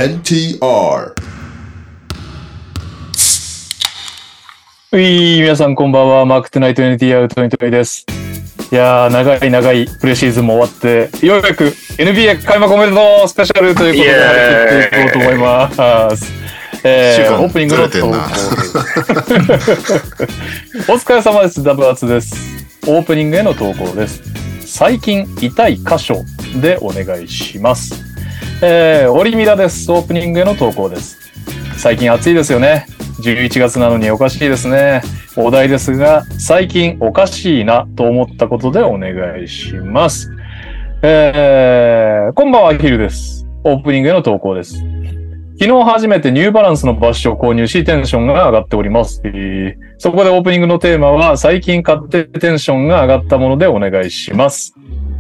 NTR。 皆さんこんばんは。マークトゥナイト NTR トニトニです。いやー、長いプレシーズンも終わって、ようやく NBA 開幕おめでとうスペシャルということでやっていこうと思います。オープニングの投稿です。お疲れ様です。ダブアツです。オープニングへの投稿です。最近痛い箇所でお願いします。オリミラです。オープニングへの投稿です。最近暑いですよね。11月なのにおかしいですね。お題ですが、最近おかしいなと思ったことでお願いします。こんばんは、ヒルです。オープニングへの投稿です。昨日初めてニューバランスのバッシュを購入しテンションが上がっております。そこでオープニングのテーマは最近買ってテンションが上がったものでお願いします。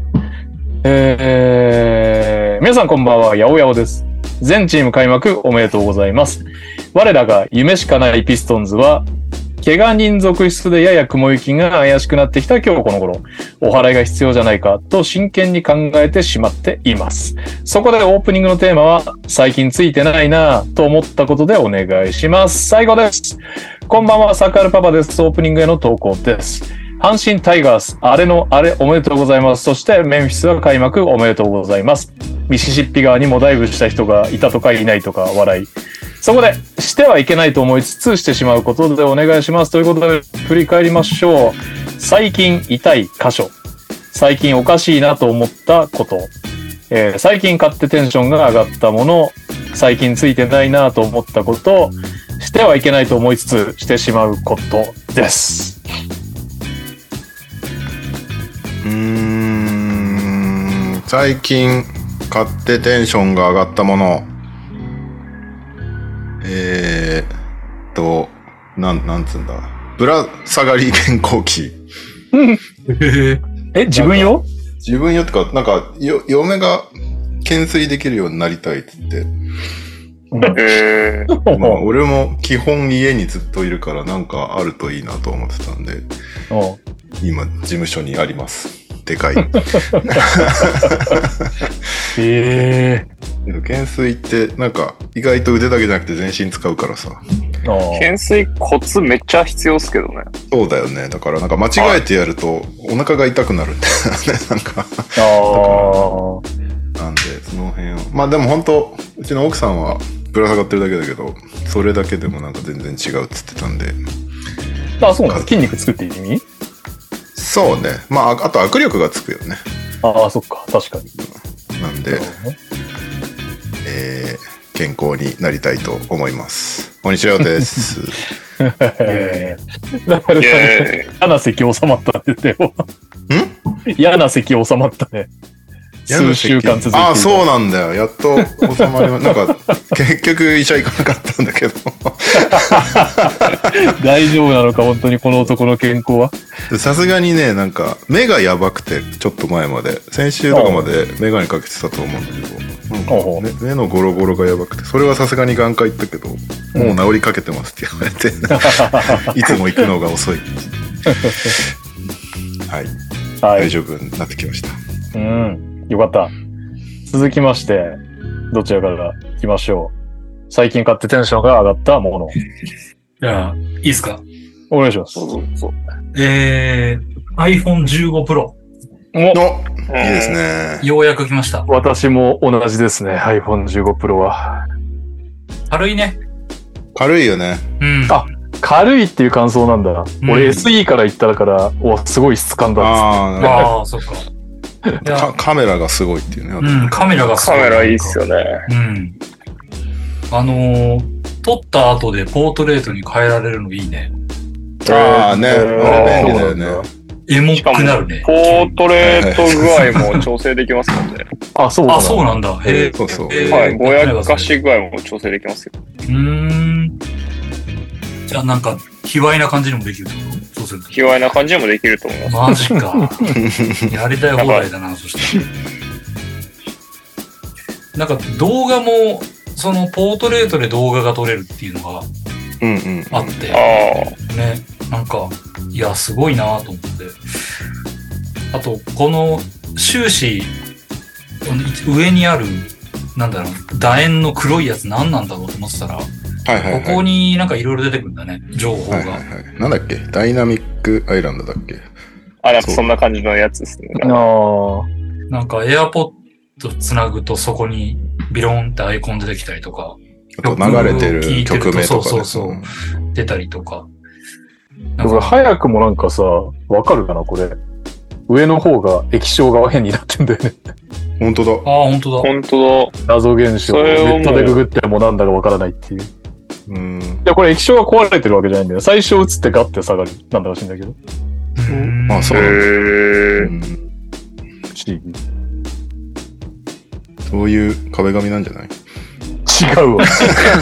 皆さんこんばんは、やおやおです。全チーム開幕おめでとうございます。我らが夢しかないピストンズは怪我人続出でやや雲行きが怪しくなってきた今日この頃、お祓いが必要じゃないかと真剣に考えてしまっています。そこでオープニングのテーマは最近ついてないなぁと思ったことでお願いします。最後です。こんばんは、サカールパパです。オープニングへの投稿です。阪神タイガース、あれおめでとうございます。そしてメンフィスは開幕おめでとうございます。ミシシッピ川にもダイブした人がいたとかいないとか笑い。そこでしてはいけないと思いつつしてしまうことでお願いしますということで振り返りましょう。最近痛い箇所、最近おかしいなと思ったこと、最近買ってテンションが上がったもの、最近ついてないなと思ったこと、してはいけないと思いつつしてしまうことです。 最近買ってテンションが上がったもの。なんつうんだ。ぶら下がり健康器。 自分よ？ 自分よってか、嫁が懸垂できるようになりたいって言って。まあ、俺も基本家にずっといるからなんかあるといいなと思ってたんで、今事務所にあります。でかい。懸垂ってなんか意外と腕だけじゃなくて全身使うからさ。 懸垂コツめっちゃ必要ですけどね。そうだよね。 だから間違えてやるとお腹が痛くなるんだよね。なんでその辺を。まあでも本当うちの奥さんはぶら下がってるだけだけど、それだけでも全然違うっつってたんで。 あ、そうなんです。筋肉つくっていう意味？ そうね。まああと握力がつくよね。 ああ、そっか、確かに。 なんで、健康になりたいと思います。こんにちはです。 だから嫌な咳収まったね。でも嫌な咳収まったね。数週間続いて。 ああ、そうなんだよ。やっと収まりま結局医者行かなかったんだけど。 大丈夫なのか、本当にこの男の健康は。 さすがにね、目がやばくて、ちょっと前まで。先週とかまでメガネかけてたと思うんだけど、目のゴロゴロがやばくて、それはさすがに眼科行ったけど、もう治りかけてますって言われて、いつも行くのが遅い。はい。大丈夫になってきました。 よかった。続きまして、どちらから行きましょう。最近買ってテンションが上がったもの。 じゃあ、いいですか？ お願いします。 iPhone 15 Pro。 いいですね。 ようやく来ました。 私も同じですね。iPhone 15 Pro は。 軽いね。 軽いよね。 あ、軽いっていう感想なんだ。俺 SE から言ったから、すごい質感だっつって。 ああ、そっか。 カメラがすごいっていうね。カメラがすごい。 カメラいいっすよね。 撮った後でポートレートに変えられるのいいね。 ああね、便利だよね。 エモくなるね。 ポートレート具合も調整できますもんね。 あ、そうなんだ。 そうそう。 はい、ぼやかし具合も調整できますよ。 じゃあ卑猥な感じにもできるってこと？そうすると。 卑猥な感じにもできると思います。 マジか。やりたい放題だな、そしたら。動画も、そのポートレートで動画が撮れるっていうのがあって、ね、いや、すごいなと思って。あと、この終始、上にあるなんだろう、楕円の黒いやつ何なんだろうと思ってたら、ここになんかいろいろ出てくるんだね、情報が。 なんだっけ、ダイナミックアイランドだっけ。 なんかそんな感じのやつですね。 なんかエアポッドつなぐとそこにビロンってアイコン出てきたりとか。 あと流れてる曲名とか、ね。 そう。出たりとか。 これ早くもなんかさ、わかるかなこれ。上の方が液晶が変になってんだよね。 本当だ。 本当だ。 謎現象。ネットでググってもなんだかわからないっていう。いや、これ液晶が壊れてるわけじゃないんだよ。最初映ってガッて下がる。なんだか知んだけど。 そうなんだ。 不思議。 そういう壁紙なんじゃない？ 違うわ。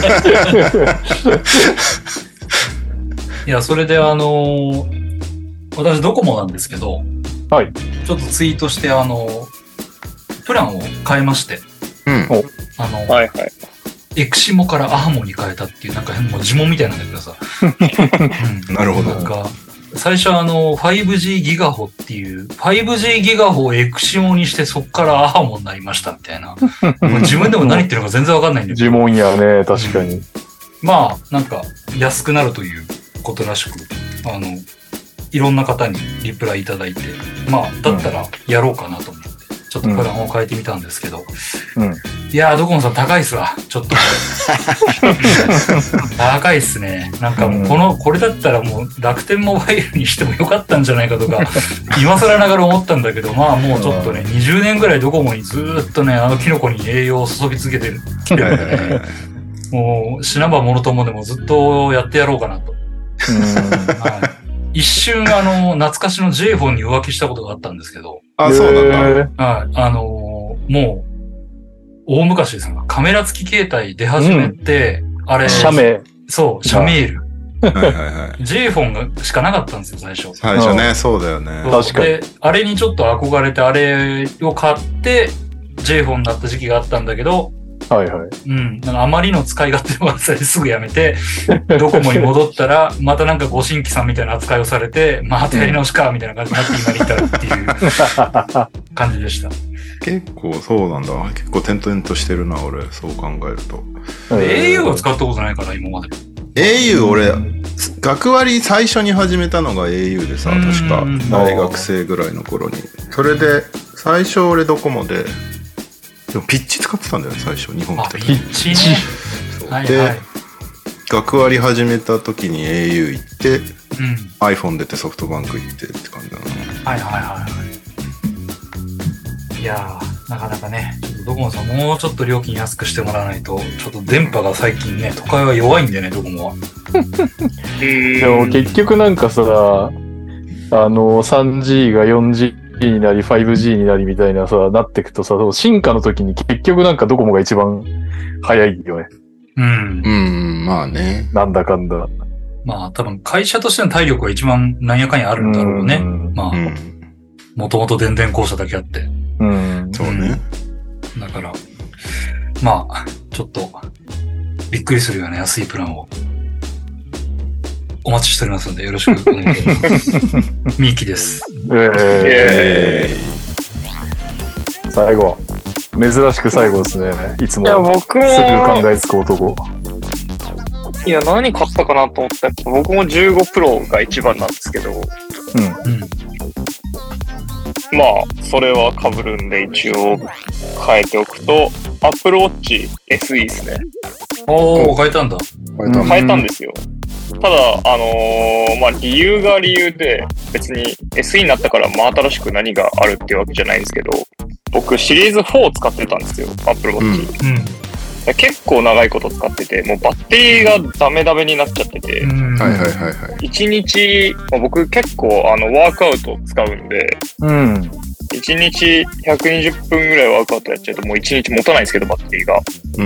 いや、それで私ドコモなんですけど、 はい。 ちょっとツイートしてプランを変えまして、エクシモからアハモに変えたっていう、なんかもう呪文みたいなんだけどさ。 なるほど。 なんか、最初5G ギガホっていう、5G ギガホをエクシモにしてそっからアハモになりましたみたいな。自分でも何言ってるのか全然わかんないんだけど。 呪文やね、確かに。 まあ、なんか、安くなるということらしく、いろんな方にリプライいただいて、まあ、だったらやろうかなと思って、ちょっとプランを変えてみたんですけど、いやー、ドコモさん高いっすわ、ちょっと。高いっすね。なんかもうこれだったらもう楽天モバイルにしてもよかったんじゃないかとか、今更ながら思ったんだけど、まあもうちょっとね、20年ぐらいドコモにずーっとね、キノコに栄養を注ぎ続けてきてるんでね、もう死なばものともでもずっとやってやろうかなと。一瞬懐かしの J フォンに浮気したことがあったんですけど。 そうなんだ。 はい。もう、大昔ですが、カメラ付き携帯出始めて、あれ、 写メ。 そう、写メール。 はい。 J フォンがしかなかったんですよ、最初。 最初ね、そうだよね。 確かに。 で、あれにちょっと憧れて、あれを買って、J フォンだった時期があったんだけど、 はいはい。 なんかあまりの使い勝手の悪さですぐやめて、ドコモに戻ったら、またなんかご新規さんみたいな扱いをされて、またやり直しか、みたいな感じになって今に至るっていう感じでした。 結構そうなんだ。結構転々としてるな、俺。そう考えると。 au は使ったことないから、今まで。 au、俺、学割最初に始めたのが au でさ、確か大学生ぐらいの頃に。それで、最初俺ドコモで、でもピッチ使ってたんだよね、最初、日本来た時。 ピッチね。 で、学割始めた時に au 行って、iPhone 出てソフトバンク行ってって感じだな。 いやー、なかなかね、ちょっとドコモさんもうちょっと料金安くしてもらわないと、ちょっと電波が最近ね、都会は弱いんでね、ドコモは。 でも結局なんかさ、3G が 4Gになり 5G になりみたいなさ、なってくとさ、進化の時に結局なんかドコモが一番早いよね。 まあね。 なんだかんだ。 まあ多分会社としての体力は一番なんやかんやあるんだろうね。まあ、もともと電電公社だけあって。 そうね。 だから、まあ、ちょっと、びっくりするような安いプランを、お待ちしておりますので、よろしくお願いします。ミーキです。 最後。珍しく最後ですね。いつも。 いや、僕も。 すぐ考えつく男。 いや、何買ったかなと思ったら、僕も15プロが一番なんですけど。まあ、それは被るんで一応変えておくと、Apple Watch SE ですね。 変えたんだ。 変えたんですよ。ただ、まあ、理由が理由で、別に SE になったから真新しく何があるっていうわけじゃないんですけど、僕シリーズ4を使ってたんですよ、Apple Watch。結構長いこと使ってて、もうバッテリーがダメダメになっちゃってて、1日、僕結構ワークアウト使うんで、1日120分ぐらいワークアウトやっちゃうともう1日持たないんですけど、バッテリーが。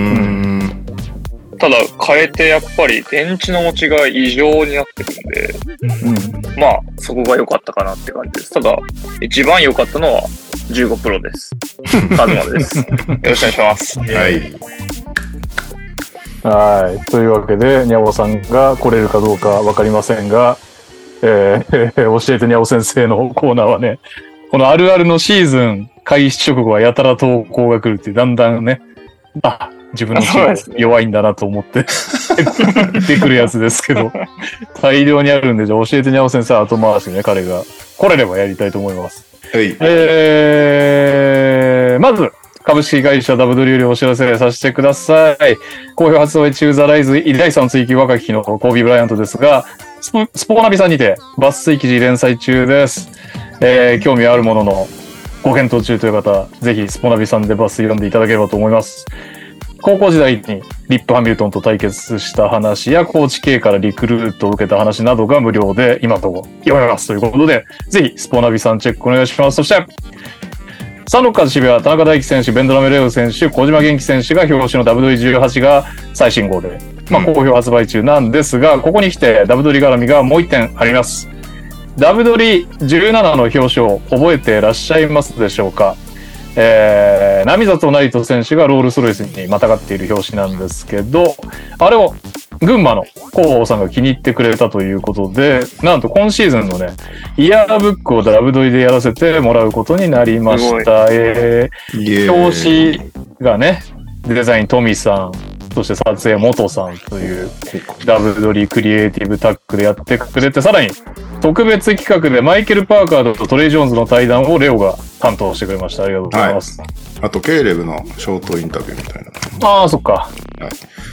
ただ変えてやっぱり電池の持ちが異常になってるんで、まあそこが良かったかなって感じです。ただ一番良かったのは15プロです。カズマです。よろしくお願いします。 はい。というわけで、にゃおさんが来れるかどうかわかりませんが、教えてにゃお先生のコーナーはね、このあるあるのシーズン開始直後はやたら投稿が来るっていう、だんだんね、 自分のチーム弱いんだなと思って出てくるやつですけど、大量にあるんで、じゃあ教えてにゃお先生後回しね、彼が来れればやりたいと思います。 はい。 まず、株式会社ダブドリよりお知らせさせてください。好評発売中ザライズ第3追求若き日のコービー・ブライアントですが、スポーナビさんにて抜粋記事連載中です。興味あるもののご検討中という方、ぜひスポナビさんで抜粋読んでいただければと思います。高校時代にリップ・ハミルトンと対決した話やコーチ系からリクルートを受けた話などが無料で今のところ読めますということで、ぜひスポナビさんチェックお願いします。そして、サンロッカーズ渋谷、田中大輝選手、ベンドラメレオ選手、小島元気選手が表紙の WD18 が最新号で、好評発売中なんですが、ここに来てダブドリ絡みがもう一点あります。ダブドリ17の表紙を覚えていらっしゃいますでしょうか。並里成人選手がロールスロイスにまたがっている表紙なんですけど、あれを群馬の広報さんが気に入ってくれたということで、なんと今シーズンのね、イヤーブックをダブドリでやらせてもらうことになりました。表紙がね、デザイントミさん、そして撮影元さんというダブドリクリエイティブタッグでやってくれて、さらに特別企画でマイケル・パーカーとトレイ・ジョーンズの対談をレオが担当してくれました。ありがとうございます。はい、 あと、ケイレブのショートインタビューみたいな。 ああ、そっか。はい。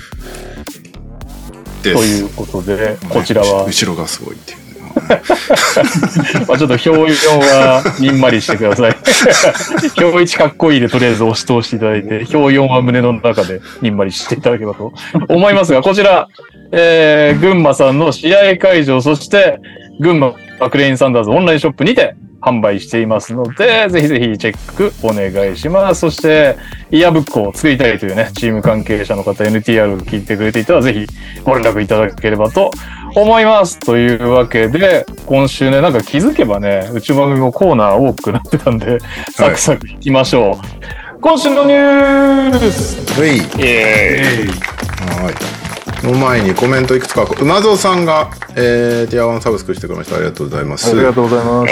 ということで、こちらは。 後ろがすごいっていうね。 まあちょっと表4はにんまりしてください。表1かっこいいでとりあえず押し通していただいて、表4は胸の中でにんまりしていただければと思いますが、こちら、群馬さんの試合会場、そして群馬クレインサンダーズオンラインショップにて販売していますので、ぜひぜひチェックお願いします。そして、イヤーブックを作りたいというね、チーム関係者の方、NTR を聞いてくれていたら、ぜひご連絡いただければと思います。というわけで、今週ね、なんか気づけばね、うち番組もコーナー多くなってたんで、サクサクいきましょう。はい、今週のニュース。 はい。はい。の前にコメントいくつか、馬蔵さんが、ティア1サブスクしてくれました。ありがとうございます。 ありがとうございます。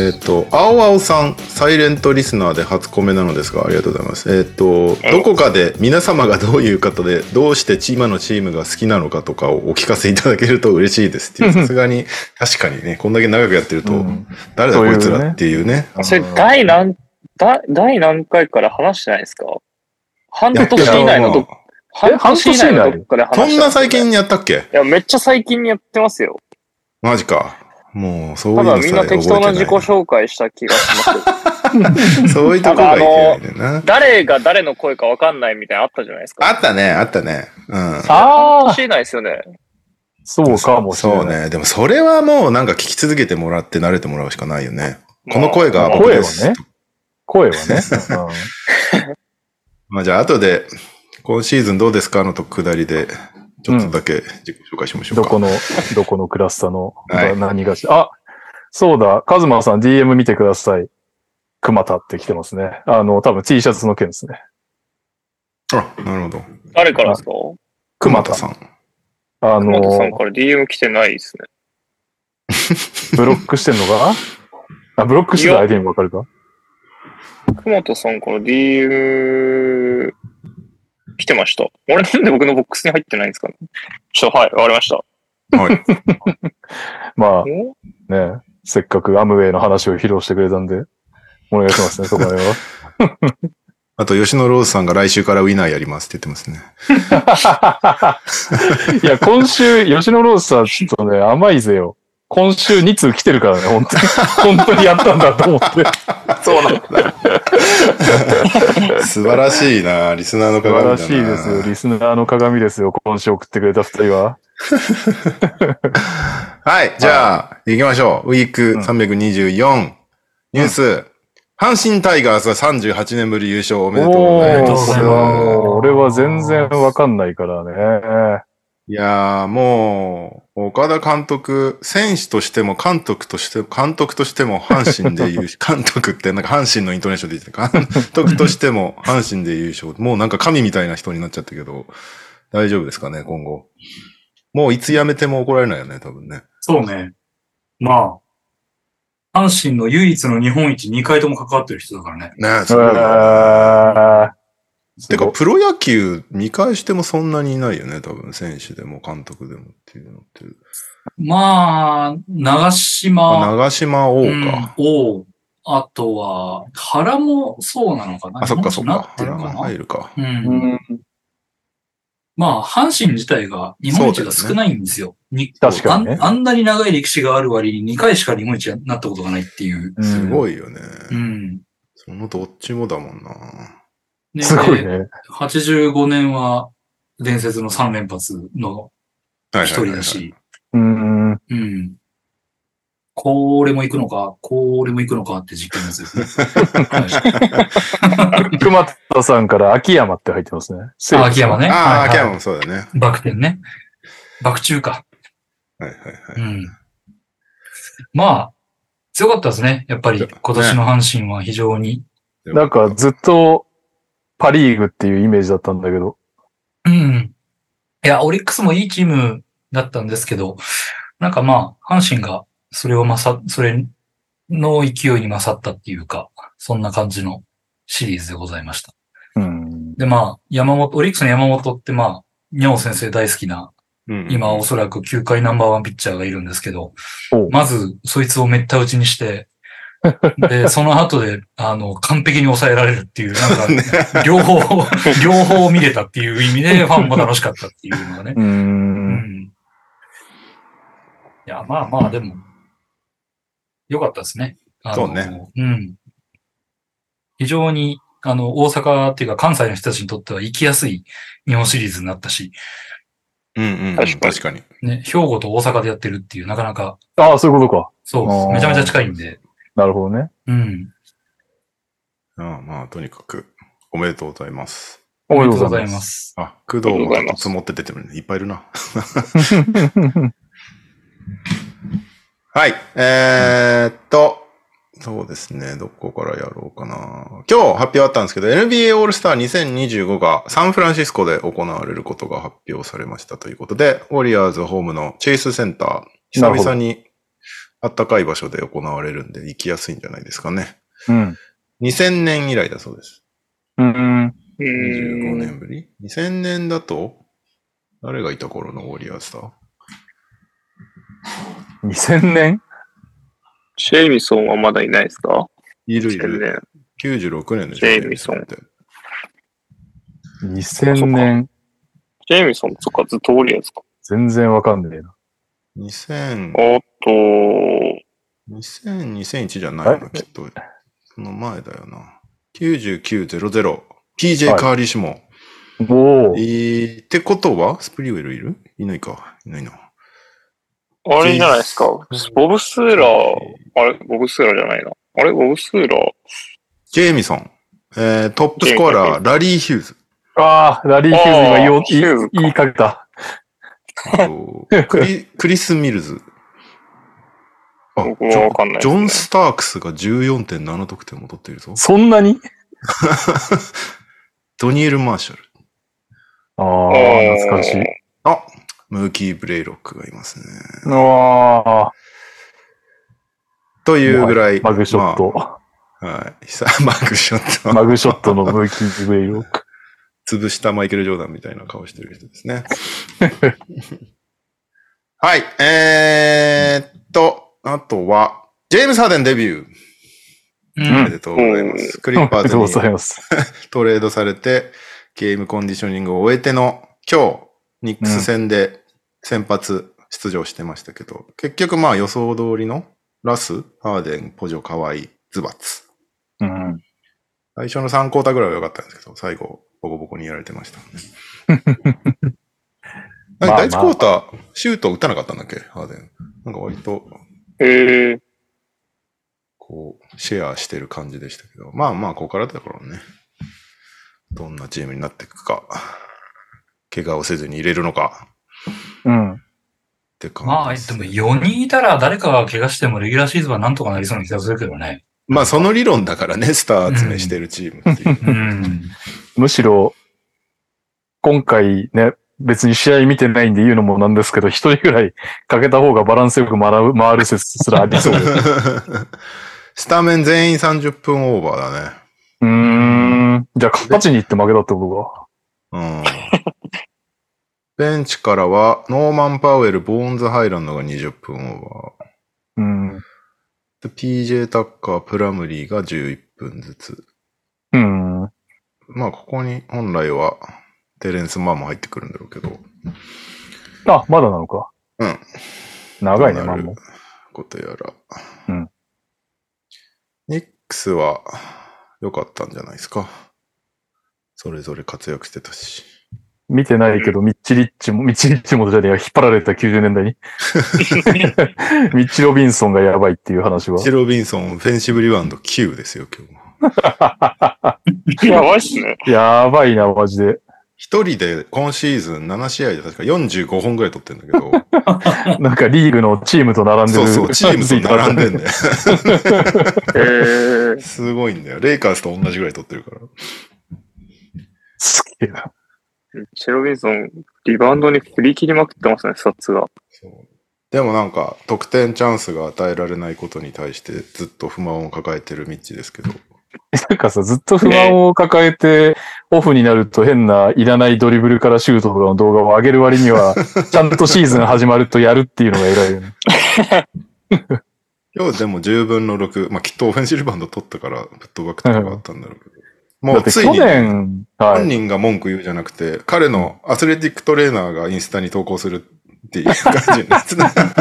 青青さん、サイレントリスナーで初コメなのですが、ありがとうございます。どこかで皆様がどういう方で、どうして今のチームが好きなのかとかをお聞かせいただけると嬉しいですっていう、さすがに、確かにね、こんだけ長くやってると、誰だこいつらっていうね。 それ第何回から話してないですか？半年以内の半年以内のどっかで話した。そんな最近やったっけ？ いや、めっちゃ最近にやってますよ。 マジか。もう、そういうのただみんな適当な自己紹介した気がします。 そういうとこがいけないねんな。 誰が誰の声か分かんないみたいなのあったじゃないですか。 あったね。うん。 半年以内ですよね。 そうかもしれない。 そうね。でもそれはもうなんか聞き続けてもらって慣れてもらうしかないよね。この声が僕です。 声はね。 まあじゃあ後で、今シーズンどうですかのとくだりで、ちょっとだけ自己紹介しましょうか。 どこのクラスターの、何がし、あ、そうだ、カズマさん DM 見てください。熊田って来てますね。多分 T シャツの件ですね。 あ、なるほど。 誰からですか？ 熊田さん。 熊田さんから DM 来てないですね。 ブロックしてんのか？ブロックしてた相手に分かるか？ 熊田さんから DM、来てました。俺なんで僕のボックスに入ってないんですかね。はい、わかりました。 はい。 まあ、ね、せっかくアムウェイの話を披露してくれたんで、お願いしますね、そこら辺は。 あと、吉野ローズさんが来週からウィナーやりますって言ってますね。 いや、今週、吉野ローズさん、ちょっとね、甘いぜよ。今週2通来てるからね、本当にやったんだと思って。 そうなんだ。 素晴らしいな、リスナーの鏡だな。 素晴らしいですよ、リスナーの鏡ですよ、今週送ってくれた2人は。 はい、じゃあ、行きましょう。ウィーク324、ニュース。阪神タイガースは38年ぶり優勝おめでとうございます。 俺は全然わかんないからね。 いやー、もう、岡田監督、選手としても監督としても阪神で優勝、監督ってなんか阪神のイントネーションで言ってた、監督としても阪神で優勝。もうなんか神みたいな人になっちゃったけど、大丈夫ですかね、今後。もういつ辞めても怒られないよね、多分ね。 そうね。まあ、阪神の唯一の日本一2回とも関わってる人だからね。 ねえ、そうてか、プロ野球見返してもそんなにいないよね、多分。選手でも監督でもっていうのって。 まあ、長島。 長島王か。 王。あとは、原もそうなのかな。 あ、そっかそっか。 原も入るか。 まあ、阪神自体が日本一が少ないんですよ。 確かにね。 あんなに長い歴史がある割に2回しか日本一になったことがないっていう。 すごいよね。 そのどっちもだもんな。 すごいね。 85年は伝説の3連発の一人だし。これも行くのか、これも行くのかって実験ですよね。熊田さんから秋山って入ってますね。 秋山ね。 秋山もそうだね。 バク転ね。バク宙か。まあ、強かったですね。やっぱり今年の阪神は非常に。 なんかずっとパリーグっていうイメージだったんだけど。 いや、オリックスもいいチームだったんですけど、なんかまあ、阪神がそれの勢いに勝ったっていうか、そんな感じのシリーズでございました。で、まあ、オリックスの山本ってまあ、にゃお先生大好きな、今おそらく球界ナンバーワンピッチャーがいるんですけど、まずそいつをめった打ちにして、で、その後で、完璧に抑えられるっていう、なんか、両方見れたっていう意味で、ファンも楽しかったっていうのがね。いや、まあまあ、でも、良かったですね。 そうね。 非常に、大阪っていうか関西の人たちにとっては行きやすい日本シリーズになったし。 確かに。 ね、兵庫と大阪でやってるっていう、なかなか。 ああ、そういうことか。 そう、めちゃめちゃ近いんで。 なるほどね。 まあ、とにかく、おめでとうございます。 おめでとうございます。 あ、工藤も積もって出てるね。いっぱいいるな。はい。そうですね。どこからやろうかな。今日発表あったんですけど、NBA オールスター2025がサンフランシスコで行われることが発表されましたということで、ウォリアーズホームのチェイスセンター、久々にあったかい場所で行われるんで行きやすいんじゃないですかね。2000年以来だそうです。25年ぶり ?2000 年だと、誰がいた頃のウォリアーズだ ?2000 年シェイミソンはまだいないですか？ いる。96年のシェイミソンって。 2000年。 シェイミソンとかずっとウォリアーズか。 全然わかんねえな。 2001じゃないのきっと。その前だよな。9900。PJ カーリーシモン。ってことはスプリウェルいる？いないか。いないな。 あれじゃないですか。ボブスーラー。ボブスーラーじゃないな。ボブスーラー。 ジェイミソン。トップスコアラー、ラリー・ヒューズ。 ああ、ラリー・ヒューズ今言いかけた。 クリス・ミルズ。 僕もわかんない、 ジョン・スタークスが 14.7 得点も取っているぞ。 そんなにドニエル・マーシャル。 ああ、懐かしい。 ムーキー・ブレイロックがいますね。というぐらい。 マグショット。 はい。マグショット。 マグショットのムーキー・ブレイロック。 潰したマイケル・ジョーダンみたいな顔してる人ですね。はい。あとは、ジェームス・ハーデンデビュー。おめでとうございます。クリッパーズにトレードされて、ゲームコンディショニングを終えての今日、ニックス戦で先発出場してましたけど、結局まあ予想通りのラス、ハーデン、ポジョ、カワイ、ズバッツ。最初の3クォーターぐらいは良かったんですけど、最後、ボコボコにやられてました、ね。第1クォーター、シュート打たなかったんだっけハーデン。なんか割と、こう、シェアしてる感じでしたけど、まあ、ここからだからね。どんなチームになっていくか。怪我をせずに入れるのか。って感じです。 まあ、でも4人いたら誰かが怪我してもレギュラーシーズンはなんとかなりそうな気がするけどね。 まあ、その理論だからね、スター集めしてるチームっていう。 むしろ、今回ね、別に試合見てないんで言うのもなんですけど、一人ぐらいかけた方がバランスよく回る説すらありそうです。 スタメン全員30分オーバーだね。 じゃあ勝ちに行って負けたってことうん。ベンチからは、ノーマン・パウエル、ボーンズ・ハイランドが20分オーバー。で、PJ タッカー、プラムリーが11分ずつ。まあ、ここに本来は、テレンス・マーも入ってくるんだろうけど。 あ、まだなのか。 うん。 長いね、マーも。 ことやら。ニックスは、良かったんじゃないですか。それぞれ活躍してたし。 見てないけど、ミッチリッチもじゃねえや、引っ張られた90年代に。ミッチ・ロビンソンがやばいっていう話は。 ミッチ・ロビンソン、フェンシブリバウンド9ですよ、今日も。やばいっすね。 やばいな、マジで。 一人で今シーズン7試合で確か45本ぐらい取ってんだけど。 なんかリーグのチームと並んでる。 そう、チームと並んでんだよ。すごいんだよ。レイカーズと同じぐらい取ってるから。 すげえな。 チェロビンソン、リバウンドに振り切りまくってますね、スタッツが。 そうでもなんか、得点チャンスが与えられないことに対してずっと不満を抱えてるミッチですけど。 なんかさ、ずっと不満を抱えて、オフになると変ないらないドリブルからシュートとかの動画を上げる割には、ちゃんとシーズン始まるとやるっていうのが偉いよね。 今日でも10分の6、まあきっとオフェンシブリバウンド取ったから、プットバックとかがあったんだろうけど。もうついに、本人が文句言うじゃなくて、彼のアスレティックトレーナーがインスタに投稿するっていう感じになって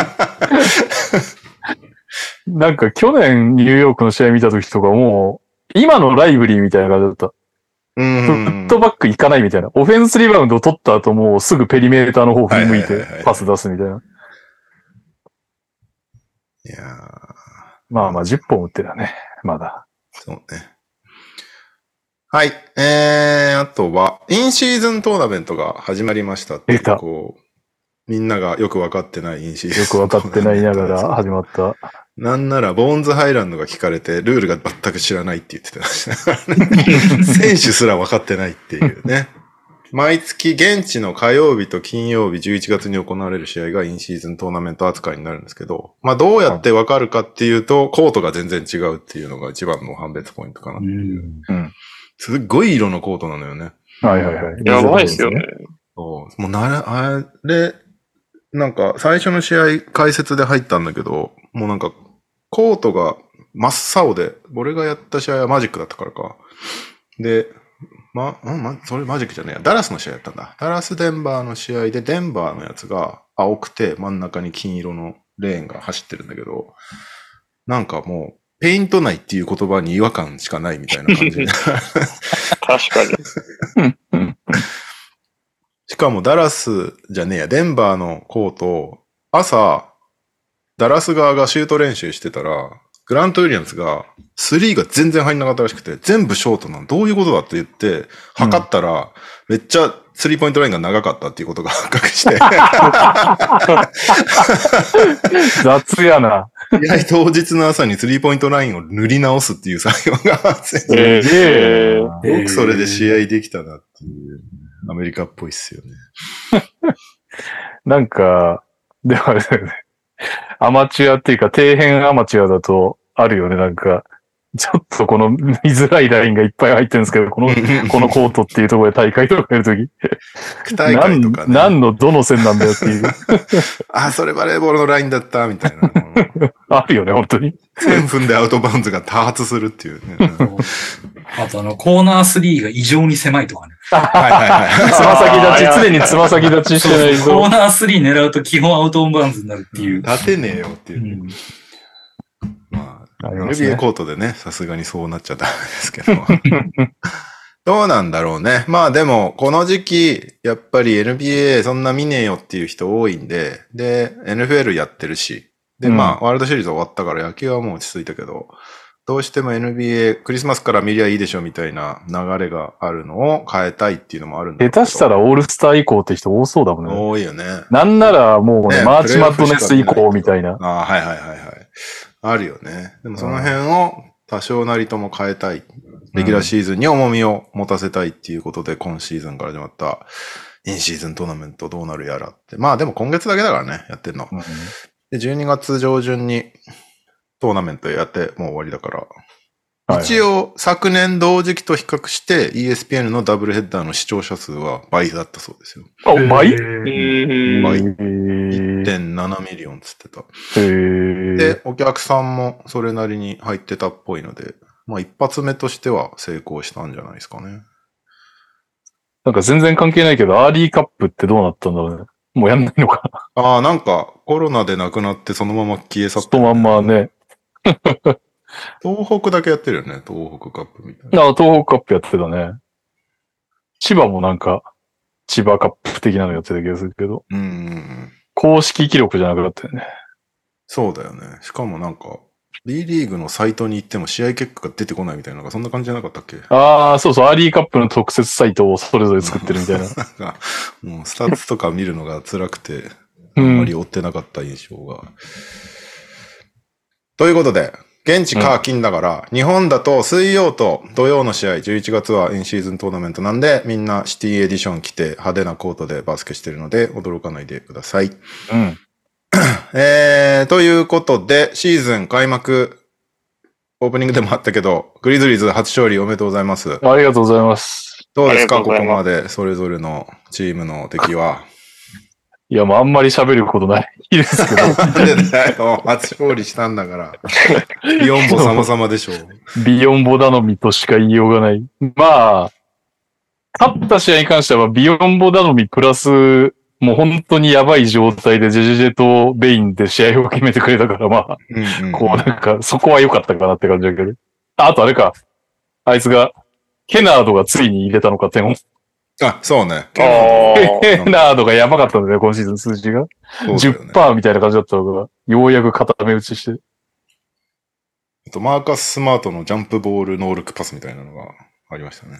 なんか去年ニューヨークの試合見た時とかもう、今のライブリーみたいな感じだった。フットバックいかないみたいな。オフェンスリバウンドを取った後もうすぐペリメーターの方振り向いてパス出すみたいな。 いやー。 まあ10本打ってたね。まだ。 そうね。はい。あとは、インシーズントーナメントが始まりましたっていう、こう、みんながよくわかってないインシーズン。 よくわかってないながら始まった。 なんなら、ボーンズハイランドが聞かれて、ルールが全く知らないって言ってました。選手すらわかってないっていうね。毎月現地の火曜日と金曜日11月に行われる試合がインシーズントーナメント扱いになるんですけど、まあどうやってわかるかっていうと、コートが全然違うっていうのが一番の判別ポイントかなっていう。すっごい色のコートなのよね。 はい。 やばいっすよね。 そう。もうあれ、なんか最初の試合解説で入ったんだけど、もうなんかコートが真っ青で、俺がやった試合はマジックだったからか。で、それマジックじゃねえや。ダラスの試合やったんだ。ダラス・デンバーの試合で、デンバーのやつが青くて真ん中に金色のレーンが走ってるんだけど、なんかもう、ペイント内っていう言葉に違和感しかないみたいな感じ。 確かに。 しかもダラスじゃねえや、デンバーのコート、朝、ダラス側がシュート練習してたら、グラント・ウィリアムズが、スリーが全然入んなかったらしくて、全部ショートなのどういうことだって言って、測ったら、めっちゃスリーポイントラインが長かったっていうことが発覚して。 雑やな。 試合当日の朝にスリーポイントラインを塗り直すっていう作業が発生して。 よくそれで試合できたなっていう、アメリカっぽいっすよね。 なんか、でもあれだよね。アマチュアっていうか、底辺アマチュアだとあるよね、なんか。ちょっとこの見づらいラインがいっぱい入ってるんですけど、このコートっていうところで大会とかやるとき。 大会とかね。 何のどの線なんだよっていう。 あ、それバレーボールのラインだった、みたいな。 あるよね、本当に。 10分でアウトバウンズが多発するっていうね。 あとコーナー3が異常に狭いとかね。 はい。 つま先立ち、常につま先立ちしてないと。 コーナー3狙うと基本アウトオンバウンズになるっていう。 立てねえよっていう。NBA コートでね、さすがにそうなっちゃダメですけど。どうなんだろうね。まあでも、この時期、やっぱり NBA そんな見ねえよっていう人多いんで、で、NFL やってるし、で、まあ、ワールドシリーズ終わったから野球はもう落ち着いたけど、どうしても NBA、クリスマスから見りゃいいでしょみたいな流れがあるのを変えたいっていうのもあるんだけど。 下手したらオールスター以降って人多そうだもんね。 多いよね。 なんならもうね、マーチマッドネス以降みたいな。 ああ、はい。あるよね。でもその辺を多少なりとも変えたい。レギュラーシーズンに重みを持たせたいっていうことで、今シーズンから始まったインシーズントーナメントどうなるやらって。まあでも今月だけだからね、やってんの。で、12月上旬にトーナメントやってもう終わりだから。 一応、昨年同時期と比較して、ESPN のダブルヘッダーの視聴者数は倍だったそうですよ。 あ、倍？ 倍。1.7 ミリオンつってた。で、お客さんもそれなりに入ってたっぽいので、まあ一発目としては成功したんじゃないですかね。 なんか全然関係ないけど、アーリーカップってどうなったんだろうね。もうやんないのかな。 ああ、なんかコロナで亡くなってそのまま消え去った、 そのまんまね。 東北だけやってるよね。東北カップみたいな。 あ、東北カップやってたね。千葉もなんか、千葉カップ的なのやってた気がするけど。公式記録じゃなくなったよね。 そうだよね。しかもなんか、B リーグのサイトに行っても試合結果が出てこないみたいな、そんな感じじゃなかったっけ？ ああ、そうそう、アーリーカップの特設サイトをそれぞれ作ってるみたいな。 なんか、もうスタッツとか見るのが辛くて、あんまり追ってなかった印象が。ということで、現地火金だから、日本だと水曜と土曜の試合、11月はインシーズントーナメントなんで、みんなシティエディション着て派手なコートでバスケしてるので、驚かないでください。ということで、シーズン開幕、オープニングでもあったけど、グリズリーズ初勝利おめでとうございます。 ありがとうございます。 どうですか、ここまでそれぞれのチームの敵は。 いや、もうあんまり喋ることないですけど。 なんでだよ、初勝利したんだから。ビヨンボ様々でしょう。 ビヨンボ頼みとしか言いようがない。まあ、勝った試合に関してはビヨンボ頼みプラス、もう本当にやばい状態でジェジェジェとベインで試合を決めてくれたから、まあ、こうなんか、そこは良かったかなって感じだけど。あとあれか、あいつが、ケナードがついに入れたのか、点を。 あ、そうね。 ケナードがやばかったんだよ、今シーズン数字が。10% みたいな感じだったのが、ようやく固め打ちして。 マーカス・スマートのジャンプボールノールックパスみたいなのがありましたね。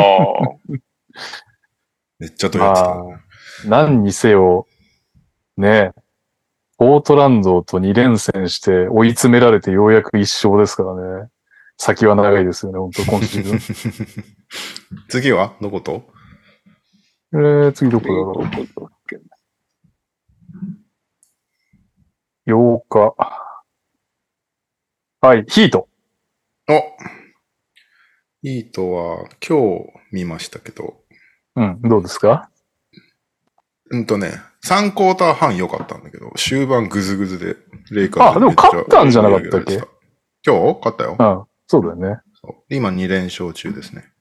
めっちゃとやってた。 何にせよ、ね、ポートランドと2連戦して追い詰められてようやく1勝ですからね。先は長いですよね、本当今シーズン。 次はどこと？ 次どこだろう。8日。はい、ヒート。 ヒートは今日見ましたけど。 どうですか 3クォーター半良かったんだけど、終盤グズグズで、レイカーズでも勝ったんじゃなかったっけ？ 今日勝ったよ。 そうだよね。 今2連勝中ですね。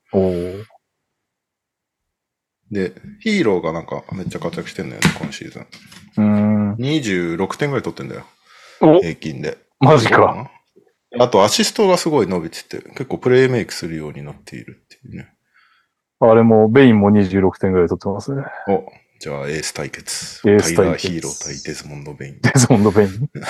で、ヒーローがなんかめっちゃ活躍してんだよね、今シーズン。26点ぐらい取ってんだよ。平均で。 マジか。 あとアシストがすごい伸びてて、結構プレイメイクするようになっているっていうね。 あれも、ベインも26点ぐらい取ってますね。 じゃあエース対決。 エース対決。 タイラー・ヒーロー対デズモンド・ベイン。 デズモンド・ベイン。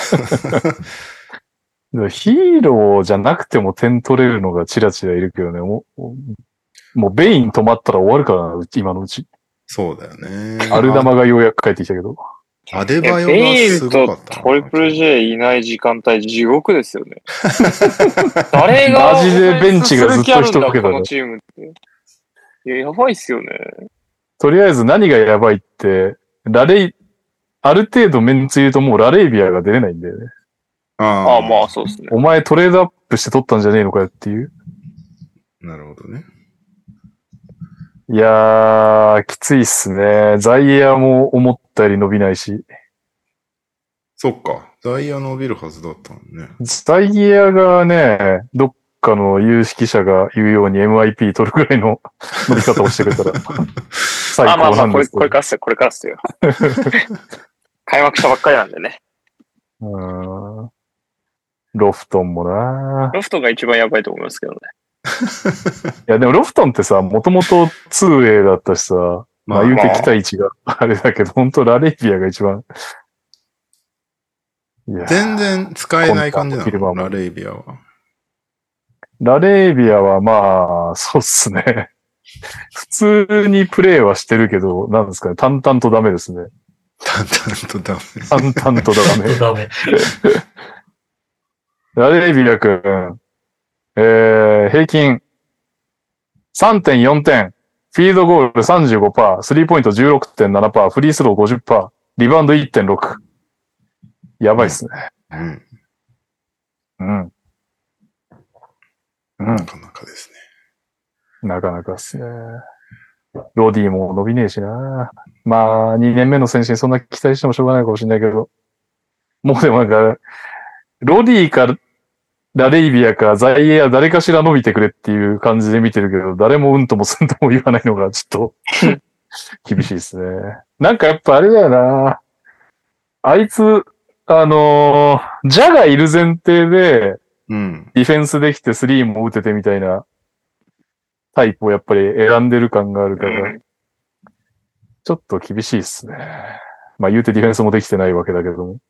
ヒーローじゃなくても点取れるのがチラチラいるけどね。もうベイン止まったら終わるからな、今のうち。 そうだよね。 アルダマがようやく帰ってきたけど。 アデバヨがすごかった。 トリプル J いない時間帯地獄ですよね。誰がマジでベンチがずっと一桁だ。 このチームって。いや、やばいっすよね。 とりあえず何がやばいって、ある程度メンツ言うともうラレイビアが出れないんだよね。 まあそうですね。 お前トレードアップして取ったんじゃねえのかよっていう。 なるほどね。 いやー、きついっすね。ザイヤーも思ったより伸びないし。 そっか。ザイヤー伸びるはずだったのね。 ザイヤーがね、どっかの有識者が言うように MIP 取るぐらいの伸び方をしてくれたら最高なんですけど。 これからっすよ。開幕したばっかりなんでね。 ロフトンもな。 ロフトンが一番やばいと思いますけどね。 いやでもロフトンってさ、もともと 2way だったしさ、言うて期待値があれだけど、本当ラレイビアが一番。 全然使えない感じなの？ラレイビアは。 ラレイビアはまあ、そうっすね。普通にプレイはしてるけど、なんですかね、淡々とダメですね。 淡々とダメ。 淡々とダメ。ラレイビア君、平均 3.4 点、フィールドゴール 35%、スリーポイント 16.7%、フリースロー 50%、リバウンド 1.6。やばいっすね。 なかなかですね。ロディも伸びねえしな。まあ、2年目の選手にそんな期待してもしょうがないかもしれないけど。もうでもなんか、ロディかラレイビアかザイエア誰かしら伸びてくれっていう感じで見てるけど、誰もうんともすんとも言わないのがちょっと厳しいですね。なんかやっぱあれだよな。あいつ、ジャがいる前提で、 うん。 ディフェンスできてスリーも打ててみたいなタイプをやっぱり選んでる感があるから、ちょっと厳しいっすね。まあ言うてディフェンスもできてないわけだけども。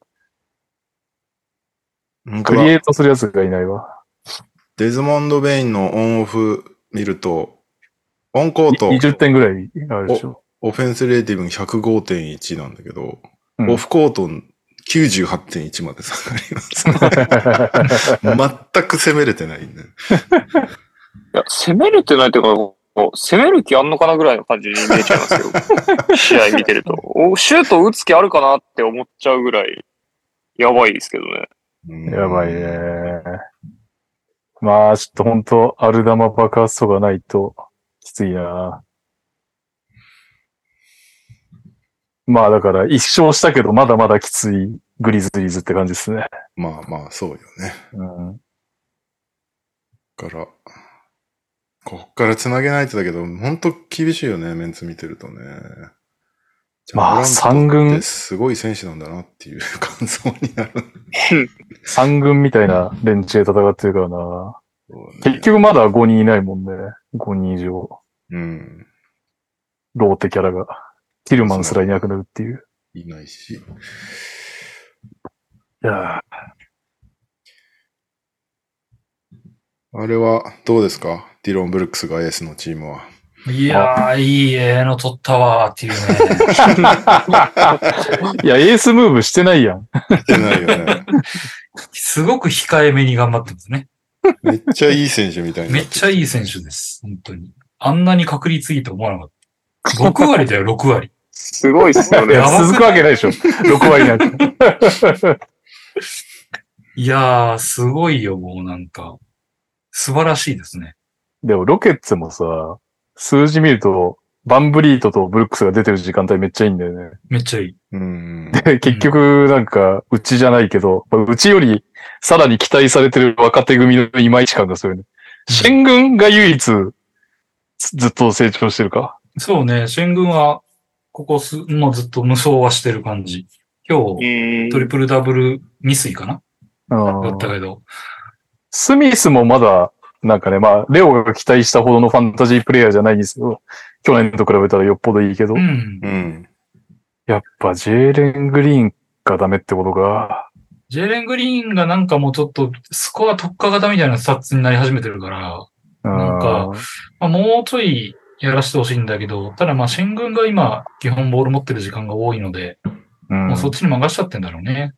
クリエイトするやつがいないわ。 デズモンド・ベインのオンオフ見ると、オンコート。 20点ぐらいあるでしょ。 オフェンスレーティブ 105.1 なんだけど、 うんオフコート 98.1 まで下がります。全く攻めれてないんで。 いや、攻めれてないというか、攻める気あんのかなぐらいの感じに見えちゃいますよ。試合見てると。シュート打つ気あるかなって思っちゃうぐらい、やばいですけどね。 やばいね。まあ、ちょっと本当アルダマ爆発素がないときついな。まあだから一勝したけどまだまだきついグリズリーズって感じですね。 まあまあ、そうよね。 うん。 から、こっから繋げないとだけど、本当厳しいよね、メンツ見てるとね。 まあ、三軍。 すごい選手なんだなっていう感想になる。 三軍みたいな連中で戦ってるからな。結局まだ5人いないもんね。5人以上。 うん。 ローテキャラが。ティルマンすらいなくなるっていう。 いないし。 いやあれはどうですか？ディロン・ブルックスがエースのチームは。 いやー、いいの取ったわーっていうね。 いや、エースムーブしてないやん。 してないよね。 すごく控えめに頑張ってますね。 めっちゃいい選手みたいな。 めっちゃいい選手です。本当に。あんなに確率いいと思わなかった。6割だよ、6割。 すごいっすよね。 続くわけないでしょ。6割なんて。 いやー、すごいよ、もうなんか。素晴らしいですね。 でもロケッツもさ、数字見ると、バンブリートとブルックスが出てる時間帯めっちゃいいんだよね。 めっちゃいい。 で、結局なんか、うちじゃないけど、うちよりさらに期待されてる若手組のいまいち感がするね。シェン軍が唯一、ずっと成長してるか。 そうね、シェン軍は、もうずっと無双はしてる感じ。今日、トリプルダブル未遂かなだったけど。 スミスもまだ、なんかね、まあ、レオが期待したほどのファンタジープレイヤーじゃないんですよ。去年と比べたらよっぽどいいけど。やっぱジェーレン・グリーンがダメってことか。 ジェーレン・グリーンがなんかもうちょっとスコア特化型みたいなスタッツになり始めてるから、なんか、まあ、もうちょいやらせてほしいんだけど、ただまあ、シェン軍が今、基本ボール持ってる時間が多いので、もうそっちに任しちゃってんだろうね。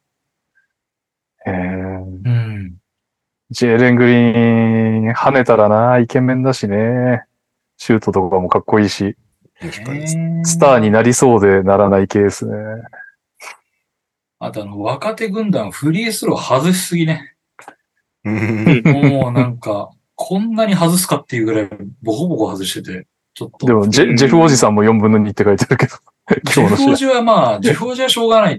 ジェーレン・グリーン、跳ねたらな、イケメンだしね。シュートとかもかっこいいし。スターになりそうでならない系ですね。 あと若手軍団フリースロー外しすぎね。もうなんか、こんなに外すかっていうぐらいボコボコ外してて、ちょっと。 でもジェフおじさんも4分の2って書いてあるけど。 ジェフおじはまあ、ジェフおじはしょうがないって、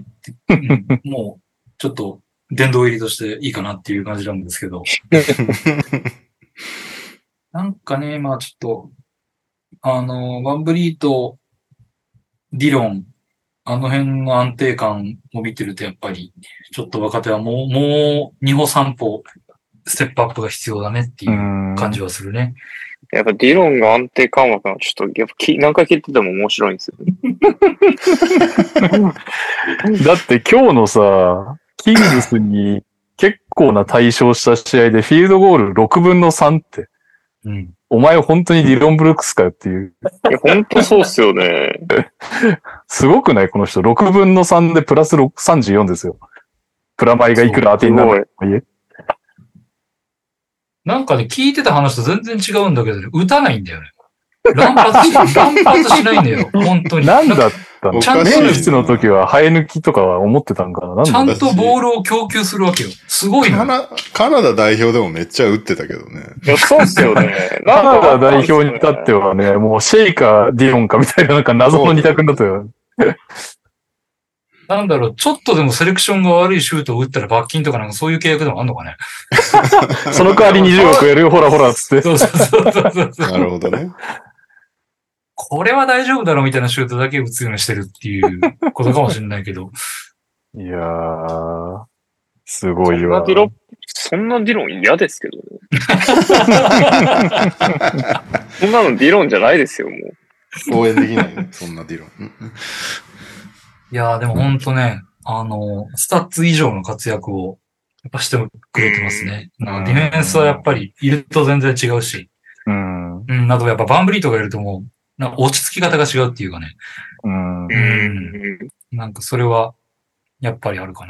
もう、ちょっと、殿堂入りとしていいかなっていう感じなんですけど。なんかね、まあちょっと、バンブリーとディロン、あの辺の安定感を見てるとやっぱり、ちょっと若手はもう2歩3歩、ステップアップが必要だねっていう感じはするね。 やっぱディロンが安定緩和がちょっと、やっぱ何回聞いてても面白いんですよね。 だって今日のさ、キングスに結構な対象した試合でフィールドゴール6分の3って。お前本当にディロン・ブルックスかよっていう。 いや、本当そうっすよね。 すごくないこの人。6分の3でプラス34ですよ。プラマイがいくら当てになるのか。 なんかね、聞いてた話と全然違うんだけど、ね、打たないんだよね。乱発しないんだよ。本当に。 なんだったの。 おかしいなメンフィスの時は生え抜きとかは思ってたんかな。なんちゃんとボールを供給するわけよ。すごいな。 カナダ代表でもめっちゃ打ってたけどね。 いや、そうっすよね。 カナダ代表に至ってはね、もうシェイかディロンかみたいななんか謎の二択になったよ。 なんだろう、ちょっとでもセレクションが悪いシュートを打ったら罰金とかなんかそういう契約でもあんのかね。 その代わり20億やるよ、ほらほら、つって。 そうそうそうそう。 なるほどね。 これは大丈夫だろうみたいなシュートだけ打つようにしてるっていうことかもしれないけど。 いやー、すごいわ。 そんなディロン嫌ですけどね。そんなのディロンじゃないですよ、もう。 応援できないね、そんなディロン。 いやーでもほんとね、スタッツ以上の活躍をやっぱしてくれてますね。ディフェンスはやっぱりいると全然違うし。うん。あとやっぱバンブリートがいるともう、なんか落ち着き方が違うっていうかね。なんかそれは、やっぱりあるか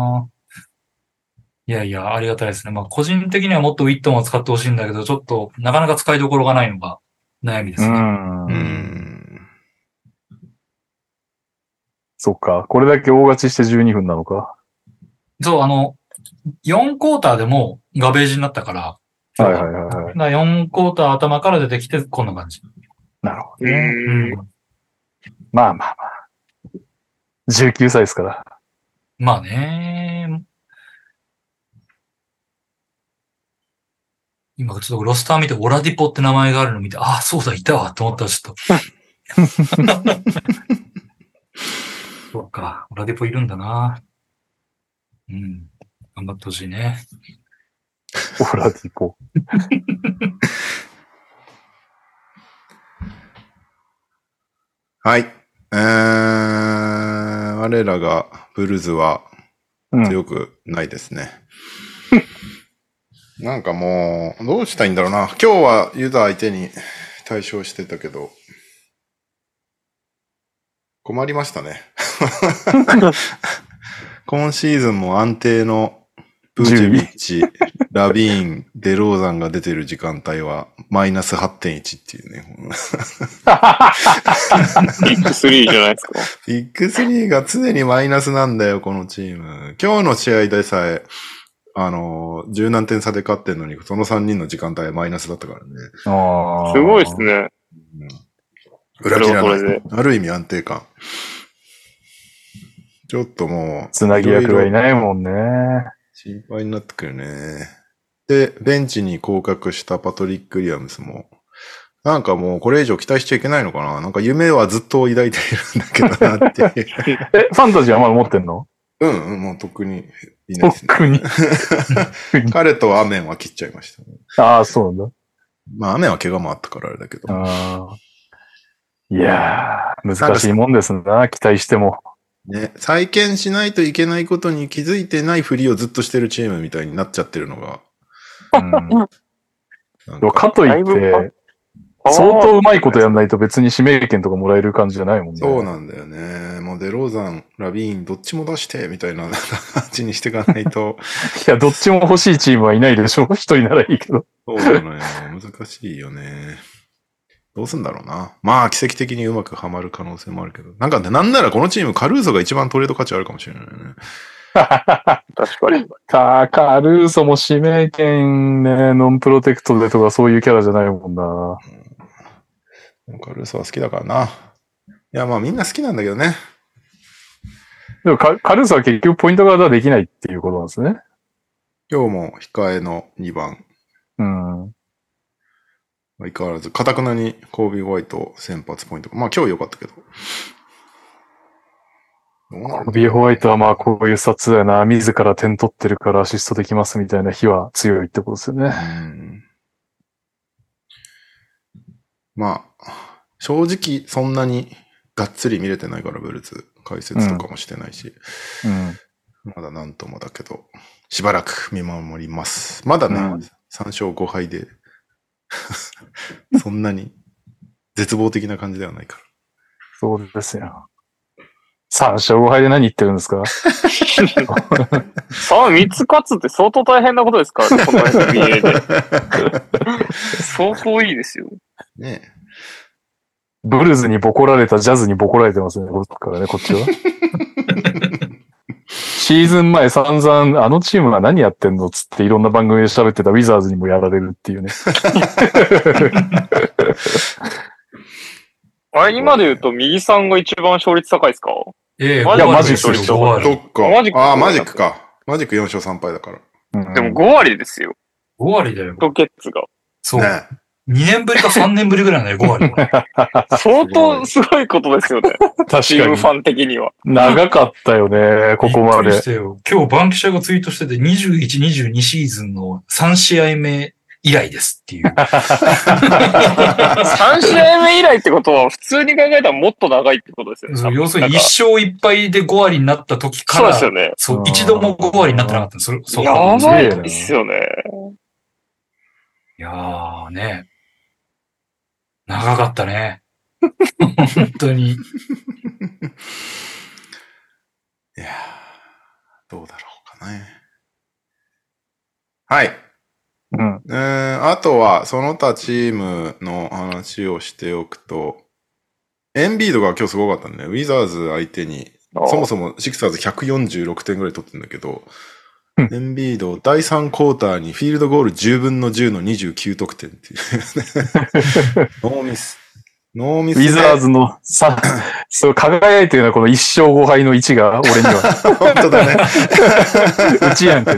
ないやいや、ありがたいですね。まあ個人的にはもっとウィットも使ってほしいんだけど、ちょっとなかなか使いどころがないのが悩みですね。 そっか。これだけ大勝ちして12分なのか。 そう、4クォーターでもガベージになったから。 はいはいはい。 4クォーター頭から出てきて、こんな感じ。 なるほどね。まあまあまあ。19歳ですから。 まあね。今ちょっとロスター見て、オラディポって名前があるの見て、ああ、そうだ、いたわ、と思ったらちょっと。そうか、オラディポいるんだな。頑張ってほしいね。 オラディポ。 はい。我らがブルズは強くないですね。なんかもう、どうしたいんだろうな。今日はユダ相手に対処してたけど、困りましたね。今シーズンも安定のブーチェビッチ、ラビーン、デローザンが出てる時間帯はマイナス 8.1 っていうね。 ビッグ3じゃないですか。 ビッグ3が常にマイナスなんだよ、このチーム。今日の試合でさえ、十何点差で勝ってんのに、その3人の時間帯はマイナスだったからね。 すごいですね。 裏切らない。ある意味安定感。ちょっともう。 つなぎ役がいないもんね。 心配になってくるね。で、ベンチに降格したパトリック・ウィリアムスも、なんかもうこれ以上期待しちゃいけないのかな。なんか夢はずっと抱いているんだけどなっていう。 ファンタジーはまだ持ってんの？ もう特にいないですね。 特に。 彼とアメンは切っちゃいました、ね。 ああ、そうなんだ。 まあ、アメンは怪我もあったからあれだけど。 いやー、難しいもんですな、期待しても。 ね、再建しないといけないことに気づいてないふりをずっとしてるチームみたいになっちゃってるのが。 かといって、相当うまいことやんないと別に指名権とかもらえる感じじゃないもんね。 そうなんだよね。もうデローザン、ラビーン、どっちも出して、みたいな感じにしていかないと。 いや、どっちも欲しいチームはいないでしょ。一人ならいいけど。 そうなのよ。難しいよね。どうすんだろうな。まあ、奇跡的にうまくはまる可能性もあるけど。なんかね、なんならこのチーム、カルーソが一番トレード価値あるかもしれないね。 確かに。 カルーソも指名権ね、ノンプロテクトでとかそういうキャラじゃないもんな。 カルーソは好きだからな。いや、まあみんな好きなんだけどね。 でもカルーソは結局ポイントガードはできないっていうことなんですね。 今日も控えの2番。相変わらず、堅くなにコービー・ホワイト先発ポイント。まあ今日良かったけど。 コービー・ホワイトはまあこういう札だよな。自ら点取ってるからアシストできますみたいな日は強いってことですよね。 まあ、正直そんなにがっつり見れてないから、ブルズ解説とかもしてないし。まだなんともだけど、しばらく見守ります。まだね、3勝5敗で、そんなに絶望的な感じではないから。 そうですよ。3勝5敗で何言ってるんですか 3つ勝つって相当大変なことですからね、この NBA で。相当いいですよ。 ねブルズにボコられたジャズにボコられてますね、こっからね、こっちは。シーズン前散々、あのチームは何やってんのつっていろんな番組で喋ってたウィザーズにもやられるっていうね。 あれ、今で言うと右さんが一番勝率高いですか？ ええ、 マジマジ勝率ですよ 5割。 そっか。 マジックああ、マジックか。マジック4勝3敗だから。 でも5割ですよ。 5割だよ。 ロケッツが。 そう。 ね。 2年ぶりか3年ぶりぐらいなんだよ、5割。 相当すごいことですよね。 確かに。 チームファン的には。 長かったよね、ここまでびっくりし。たよ。今日バンキシャがツイートしてて21、22シーズンの3試合目以来ですっていう。 3試合目以来ってことは、普通に考えたらもっと長いってことですよね。 そう要するに1 なんか勝1敗で5割になった時から、 そうですよね。 そう、一度も5割になってなかったの。そう。 やばいすげえなですよね。 いやーね。長かったね。本当に。 いやー、どうだろうかね。はい。 うん。 あとは、その他チームの話をしておくと、エンビードが今日すごかったね。ウィザーズ相手に、そもそもシクサーズ146点ぐらい取ってるんだけど、 うんエンビード第3クォーターにフィールドゴール10分の10の29得点っていう。ノーミス。ノーミスで。 ウィザーズのそう、輝いてるのはこの1勝5敗の1が俺には。 本当だね。 うちやんけ。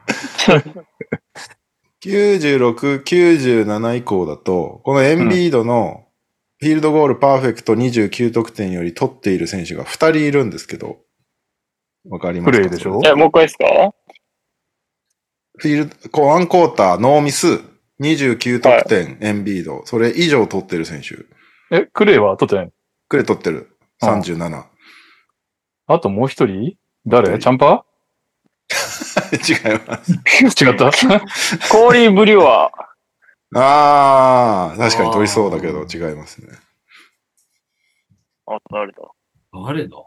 96、97以降だと、このエンビードのフィールドゴールパーフェクト29得点より取っている選手が2人いるんですけど、わかりますか？ プレイでしょ？ もう一回ですか？ フィールド、ワンクォーター、ノーミス、29得点、エンビード。それ以上取ってる選手。 クレイは取ってないクレ取ってる。37。 あともう一人誰？チャンパ違います。 ー違ったコーリー・ブリュワあー、確かに取りそうだけど違いますね。 ー。あ、誰だ？ 誰だ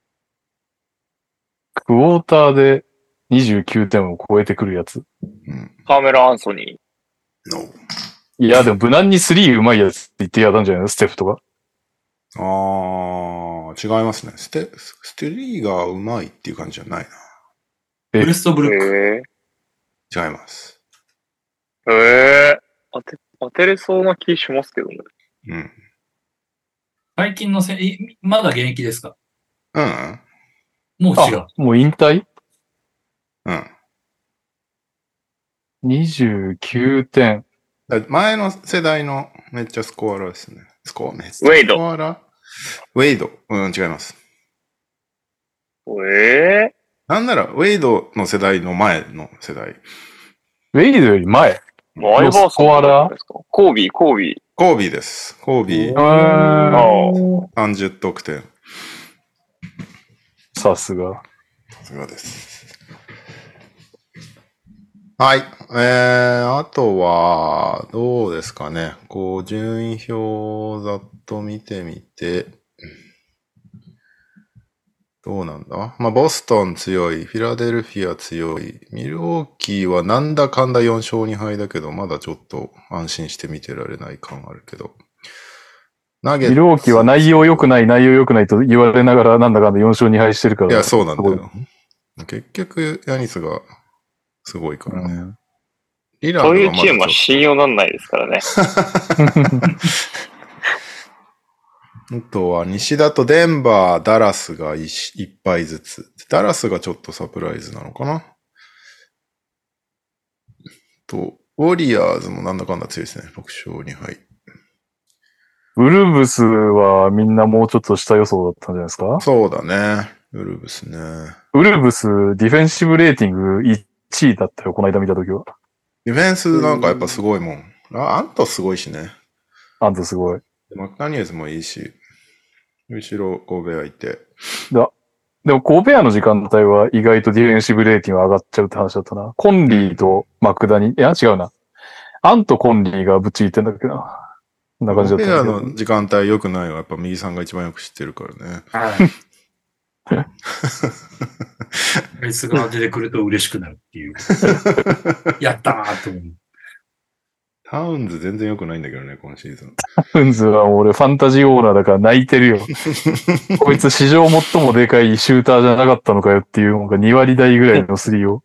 クォーターで29点を超えてくるやつ。 うん。 カーメラ・アンソニノいや、でも無難に3うまいやつって言ってやったんじゃないの？ステフとか。 ー。違いますね。ステリーがうまいっていう感じじゃないな。 えブレストブー。 ルック。 違います。 当てれそうな気しますけどね。 うん。 最近のまだ現役ですか？ うん。 もう違う。 もう引退うん。 ?29 点。 前の世代のめっちゃスコアラーですね。めっちゃウェイドスコアラーウェイド。うん、違います。なんなら、ウェイドの世代の前の世代。 ウェイドより前。 もうアイバーソンスコアラーですか？コービー。 コービーです。コービー30得点。 さすが。 さすがです。はい。あとは、どうですかね。こう、順位表をざっと見てみて、どうなんだ？まあ、ボストン強い、フィラデルフィア強い、ミルウォーキーはなんだかんだ4勝2敗だけど、まだちょっと安心して見てられない感あるけど。ナゲッツ。 ミルウォーキーは内容良くないと言われながらなんだかんだ4勝2敗してるから。 いや、そうなんだよ。結局、ヤニスがすごいからね。リラードそういうがまだチームは信用なんないですからね。 あとは、西田とデンバー、ダラスが1敗ずつ。ダラスがちょっとサプライズなのかなと、ウォリアーズもなんだかんだ強いですね。6勝2敗。 ウルブスはみんなもうちょっと下予想だったんじゃないですか？ そうだね。ウルブスね。 ウルブス、ディフェンシブレーティング1位だったよ、この間見たときは。 ディフェンスなんかやっぱすごいもん。アントすごいしね。 あんたすごい。 マクダニエルズもいいし。後ろ、ゴベアいて。 でも、コーベアの時間帯は意外とディフェンシブレーティング上がっちゃうって話だったな。コンリーとマクダニ、いや、違うな。アンとコンリーがぶっちぎってんだっけな。こんな感じだゴベアったんだけど。 の時間帯良くないのはやっぱ右さんが一番よく知ってるからね。 あいつが出てくると嬉しくなるっていう。やったーと思う。 タウンズ全然良くないんだけどね、今シーズン。 タウンズは俺ファンタジーオーナーだから泣いてるよ。こいつ史上最もでかいシューターじゃなかったのかよっていうのが2割台ぐらいのスリーを。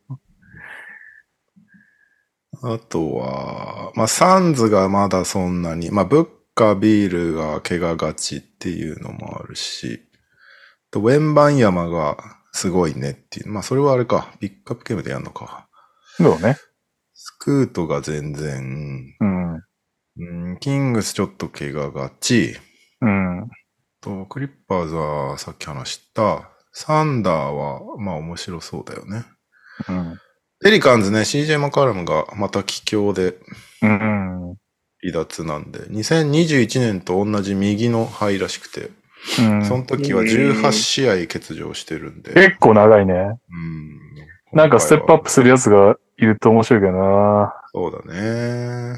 あとは、まあ、サンズがまだそんなに、まあ、ブッカー、ビールが怪我がちっていうのもあるし、ウェンバンヤマがすごいねっていう。まあ、それはあれか、ピックアップゲームでやるのか。 そうね。 スクートが全然、キングスちょっと怪我がち、クリッパーズはさっき話した、サンダーは、まあ面白そうだよね。ペリカンズね、CJ マカラムがまた帰郷で、離脱なんで、2021年と同じ右の肺らしくて、その時は18試合欠場してるんで。 結構長いね。なんかステップアップするやつがいると面白いけどな。 そうだね。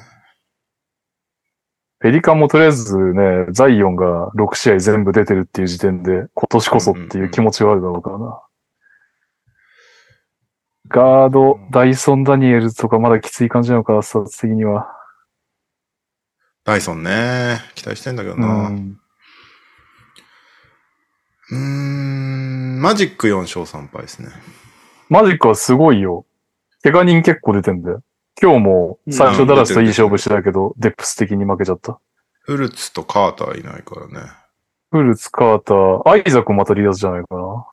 ペリカンもとりあえずね、ザイオンが6試合全部出てるっていう時点で、今年こそっていう気持ちはあるだろうからな。ガード、ダイソン・ダニエルとかまだきつい感じなのか、スタッツ的には。 ダイソンね、期待してんだけどな。マジック4勝3敗ですね。 マジックはすごいよ。怪我人結構出てんだよ。今日も最初ダラスといい勝負してたけど、デップス的に負けちゃった。 フルツとカーターいないからね。 フルツ、カーター、アイザクもまた離脱じゃないかな。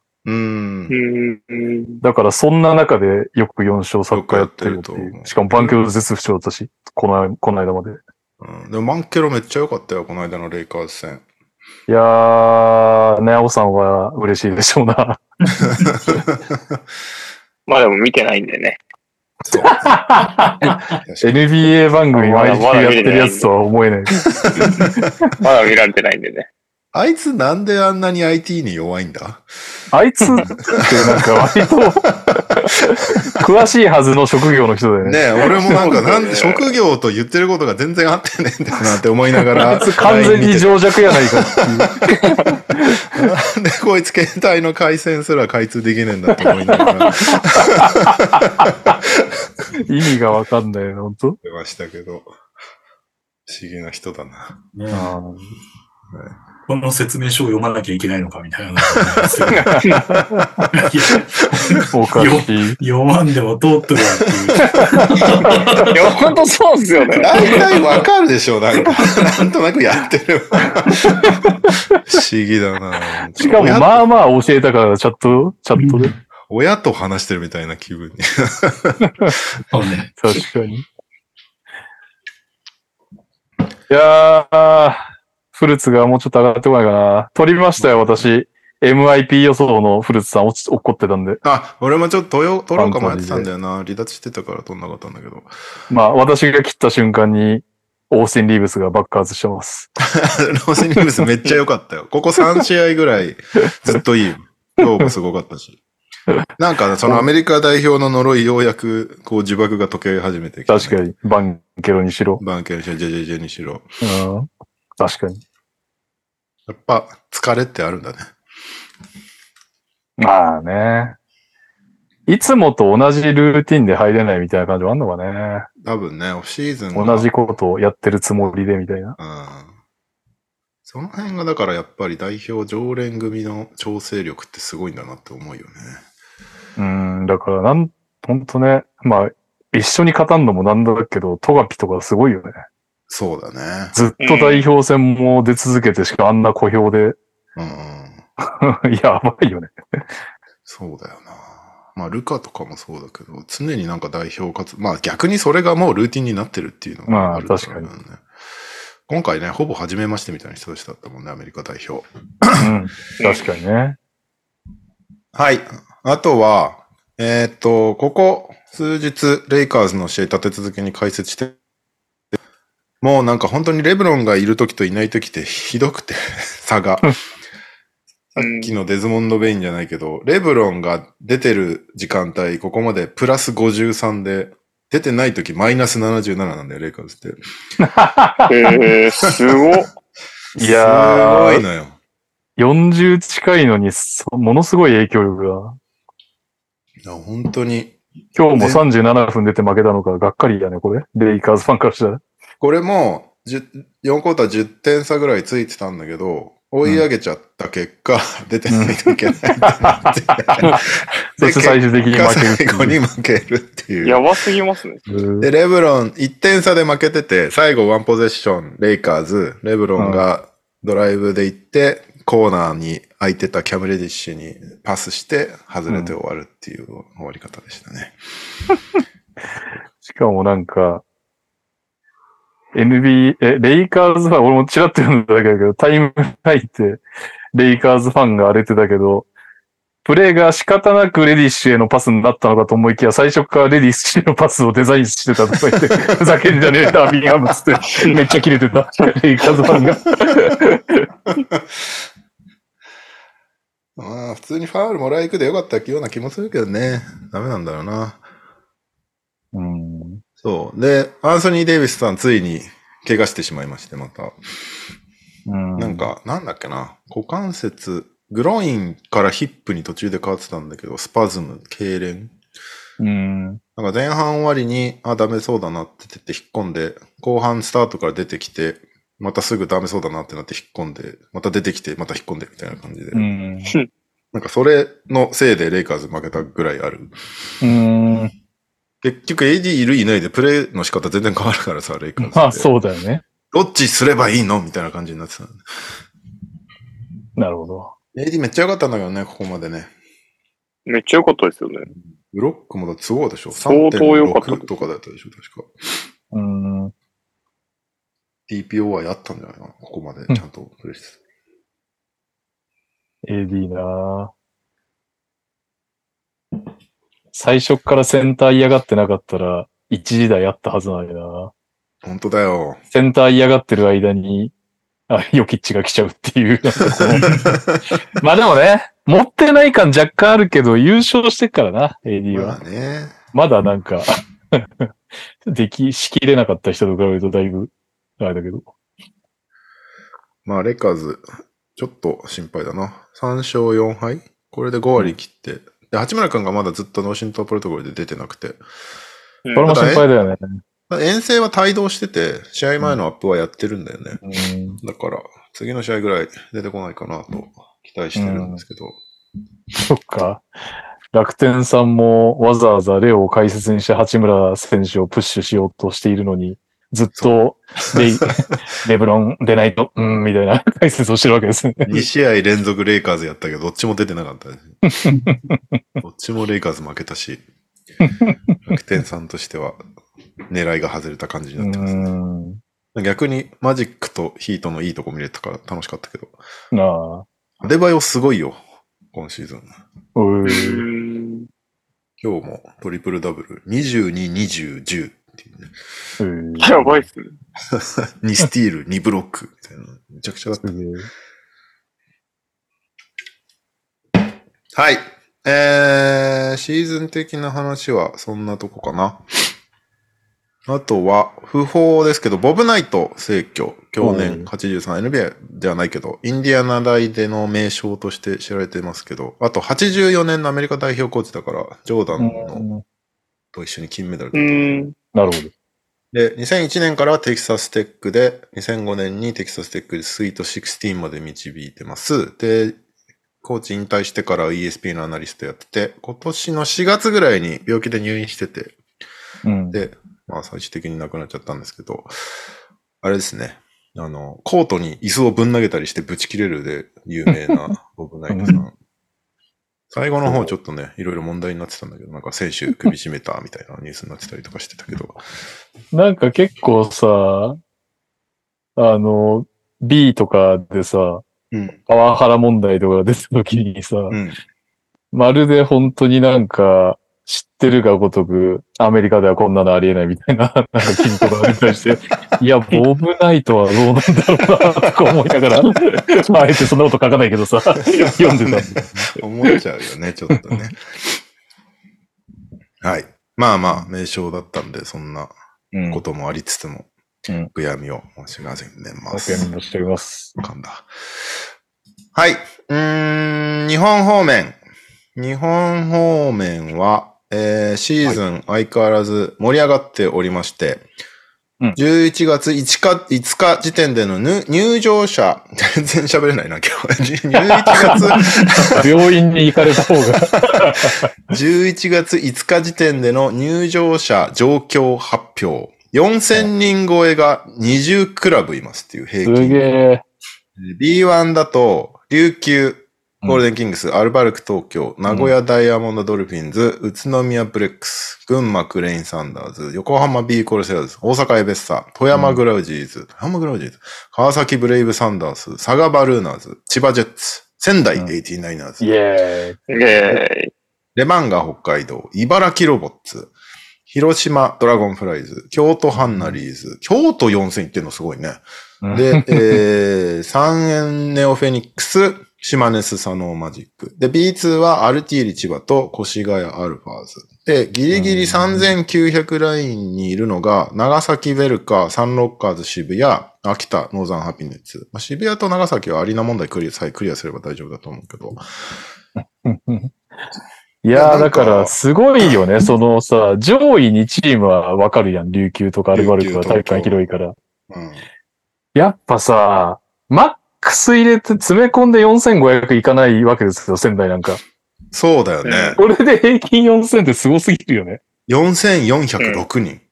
だからそんな中でよく4勝サッカーやってるっていう。しかもバンケロ絶不調だったし、この間まで。 でもバンケロめっちゃ良かったよ、この間のレイカーズ戦。 いやー、ネアオさんは嬉しいでしょうな。 まあでも見てないんでね。 そう。 NBA 番組毎日やってるやつとは思えない。 まだ見られてないんでね。 あいつなんであんなに IT に弱いんだ？ あいつってなんか割と詳しいはずの職業の人だよね。 ねえ、俺もなんで職業と言ってることが全然合ってねえんだよなって思いながら。 あいつ完全に情弱やないかっていう。 なんでこいつ携帯の回線すら開通できねえんだって思いながら。 意味がわかんないよ、ほんと。 出ましたけど。不思議な人だな。 この説明書を読まなきゃいけないのかみたいな。 おかしい。 読まんでも通っとるわっていう。 いや、ほんとそうっすよね。 大体わかるでしょ、なんとなくやってる。不思議だな。 しかもまあまあ教えたから、チャットで。 親と話してるみたいな気分に。 そうね。 確かに。いやー、フルーツがもうちょっと上がってこないかな。取りましたよ、私。MIP 予想のフルーツさん怒ってたんで。 あ、俺もちょっと取ろうか迷ってたんだよな。離脱してたから取んなかったんだけど。 まあ、私が切った瞬間に、オースティン・リーブスが爆発してます。 オースティン・リーブスめっちゃ良かったよ。ここ3試合ぐらいずっといいよ。今日もすごかったし。なんか、そのアメリカ代表の呪いようやく、こう呪縛が解け始めてきた、ね。 確かに。バンケロにしろ。 バンケロにしろ、ジェジェジェにしろ。 確かに。 やっぱ、疲れってあるんだね。 まあね。いつもと同じルーティンで入れないみたいな感じはあんのかね。 多分ね、オフシーズン同じことをやってるつもりでみたいな。 その辺がだからやっぱり代表常連組の調整力ってすごいんだなって思うよね。 だからほんとね、まあ、一緒に勝たんのもなんだけど、トガピとかすごいよね。 そうだね。 ずっと代表戦も出続けて、しかもあんな小評で。やばいよね。 そうだよな。まあ、ルカとかもそうだけど、常になんか代表勝つ。まあ逆にそれがもうルーティンになってるっていうのがあるからね。まあ確かに。今回ね、ほぼ初めましてみたいな人たちだったもんね、アメリカ代表。 確かにね。 はい。あとは、ここ数日、レイカーズの試合立て続けに解説して、もうなんか本当にレブロンがいる時といない時ってひどくて、差が。さっきのデズモンド・ベインじゃないけど、レブロンが出てる時間帯、ここまでプラス53で、出てない時マイナス77なんだよ、レイカーズって。 すごっ。 いやー。すごいのよ。 40近いのに、ものすごい影響力が。 いや、本当に。 今日も37分出て負けたのか、がっかりやね、これ。レイカーズファンからしたら。 これも4クォーター10点差ぐらいついてたんだけど、追い上げちゃった結果、出てないといけないってなって。 そして最終的に負ける。 最後に負けるっていう。 やばすぎますね。 で、レブロン1点差で負けてて、最後ワンポゼッション、レイカーズ、レブロンがドライブで行って、コーナーに空いてたキャムレディッシュにパスして外れて終わるっていう終わり方でしたね。 しかもなんか、レイカーズファン、俺もチラッと読んだだけだけど、タイム入って、レイカーズファンが荒れてたけど、プレーが仕方なくレディッシュへのパスになったのかと思いきや、最初からレディッシュへのパスをデザインしてたとか言って、ふざけんじゃねえ、ダービンハムつって、めっちゃキレてた、レイカーズファンが。 まあ、普通にファウルもらい行くでよかったような気もするけどね。ダメなんだろうな。そう。で、アンソニー・デイビスさんついに怪我してしまいまして、また。なんか、なんだっけな。股関節、グロインからヒップに途中で変わってたんだけど、スパズム、痙攣。なんか前半終わりに、ダメそうだなって言って引っ込んで、後半スタートから出てきて、またすぐダメそうだなってなって引っ込んで、また出てきて、また引っ込んでみたいな感じで。なんかそれのせいでレイカーズ負けたぐらいある。結局 AD いるいないでプレイの仕方全然変わるからさ、レイカーズ。 あ、そうだよね。 どっちすればいいのみたいな感じになってた。 なるほど。 AD めっちゃ良かったんだけどね、ここまでね。 めっちゃ良かったですよね。 ブロックもだってすごいでしょ。 相当良かった。 3.6とかだったでしょ、確か。TPO はやったんじゃないかな、ここまでちゃんとプレイしてた。AD なぁ。最初からセンター嫌がってなかったら、一時代あったはずなんやな。 本当だよ。 センター嫌がってる間に、ヨキッチが来ちゃうっていう。まあでもね、持ってない感若干あるけど、優勝してっからな、AD は。 まあね。 まだなんか、しきれなかった人と比べるとだいぶ、あれだけど。 まあ、レイカーズ、ちょっと心配だな。3勝4敗これで5割切って。で、八村君がまだずっとノーシントンプロトコルで出てなくて。これも心配だよね。 遠征は帯同してて、試合前のアップはやってるんだよね。だから、次の試合ぐらい出てこないかなと期待してるんですけど。 そっか。楽天さんもわざわざレオを解説にして八村選手をプッシュしようとしているのに、ずっとレブロン出ないと、みたいな解説をしてるわけですね。 2試合連続レイカーズやったけど、どっちも出てなかったです。どっちもレイカーズ負けたし、楽天さんとしては狙いが外れた感じになってますね。逆にマジックとヒートのいいとこ見れたから楽しかったけど。アデバイオすごいよ、今シーズン。今日もトリプルダブル、22、20、10っていうね。 やばいっすね。 2スティール、2ブロックみたいな。めちゃくちゃだった。はい。シーズン的な話はそんなとこかな。あとは、不法ですけど、ボブナイト逝去、去年83、NBA ではないけど、インディアナ大での名将として知られてますけど、あと84年のアメリカ代表コーチだから、ジョーダンのと一緒に金メダルなるほど。 で、2001年からはテキサステックで、2005年にテキサステックでスイート16まで導いてます。で、コーチ引退してから ESP のアナリストやってて、今年の4月ぐらいに病気で入院してて、で、まあ最終的に亡くなっちゃったんですけど、あれですね。コートに椅子をぶん投げたりしてぶち切れるで有名なボブナイトさん。最後の方ちょっとね、いろいろ問題になってたんだけど、なんか選手首絞めたみたいなニュースになってたりとかしてたけど。 なんか結構さ、B とかでさ、パワハラ問題とか出た時にさ、まるで本当になんか、知ってるがごとく、アメリカではこんなのありえないみたいな、なんか金とかに対して、いや、ボブナイトはどうなんだろうな、とか思いながら、あえてそんなこと書かないけどさ、読んでた。思っちゃうよね、ちょっとね。はい。まあまあ、名称だったんで、そんなこともありつつも、悔やみを申し上げます。 悔やみをしております。 噛んだ。はい。日本方面。日本方面は、シーズン相変わらず盛り上がっておりまして、 11月5日時点での入場者、全然喋れないな、今日。11月病院に行かれた方が。 11月5日時点での入場者状況発表。4000人超えが20クラブいますっていう平均。 すげえ。 B1 だと、琉球、ゴールデンキングス、アルバルク東京、名古屋ダイヤモンドドルフィンズ、宇都宮ブレックス、群馬クレインサンダーズ、横浜ビーコルセアーズ、大阪エベッサ、富山グラウジーズ、川崎ブレイブサンダース、佐賀バルーナーズ、千葉ジェッツ、仙台89ers、 イェーイ。 レマンガ北海道、茨城ロボッツ、広島ドラゴンフライズ、京都ハンナリーズ、京都4000いってんのすごいね。で、三円ネオフェニックス、島根スサノーマジック。で、B2 はアルティーリ千葉と越谷アルファーズ。で、ギリギリ3900ラインにいるのが、長崎ベルカ、サンロッカーズ渋谷、秋田ノーザンハピネッツ。渋谷と長崎はアリーナ問題クリアすれば大丈夫だと思うけど。 いやー、だから、すごいよね。そのさ、上位2チームはわかるやん。琉球とかアルバルクは体育館広いから。やっぱさ、マックス入れて詰め込んで4500いかないわけですよ、仙台なんか。 そうだよね。 これで平均4000ってすごすぎるよね。 4406人。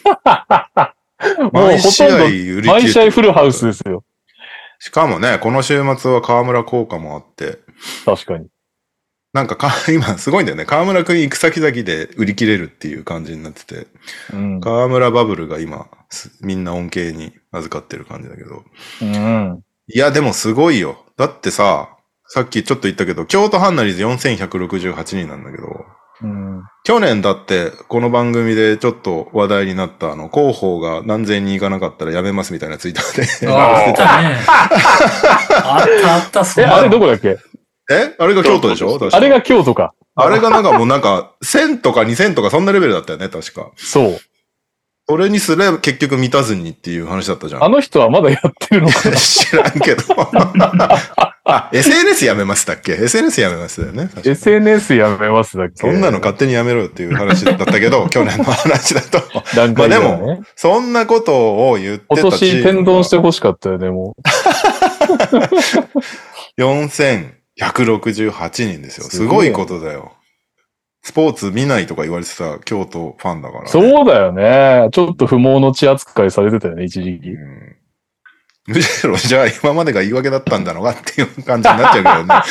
もうほとんど、毎試合フルハウスですよ。 しかもね、この週末は河村効果もあって。 確かに。 なんか今すごいんだよね。河村くん行く先々で売り切れるっていう感じになってて。河村バブルが今、みんな恩恵に預かってる感じだけど。いや、でもすごいよ。だってさ、さっきちょっと言ったけど、京都ハンナリーズ4168人なんだけど、去年だってこの番組でちょっと話題になった広報が何千人行かなかったらやめますみたいなツイッターで。 あったそんな。 あれどこだっけ？ あれが京都でしょ？ あれが京都か。 あれがなんかもうなんか1000とか2000とかそんなレベルだったよね、確か。 そう。 それにすれば結局満たずにっていう話だったじゃん。 あの人はまだやってるのかな知らんけど。SNS やめますだっけ？ SNS やめますだよね。 SNS やめますだっけ？ そんなの勝手にやめろよっていう話だったけど、去年の話だと。まあでも、そんなことを言ってたチーム今年天丼してほしかったよね、もう。4168人ですよ。すごいことだよ。スポーツ見ないとか言われてた京都ファンだから、ね。 そうだよね。ちょっと不毛の地扱いされてたよね、一時期。 むしろ、じゃあ今までが言い訳だったんだろうなっていう感じになっちゃうけどね。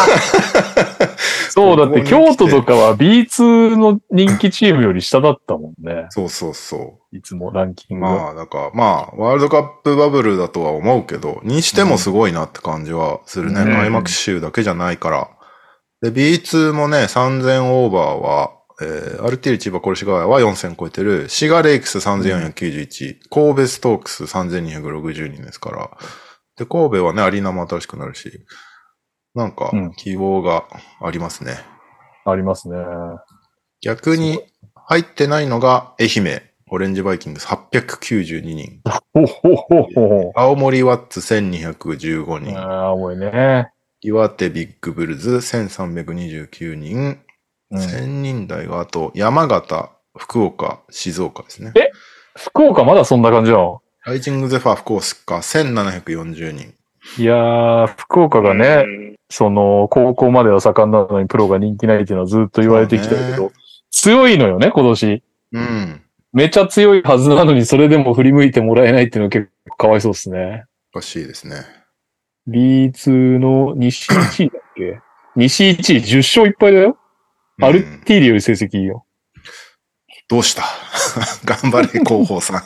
そう、だって京都とかは B2 の人気チームより下だったもんね。 そうそうそう。 いつもランキング。 まあ、だからまあ、ワールドカップバブルだとは思うけど、にしてもすごいなって感じはするね。開幕週だけじゃないから。で、B2 もね、3000オーバーは、アルティーリ千葉コルシガワは4000超えてる、シガレイクス3491、神戸ストークス3260人ですから。で、神戸はね、アリーナも新しくなるし、なんか、希望がありますね。 ありますね。 逆に、入ってないのが、愛媛、オレンジバイキングス892人。青森ワッツ1215人。 青森ね。 岩手ビッグブルズ1329人。1000人台があと、山形、福岡、静岡ですね。 福岡まだそんな感じなの？ ライジングゼファー福岡1740人。 いやー、福岡がね、高校までは盛んなのにプロが人気ないっていうのはずっと言われてきてるけど、強いのよね、今年。めっちゃ強いはずなのに、それでも振り向いてもらえないっていうのは結構かわいそうですね。 おかしいですね。 B2 の西1位だっけ？西1位10勝1敗だよ。アルティーリより成績いいよ。 どうした頑張れ、広報さん。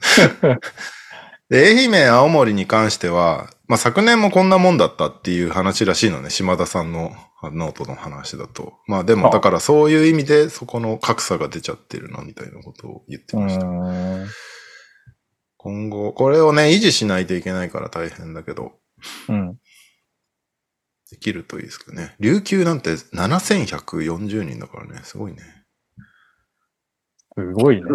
で、愛媛、青森に関しては、まあ、昨年もこんなもんだったっていう話らしいのね。島田さんのノートの話だと。まあでも、だからそういう意味でそこの格差が出ちゃってるな、みたいなことを言ってました。今後、これをね、維持しないといけないから大変だけど。できるといいですけどね。琉球なんて7140人だからね。すごいね。 すごいね。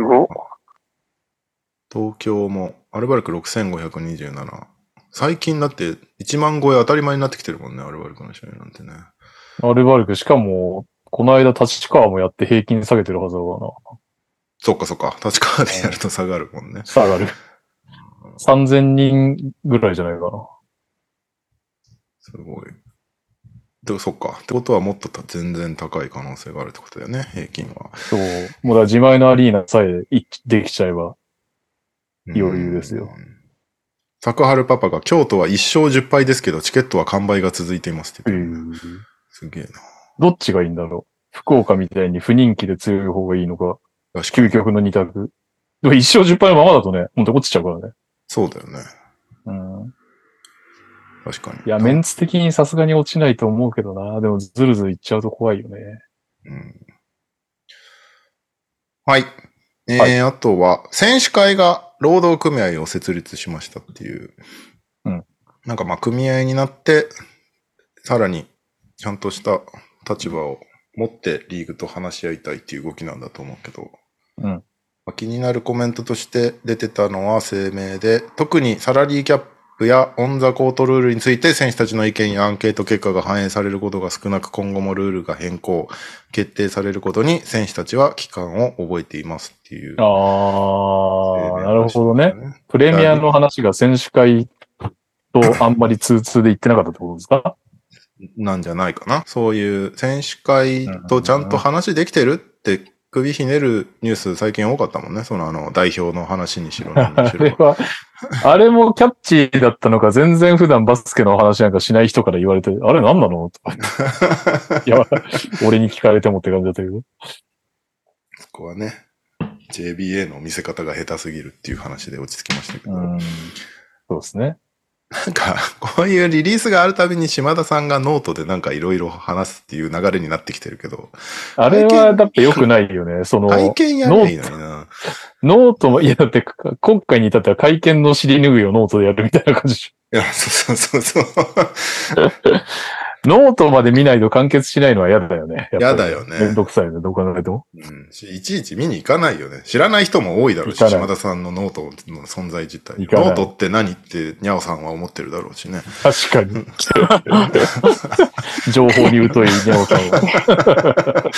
東京も、アルバルク6527。最近だって1万超え当たり前になってきてるもんね、アルバルクの試合なんてね。 アルバルク、しかも、この間立川もやって平均下げてるはずだからな。 そっかそっか。タッチカーでやると下がるもんね。 下がる。3000人ぐらいじゃないかな。 すごい。で、そっか。ってことはもっと全然高い可能性があるってことだよね、平均は。 そう。もうだから自前のアリーナさえできちゃえば余裕ですよ。 作春パパが京都は1勝10敗ですけど、チケットは完売が続いていますって言ってる、すげえな。 どっちがいいんだろう。福岡みたいに不人気で強い方がいいのか、究極の2択。でも1勝10敗のままだとね、ほんと落ちちゃうからね。 そうだよね。 うん。 確かに。 いや、メンツ的にさすがに落ちないと思うけどな。でもずるずるいっちゃうと怖いよね。 うん。はい。あとは、選手会が労働組合を設立しましたっていう。 うん。 なんかまあ組合になって、さらにちゃんとした立場を持ってリーグと話し合いたいっていう動きなんだと思うけど。 うん。まあ、気になるコメントとして出てたのは声明で、特にサラリーキャップやオンザコートルールについて選手たちの意見やアンケート結果が反映されることが少なく、今後もルールが変更、決定されることに選手たちは期間を覚えていますっていう。 ああ、なるほどね。プレミアの話が選手会とあんまり通通で言ってなかったってことですか？ なんじゃないかな。そういう選手会とちゃんと話できてるって首ひねるニュース最近多かったもんね。その代表の話にしろ何にしろ。 あれもキャッチーだったのか、全然普段バスケの話なんかしない人から言われて、あれ何なのとか。いや、俺に聞かれてもって感じだったけど。 そこはね、JBA の見せ方が下手すぎるっていう話で落ち着きましたけど。 そうですね。 なんか、こういうリリースがあるたびに島田さんがノートでなんかいろいろ話すっていう流れになってきてるけど。 あれはだって良くないよね。その、 会見やればいいのにな。 ノートも、いやだって今回に至っては会見の尻拭いをノートでやるみたいな感じでしょ。 いや、そう。 ノートまで見ないと完結しないのは嫌だよね。 嫌だよね。 めんどくさいよね、どう考えても。 いちいち見に行かないよね。知らない人も多いだろうし、島田さんのノートの存在自体。ノートって何ってニャオさんは思ってるだろうしね。 確かに。情報に疎いニャオさんは。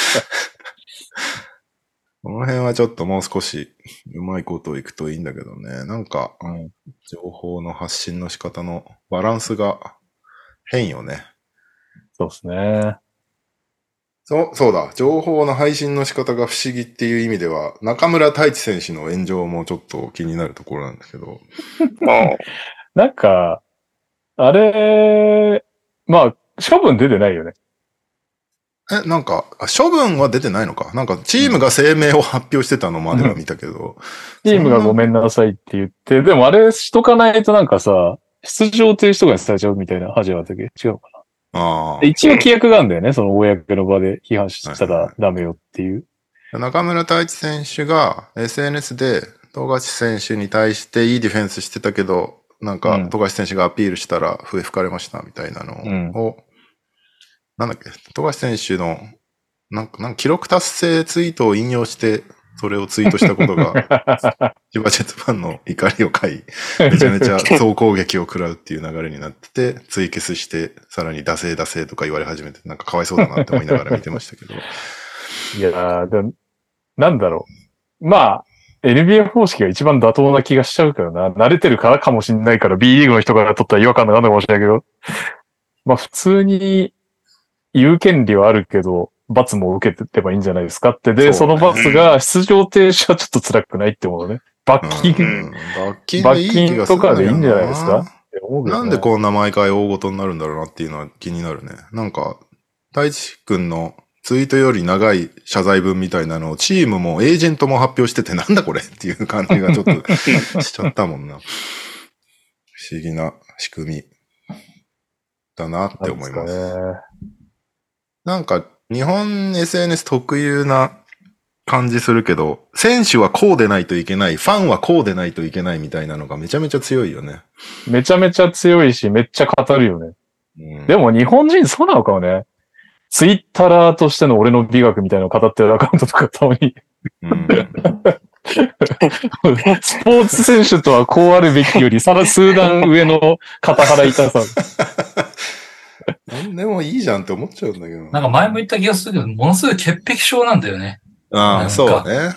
この辺はちょっともう少しうまいこといくといいんだけどね。なんか、情報の発信の仕方のバランスが変よね。 そうですね。 そうだ。情報の配信の仕方が不思議っていう意味では、中村太一選手の炎上もちょっと気になるところなんだけど。 なんか、あれ、まあ、処分出てないよね。 なんか、処分は出てないのか。なんか、チームが声明を発表してたのまでは見たけど。 チームがごめんなさいって言って、でもあれしとかないとなんかさ、出場停止とかにされちゃうみたいな話はあったっけ？違うかな。一応規約があるんだよね。その公の場で批判したらダメよっていう。 中村太一選手が SNS で富樫選手に対していいディフェンスしてたけど、なんか富樫選手がアピールしたら笛吹かれましたみたいなのを、なんだっけ、富樫選手のなんか記録達成ツイートを引用してそれをツイートしたことが千葉ジェッツファンの怒りを買い、めちゃめちゃ総攻撃を食らうっていう流れになってて、追消して、さらにダセーとか言われ始めて、なんかかわいそうだなって思いながら見てましたけど。 いやー、なんだろう。まあ、NBA 方式が一番妥当な気がしちゃうからな。慣れてるからかもしんないから、B リーグの人から取ったら違和感があるのかもしれないけど。まあ普通に言う権利はあるけど、罰も受けてればいいんじゃないですかって。で、その罰が出場停止はちょっと辛くないって思うね。罰金とかでいいんじゃないですかって思うけどね。 なんでこんな毎回大ごとになるんだろうなっていうのは気になるね。なんか、太一くんのツイートより長い謝罪文みたいなのをチームもエージェントも発表しててなんだこれっていう感じがちょっとしちゃったもんな。不思議な仕組みだなって思います。なんか日本 SNS 特有な感じするけど、選手はこうでないといけない、ファンはこうでないといけないみたいなのがめちゃめちゃ強いよね。 めちゃめちゃ強いし、めっちゃ語るよね。でも日本人そうなのかもね。ツイッターとしての俺の美学みたいなのを語ってるアカウントとかたまに。スポーツ選手とはこうあるべきより、さら数段上の肩腹痛さ。 でもいいじゃんって思っちゃうんだけど。 なんか前も言った気がするけど、ものすごい潔癖症なんだよね。 ああ、そうね。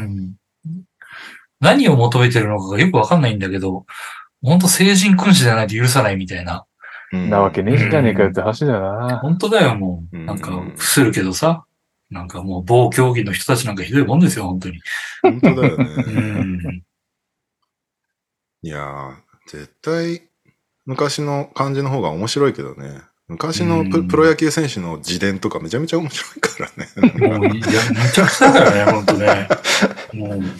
何を求めてるのかがよくわかんないんだけど、本当聖人君子じゃないと許さないみたいな。 なわけねえじゃねえかよって話だよな。 本当だよ、もう。なんか、伏するけどさ。なんかもう、某競技の人たちなんかひどいもんですよ、本当に。 本当だよね。いやー、絶対、昔の感じの方が面白いけどね。昔のプロ野球選手の自伝とかめちゃめちゃ面白いからね。 もう、いや、めちゃくちゃだよね、本当ね。もう。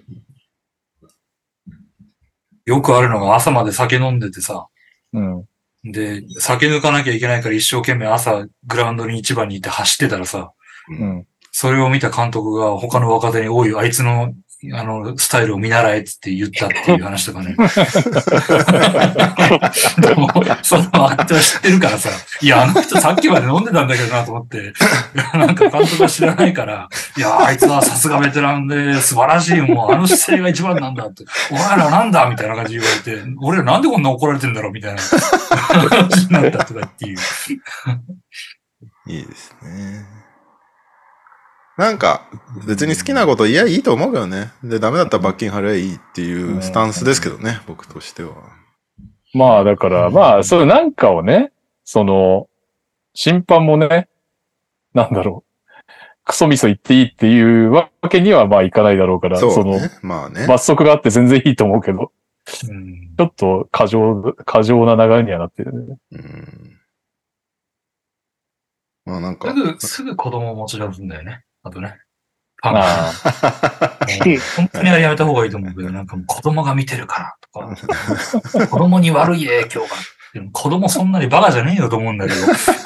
よくあるのが朝まで酒飲んでてさ。で、酒抜かなきゃいけないから一生懸命朝グラウンドに一番に行って走ってたらさ、それを見た監督が他の若手に、おい、あいつの、スタイルを見習えって言ったっていう話とかね。でも、その相手は知ってるからさ、いや、あの人さっきまで飲んでたんだけどなと思って、なんか監督は知らないから、いや、あいつはさすがベテランで素晴らしい、もうあの姿勢が一番なんだって、お前らなんだみたいな感じで言われて、俺らなんでこんな怒られてんだろうみたいな話になったとかっていう。 いいですね。なんか、別に好きなこと言えばいいと思うけどね。で、ダメだったら罰金払えばいいっていうスタンスですけどね、僕としては。 まあ、だから、まあ、そういうなんかをね、審判もね、なんだろう、クソミソ言っていいっていうわけにはまあいかないだろうから、 そうね、まあね。 罰則があって全然いいと思うけど、ちょっと過剰な流れにはなってるね。 まあなんか。 すぐ子供を持ち出すんだよね。あとね。本当にあれやめた方がいいと思うけど、なんかもう子供が見てるからとか、子供に悪い影響が。でも子供そんなにバカじゃねえよと思うんだけど。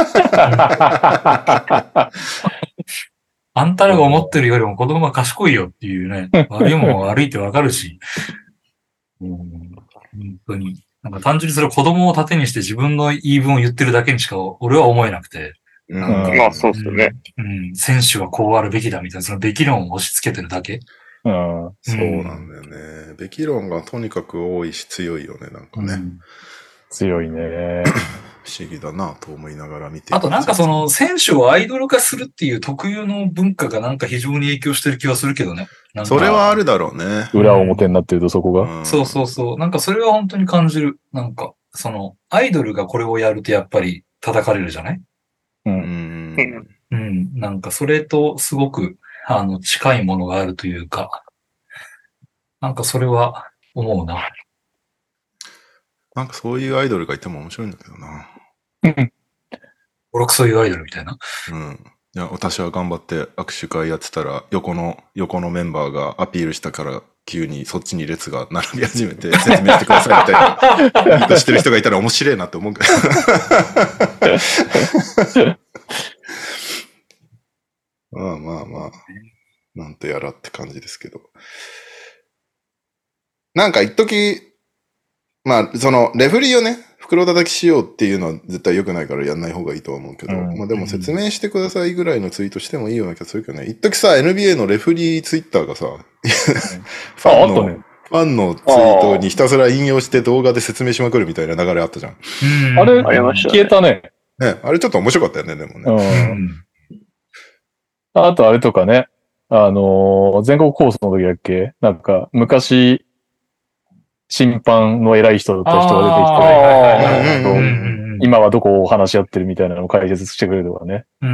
あんたらが思ってるよりも子供が賢いよっていうね。悪いもんは悪いってわかるし。本当に。なんか単純にそれを子供を盾にして自分の言い分を言ってるだけにしか俺は思えなくて。 まあそうですよね。 選手はこうあるべきだみたいな、そのべき論を押し付けてるだけ。 そうなんだよね。べき論がとにかく多いし強いよね、なんかね。 強いね。 不思議だなと思いながら見て。 あとなんかその選手をアイドル化するっていう特有の文化がなんか非常に影響してる気はするけどね。 それはあるだろうね。 裏表になってるとそこが。 そうそうそう。なんかそれは本当に感じる。なんか、アイドルがこれをやるとやっぱり叩かれるじゃない？なんかそれとすごく、近いものがあるというか、なんかそれは思うな。 なんかそういうアイドルがいても面白いんだけどな。 俺そういうアイドルみたいな。 いや、私は頑張って握手会やってたら、横のメンバーがアピールしたから、急にそっちに列が並び始めて説明してくださいみたいな言い方してる人がいたら面白いなって思うけど。まあ、なんとやらって感じですけど。なんか一時、まあ、レフリーをね、袋叩きしようっていうのは絶対良くないからやんない方がいいとは思うけど、まあでも説明してくださいぐらいのツイートしてもいいような気がするけどね。一時さ、NBA のレフリーツイッターがさ、ファンのツイートにひたすら引用して動画で説明しまくるみたいな流れあったじゃん。 あれ、消えたね。 ね、あれちょっと面白かったよね、でもね。 あとあれとかね、全国放送の時だっけなんか、昔、審判の偉い人だった人が出てきて、今はどこを話し合ってるみたいなのを解説してくれるとかね。 はい。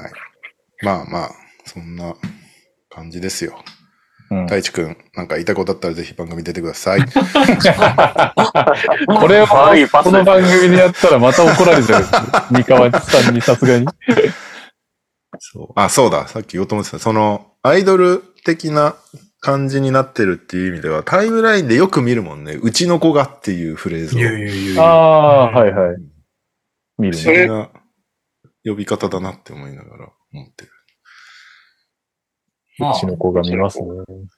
まあ、そんな感じですよ。太一くん、なんか言いたいことあったらぜひ番組出てください。これをこの番組でやったらまた怒られちゃう。三河さんにさすがに。 そうだ。さっき言おうと思ってた。アイドル的な感じになってるっていう意味では、タイムラインでよく見るもんね。うちの子がっていうフレーズを。 はいはい。見るね。 不思議な呼び方だなって思いながら思ってる。 うちの子が見ますね。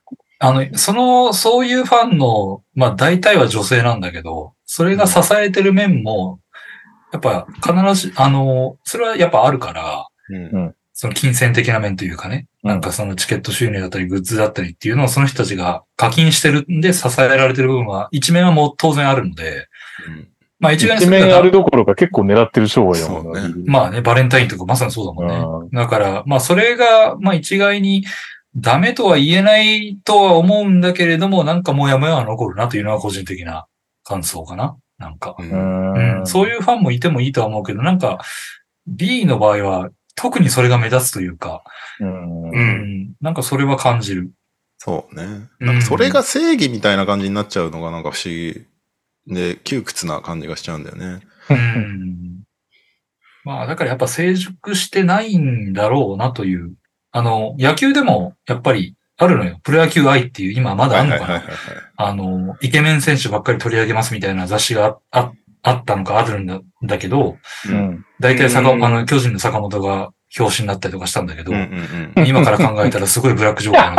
そういうファンの、まあ大体は女性なんだけど、それが支えてる面も、やっぱ必ずそれはやっぱあるから、その金銭的な面というかね、なんかそのチケット収入だったりグッズだったりっていうのをその人たちが課金してるんで支えられてる部分は一面はもう当然あるので、 まあ一概に一面あるどころか結構狙ってる商売だもんね。 まあね、バレンタインとかまさにそうだもんね。だから、まあそれが、まあ一概にダメとは言えないとは思うんだけれども、なんかもやもやは残るなというのは個人的な感想かな。なんか、そういうファンもいてもいいとは思うけど、なんか B の場合は特にそれが目立つというか、なんかそれは感じる。 そうね。なんかそれが正義みたいな感じになっちゃうのがなんか不思議で、窮屈な感じがしちゃうんだよね。 まあだからやっぱ成熟してないんだろうなという。野球でもやっぱりあるのよ。プロ野球愛っていう今まだあるのかな。イケメン選手ばっかり取り上げますみたいな雑誌があったのかあるんだけど、大体巨人の坂本が表紙になったりとかしたんだけど、今から考えたらすごいブラックジョーカー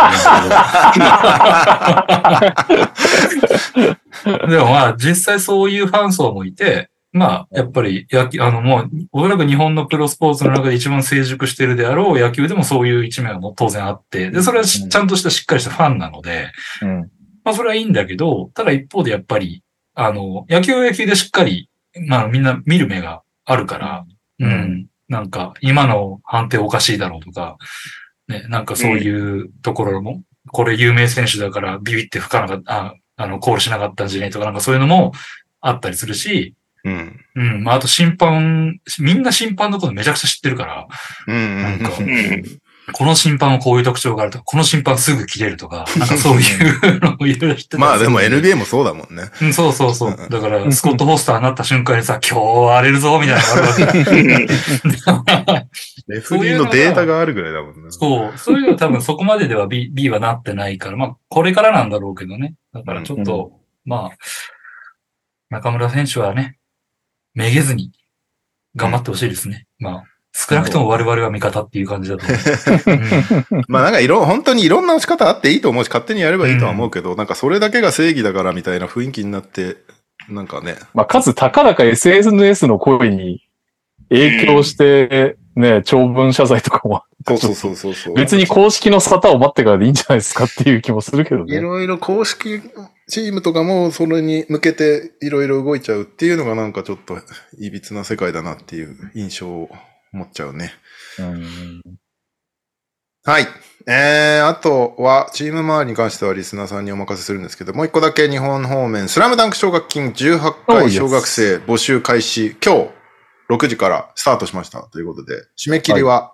なんですけど。でもまあ実際そういうファン層もいて、まあやっぱりもうおそらく日本のプロスポーツの中で一番成熟しているであろう野球でもそういう一面はもう当然あって、で、それはちゃんとしたしっかりしたファンなので、まあそれはいいんだけど、ただ一方でやっぱり、野球は野球でしっかり、まあみんな見る目があるから、なんか、今の判定おかしいだろうとか、ね、なんかそういうところも、これ有名選手だからビビって吹かなかった、コールしなかったんじゃねえとか、なんかそういうのもあったりするし、まあ、あとみんな審判のことめちゃくちゃ知ってるから、なんか、この審判はこういう特徴があるとか、この審判すぐ切れるとか、なんかそういうのをいろいろ知ってた。 まあでも NBA もそうだもんね。 そうそうそう。だから、スコット・フォスターになった瞬間にさ、今日荒れるぞみたいなのがあるわけだ。 レフリーのデータがあるぐらいだもんね。 そういうの多分そこまででは B はなってないから、まあ、これからなんだろうけどね。だからちょっと、まあ、中村選手はね、めげずに頑張ってほしいですね。まあ、少なくとも我々は味方っていう感じだと思う。 まあなんか本当にいろんな押し方あっていいと思うし、勝手にやればいいとは思うけど、なんかそれだけが正義だからみたいな雰囲気になって、なんかね。 まあ、かつ、たかだか SNS の声に影響して、ね、長文謝罪とかも。 そう。 別に公式の沙汰を待ってからでいいんじゃないですかっていう気もするけどね。 いろいろ公式チームとかもそれに向けていろいろ動いちゃうっていうのがなんかちょっといびつな世界だなっていう印象を持っちゃうね。はい。あとは、チーム周りに関してはリスナーさんにお任せするんですけど、もう一個だけ日本方面、スラムダンク奨学金18回小学生募集開始、今日6時からスタートしましたということで、締め切りは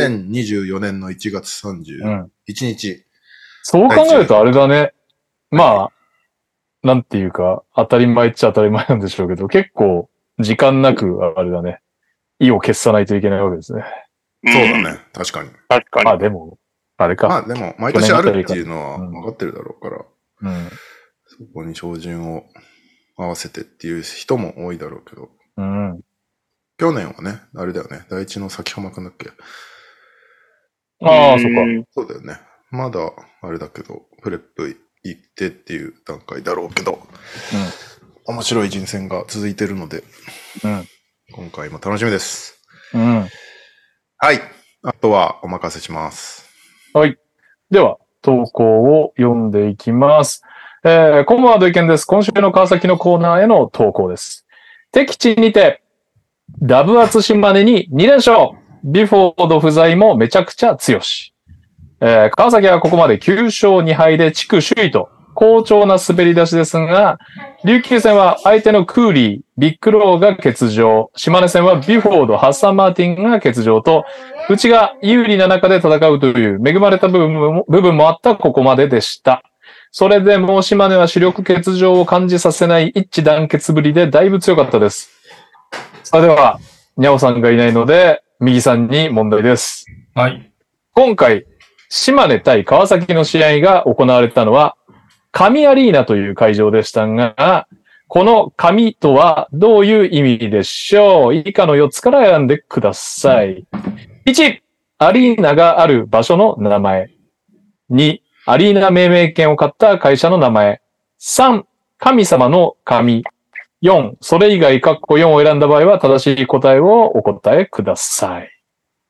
2024年の1月31日。 そう考えるとあれだね。まあ、なんていうか、当たり前っちゃ当たり前なんでしょうけど、結構時間なくあれだね。意を決さないといけないわけですね。 そうだね。確かに。 まあでも、あれか。 まあでも、毎年あるっていうのは分かってるだろうから、そこに照準を合わせてっていう人も多いだろうけど、去年はね、あれだよね。第一の崎浜くんだっけ。 ああ、そっか。 そうだよね。まだ、あれだけど、プレップ行ってっていう段階だろうけど、面白い人選が続いてるので、今回も楽しみです。はい。あとはお任せします。 はい。では、投稿を読んでいきます。こんばんは、土井健です。今週の川崎のコーナーへの投稿です。敵地にて、ダブアツ島根に2連勝。ビフォード不在もめちゃくちゃ強し。川崎はここまで9勝2敗で地区首位と好調な滑り出しですが、琉球戦は相手のクーリー、ビッグローが欠場。島根戦はビフォード、ハッサン・マーティンが欠場と、うちが有利な中で戦うという恵まれた部分もあったここまででした。それでも島根は主力欠場を感じさせない一致団結ぶりでだいぶ強かったです。それでは、にゃおさんがいないので、右さんに問題です。 はい。 今回、島根対川崎の試合が行われたのは、神アリーナという会場でしたが、この神とはどういう意味でしょう？以下の4つから選んでください。1、アリーナがある場所の名前。2、アリーナ命名権を買った会社の名前。3、神様の神。4、それ以外括弧4を選んだ場合は正しい答えをお答えください。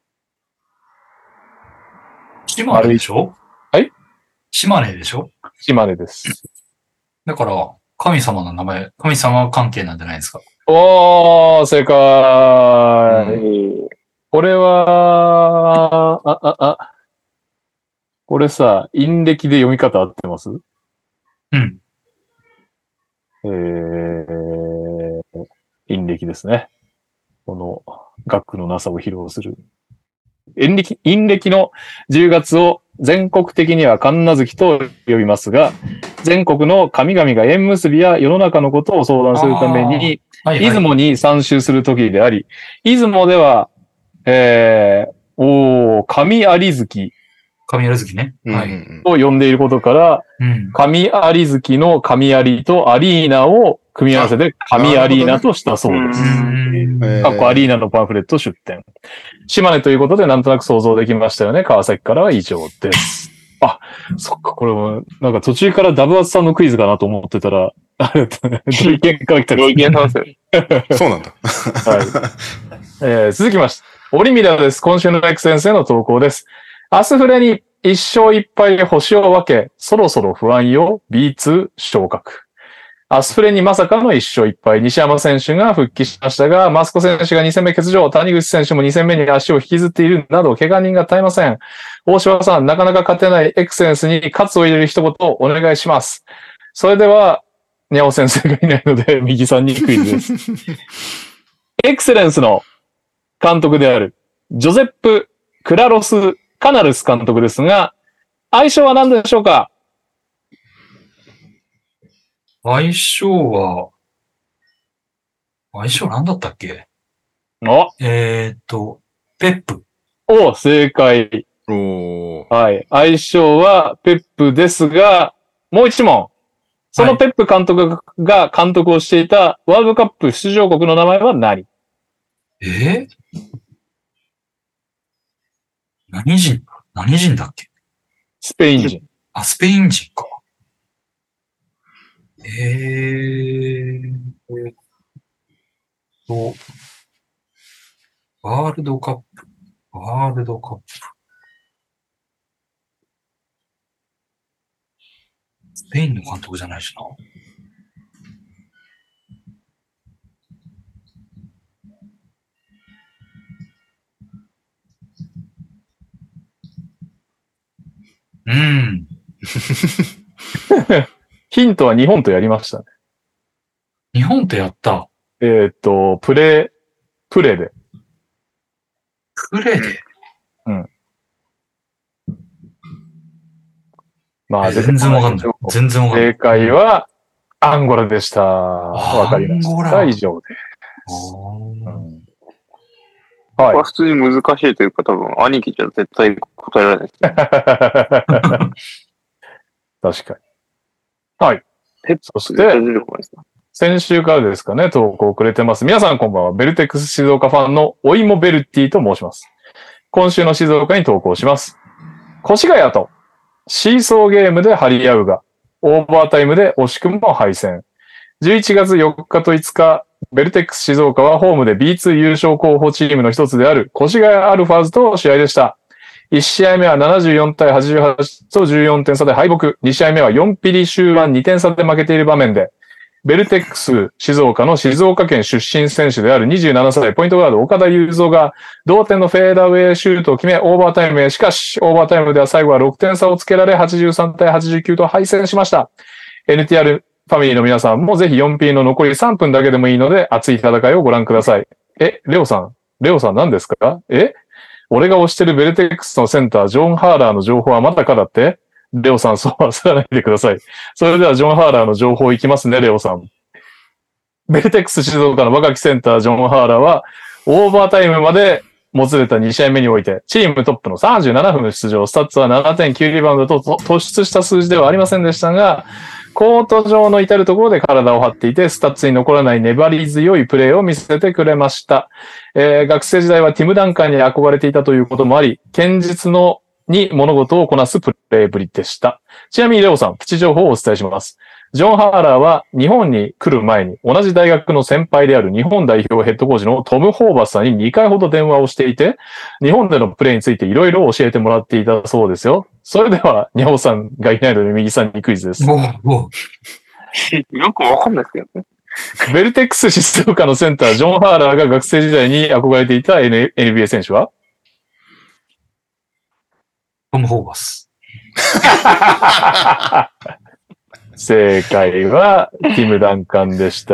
島根でしょ？ はい？ 島根でしょ？ 島根です。 だから、神様の名前、神様関係なんじゃないですか。 おー、正解。これは、これさ、陰暦で読み方合ってます？ うん。 陰暦ですね。この学のなさを披露する。陰暦の10月を全国的には神無月と呼びますが、全国の神々が縁結びや世の中のことを相談するために、出雲に参集する時であり、出雲では、神有月。 神有月ね。 はい。と呼んでいることから、神有月の神有とアリーナを組み合わせて神アリーナとしたそうです。過去アリーナのパンフレット出展。島根ということでなんとなく想像できましたよね。川崎からは以上です。あ、そっか、これも、なんか途中からダブアツさんのクイズかなと思ってたら、あれだったね。土井健から来た土井健さんですよ。 そうなんだ。 はい。続きまして、オリミラです。今週のエク先生の投稿です。アスフレに一勝一敗で星を分け、そろそろ不安よ、B2 昇格。アスフレにまさかの一勝一敗、西山選手が復帰しましたが、マスコ選手が2戦目欠場、谷口選手も2戦目に足を引きずっているなど、怪我人が絶えません。大柴さん、なかなか勝てないエクセンスに喝を入れる一言お願いします。それでは、にゃお先生がいないので、右さんにクイズです。エクセレンスの監督である、ジョゼップ・クラロス・カナルス監督ですが、相性は何でしょうか？ 相性何だったっけ？ペップ。 正解。はい。相性はペップですが、もう一問。そのペップ監督が監督をしていたワールドカップ出場国の名前は何？ 何人だっけ？ スペイン人。 スペイン人か。ワールドカップ。スペインの監督じゃないしな。 ヒントは日本とやりましたね。 日本とやった。 プレで。 プレで？ うん。まあ、 全然わかんない。 正解は、アンゴラでした。わかりました。以上です。 はい。普通に難しいというか、多分、兄貴じゃ絶対答えられないです。 確かに。はい。そして、先週からですかね、投稿くれてます。皆さんこんばんは。ベルテックス静岡ファンのおいもベルティと申します。今週の静岡に投稿します。越谷とシーソーゲームで張り合うが、オーバータイムで惜しくも敗戦。11月4日と5日、ベルテックス静岡はホームで B2 優勝候補チームの一つである越谷アルファーズと試合でした。1試合目は74対88と14点差で敗北。2試合目は4ピリ終盤2点差で負けている場面で、ベルテックス静岡の静岡県出身選手である27歳ポイントガード岡田雄三が同点のフェーダーウェイシュートを決めオーバータイムへ。しかし、オーバータイムでは最後は6点差をつけられ83対89と敗戦しました。NTR ファミリーの皆さんもぜひ 4P の残り3分だけでもいいので熱い戦いをご覧ください。レオさん何ですか？俺が推してるベルテックスのセンター、ジョン・ハーラーの情報はまだかだって？レオさん、そう焦らないでください。それでは、ジョン・ハーラーの情報いきますね、レオさん。ベルテックス静岡の若きセンター、ジョン・ハーラーは、オーバータイムまでもつれた2試合目において、チームトップの37分出場、スタッツは 7.9 リバウンドと突出した数字ではありませんでしたが、コート上の至るところで体を張っていて、スタッツに残らない粘り強いプレーを見せてくれました。学生時代はティム・ダンカンに憧れていたということもあり、堅実に物事をこなすプレーぶりでした。ちなみにレオさん、プチ情報をお伝えします。ジョン・ハーラーは日本に来る前に同じ大学の先輩である日本代表ヘッドコーチのトム・ホーバスさんに2回ほど電話をしていて、日本でのプレーについていろいろ教えてもらっていたそうですよ。それでは、ニャオさんがいないので右さんにクイズです。 よくわかんないですけどね。 ベルテックス静岡のセンター、ジョン・ハーラーが学生時代に憧れていた NBA 選手はトム・ホーバス。 正解は、ティム・ダンカンでした。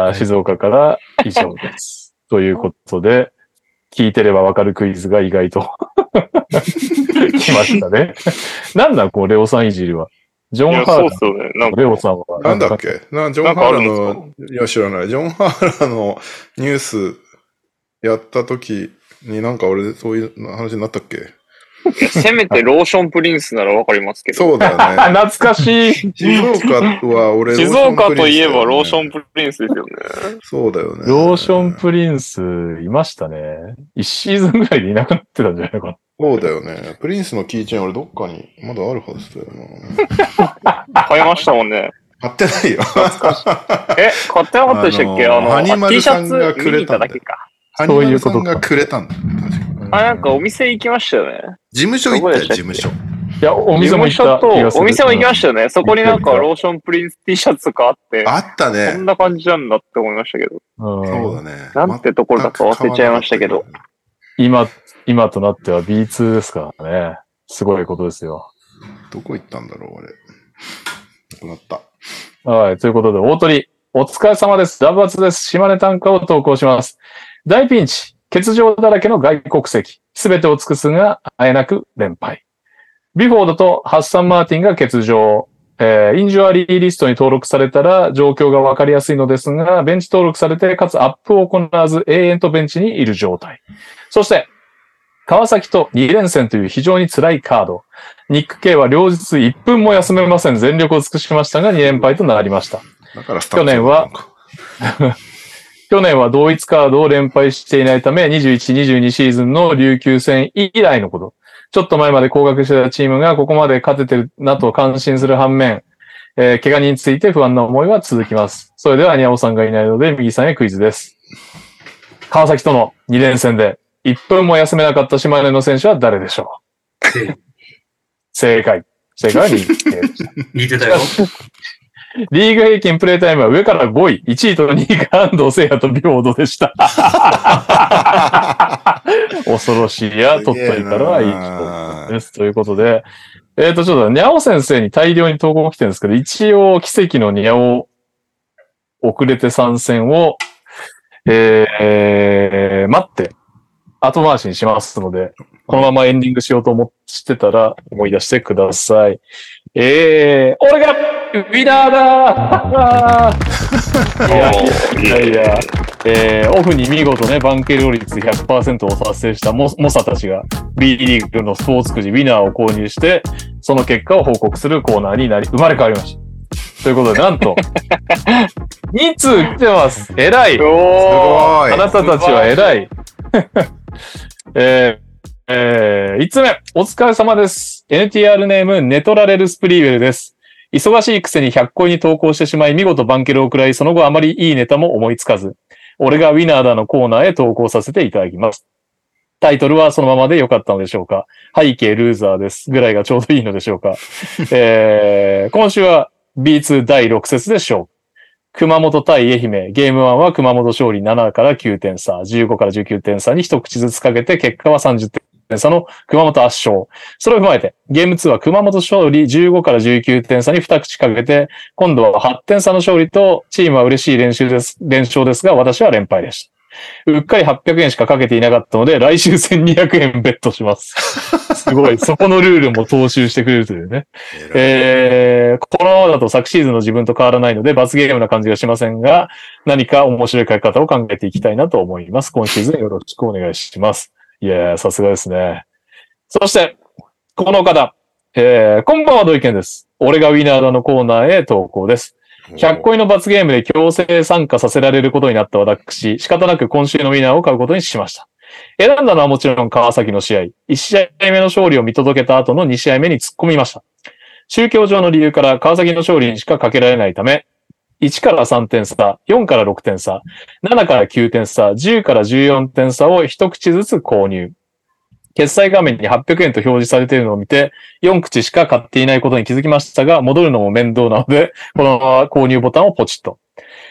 静岡から以上です。ということで、聞いてればわかるクイズが意外と来ましたね。なんだ、こう、レオさんいじりは。ジョン・ハーラー。 そうっすよね。なんか、 レオさんは。 なんだっけジョン・ハーラーの、いや知らない。ジョン・ハーラーのニュースやった時になんか俺そういう話になったっけ？ せめてローションプリンスならわかりますけど。 そうだよね。 懐かしい。 静岡は俺、 静岡といえばローションプリンスですよね。 そうだよね。 ローションプリンスいましたね。1シーズンぐらいでいなくなってたんじゃないかな。 そうだよね。プリンスのキーチェーン俺どっかにまだあるはずだよな。 買いましたもんね。 買ってないよ。 買ってなかったでしたっけハニマルさんがくれたんだよ。 T シャツ見に行っただけか。 ハニマルさんがくれたんだよ。確かなんかお店行きましたよね。 事務所行ったよ、事務所。 いや、お店も行った気がする。 お店も行きましたよね。そこになんかローションプリンス T シャツとかあって。 あったね。 こんな感じなんだって思いましたけど。 そうだね。 なんてところだか忘れちゃいましたけど。 今となっては B2 ですからね。すごいことですよ。 どこ行ったんだろう、俺。なくなった。 はい。ということで、大鳥、お疲れ様です。ダブアツです。島根短歌を投稿します。大ピンチ。欠場だらけの外国籍。すべてを尽くすが、あえなく連敗。ビフォードとハッサン・マーティンが欠場。インジュアリーリストに登録されたら状況がわかりやすいのですが、ベンチ登録されて、かつアップを行わず永遠とベンチにいる状態。そして、川崎と2連戦という非常に辛いカード。ニック・ケイは両日1分も休めません。全力を尽くしましたが2連敗となりました。去年は同一カードを連敗していないため、21、22シーズンの琉球戦以来のこと。ちょっと前まで降格してたチームがここまで勝ててるなと感心する反面、怪我人について不安な思いは続きます。それでは、ニャオさんがいないので、右さんへクイズです。川崎との2連戦で1分も休めなかった島根の選手は誰でしょう？正解。正解は2位。 似てたよ。 リーグ平均プレイタイムは上から5位、1位と2位が安藤聖也とビョードでした。恐ろしいや、鳥取からはいい人です。ということで、ちょっと、ニャオ先生に大量に投稿来てるんですけど、一応、奇跡のニャオ遅れて参戦を、待って、後回しにしますので、このままエンディングしようとしてたら思い出してください。俺がウィナーだオフに見事ね、バンケ料率 100% を達成した猛者たちが B リーグのスポーツくじウィナーを購入して、その結果を報告するコーナーに生まれ変わりました。ということで、なんと、2通来てます。偉い。すごい。あなたたちは偉い。5つ目、お疲れ様です。NTR ネーム、ネトラレルスプリーウェルです。忙しいくせに100個に投稿してしまい、見事バンケルを食らい、その後あまりいいネタも思いつかず、俺がウィナーだのコーナーへ投稿させていただきます。タイトルはそのままでよかったのでしょうか？背景ルーザーです。ぐらいがちょうどいいのでしょうか？今週は B2 第6節で勝負。熊本対愛媛。ゲーム1は熊本勝利7から9点差、15から19点差に一口ずつかけて、結果は30点差の熊本圧勝。それを踏まえて、ゲーム2は熊本勝利15から19点差に二口かけて、今度は8点差の勝利と、チームは嬉しい連勝ですが、私は連敗でした。うっかり800円しかかけていなかったので、来週1200円ベットします。すごい。そこのルールも踏襲してくれるというね。このままだと昨シーズンの自分と変わらないので、罰ゲームな感じがしませんが、何か面白い書き方を考えていきたいなと思います。今シーズンよろしくお願いします。いやー、さすがですね。そして、この方、こんばんは、土井健です。俺がウィナーだのコーナーへ投稿です。100個の罰ゲームで強制参加させられることになった私、仕方なく今週のウィナーを買うことにしました。選んだのはもちろん川崎の試合。1試合目の勝利を見届けた後の2試合目に突っ込みました。宗教上の理由から川崎の勝利にしかかけられないため、1から3点差、4から6点差、7から9点差、10から14点差を一口ずつ購入。決済画面に800円と表示されているのを見て、4口しか買っていないことに気づきましたが、戻るのも面倒なので、このまま購入ボタンをポチッと。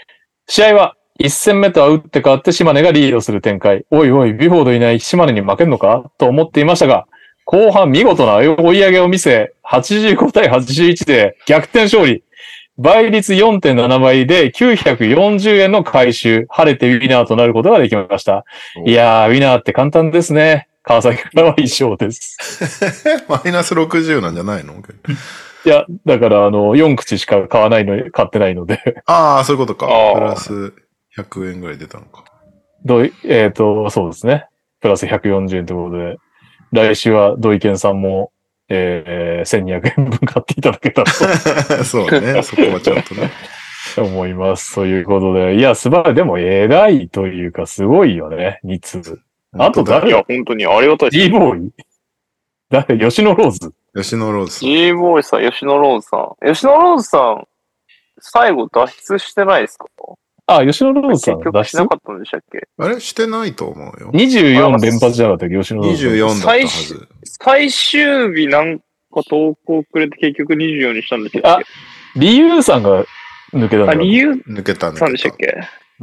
試合は1戦目とは打って変わって島根がリードする展開。おいおい、ビュフォードいない島根に負けんのかと思っていましたが、後半見事な追い上げを見せ、85対81で逆転勝利。倍率 4.7 倍で940円の回収。晴れてウィナーとなることができました。いやー、ウィナーって簡単ですね。川崎からは以上です。 マイナス60なんじゃないの？ いや、だから4口しか買わないの、買ってないので。 ああ、そういうことか。プラス100円ぐらい出たのか。 そうですね。プラス140円ということで、来週は土井健さんも、1200円分買っていただけたらと。 そうね。そこはちゃんとね。 思います。ということで。いや、でも偉いというか、すごいよね。2通。あと誰？ いや、本当にありがたいです。 G ボーイ誰？吉野ローズ。 吉野ローズさん。 G ボーイさん、吉野ローズさん。吉野ローズさん、最後脱出してないですか？ 吉野ローズさん結局しなかったんでしたっけ？ あれしてないと思うよ。 24連発じゃなかったっけ？吉野ローズ。 24だったはず。 最終日なんか投稿くれて結局24にしたんでしたっけ？ 理由さんが抜けたんだ。 理由抜けたさんでしたっけ？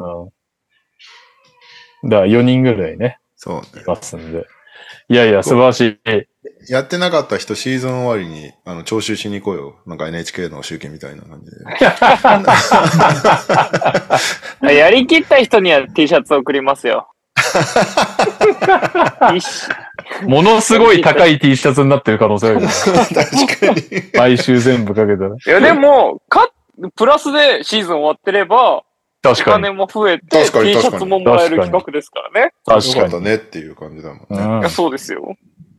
だから4人ぐらいね。 そうね。 いますんで。いやいや、素晴らしい。 やってなかった人シーズン終わりに、徴収しに行こうよ。なんか NHK の集計みたいな感じで。やりきった人には T シャツ送りますよ。 ものすごい高い T シャツになってる可能性ある。 確かに。 毎週全部かけたら。 いや、でも、プラスでシーズン終わってれば、 確かに。 お金も増えて、T シャツももらえる企画ですからね。 確かに。よかったねっていう感じだもんね。 いや、そうですよ。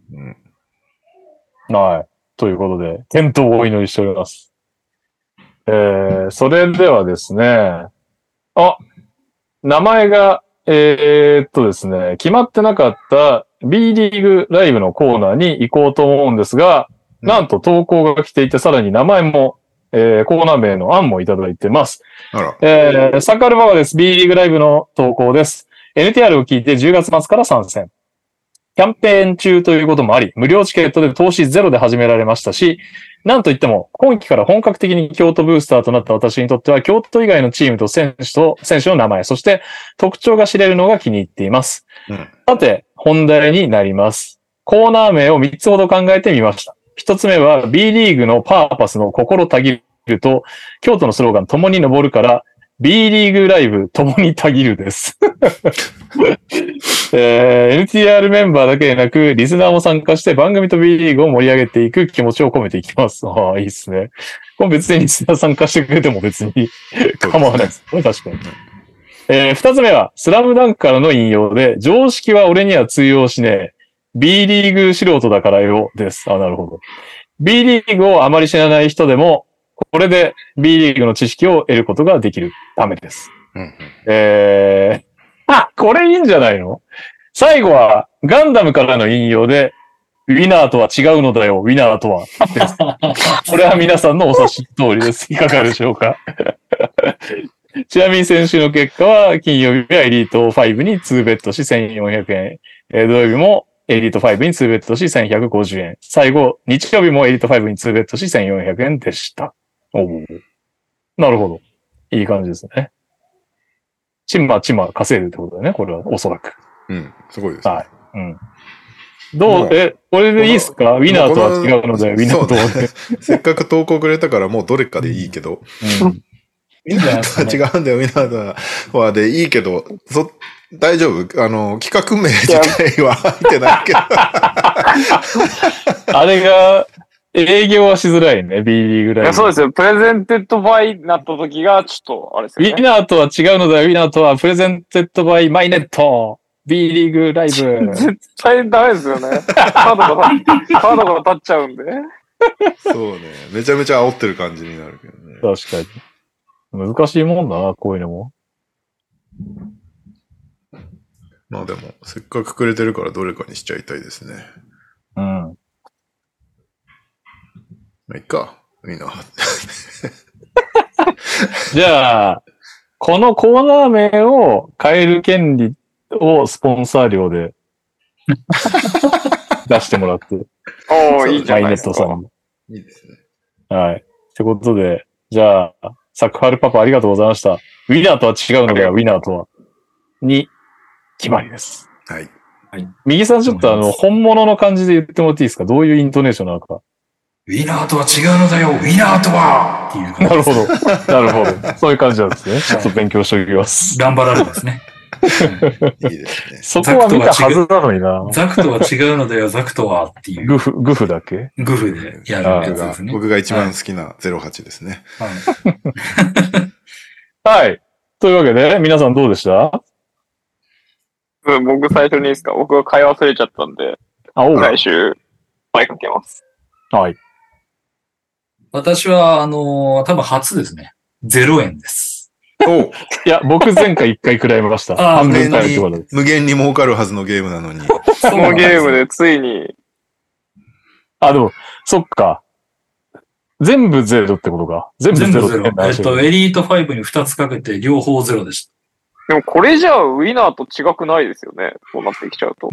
はい。ということで、健闘をお祈りしております。それではですね、名前が、ですね、決まってなかった B リーグライブのコーナーに行こうと思うんですが、なんと投稿が来ていて、さらに名前も、コーナー名の案もいただいてます。サッカールババです。B リーグライブの投稿です。NTR を聞いて10月末から参戦。キャンペーン中ということもあり、無料チケットで投資ゼロで始められましたし、なんといっても、今期から本格的に京都ブースターとなった私にとっては、京都以外のチームと選手の名前、そして特徴が知れるのが気に入っています。さて、本題になります。コーナー名を3つほど考えてみました。1つ目は B リーグのパーパスの心たぎると、京都のスローガン共に登るから、B リーグライブ共にたぎるです。NTR メンバーだけでなく、リスナーも参加して番組と B リーグを盛り上げていく気持ちを込めていきます。いいですね。これ別にリスナー参加してくれても別に構わないですね。確かに。二つ目は、スラムダンクからの引用で、常識は俺には通用しねえ。B リーグ素人だからよ、です。なるほど。B リーグをあまり知らない人でも、これで B リーグの知識を得ることができるためです。これいいんじゃないの？最後は、ガンダムからの引用で、ウィナーとは違うのだよ、ウィナーとは。これは皆さんのお察し通りです。いかがでしょうか？ちなみに先週の結果は、金曜日はエリート5に2ベットし1400円。土曜日もエリート5に2ベットし1150円。最後、日曜日もエリート5に2ベットし1400円でした。なるほど。いい感じですね。ちま稼いでるってことだよね、これは、おそらく。 すごいですね。 はい。これでいいっすか？ウィナーとは違うので、ウィナーとは。 せっかく投稿くれたからもうどれかでいいけど。ウィナーとは違うんだよ、ウィナーとはでいいけど、大丈夫？企画名自体は入ってないけど。 あれが、営業はしづらいね、B リーグライブ。 そうですよ。プレゼンテッドバイになった時が、ちょっと、あれですよね。 ウィナーとは違うのだよ、ウィナーとはプレゼンテッドバイマイネット。B リーグライブ。 絶対ダメですよね。カードが立っちゃうんで。 そうね。めちゃめちゃ煽ってる感じになるけどね。 確かに。難しいもんだな、こういうのも。 まあでも、せっかくくれてるからどれかにしちゃいたいですね。まあ、いっか。みんな。じゃあ、このコーナー名を変える権利をスポンサー料で出してもらって。 いいじゃないですか。 マイネットさんに。 いいですね。 はい。ってことで、じゃあ、 サクハルパパありがとうございました。ウィナーとは違うのでは、ウィナーとは。に、決まりです。 はい。 右さんちょっと本物の感じで言ってもらっていいですか？どういうイントネーションなのか。 ウィナーとは違うのだよ、ウィナーとはっていう感じ。 なるほど。なるほど。そういう感じなんですね。ちょっと勉強しておきます。 頑張られですね。 いいですね。 そこは見たはずなのにな。 ザクとは違うのだよ、ザクとはっていう。 グフだけ？ グフでやるやつですね。 僕が一番好きな08ですね。 はい。というわけで、皆さんどうでした？ 僕最初にいいですか？僕が買い忘れちゃったんで、来週、前かけます。 はい。 私は、多分初ですね。0円です。 いや、僕前回1回くらいました。 半分無限に儲かるはずのゲームなのに。 そのゲームでついに。 でも、そっか。全部ゼロってことか。全部ゼロ。 エリート5に2つかけて両方ゼロでした。 でもこれじゃあウィナーと違くないですよね。そうなってきちゃうと。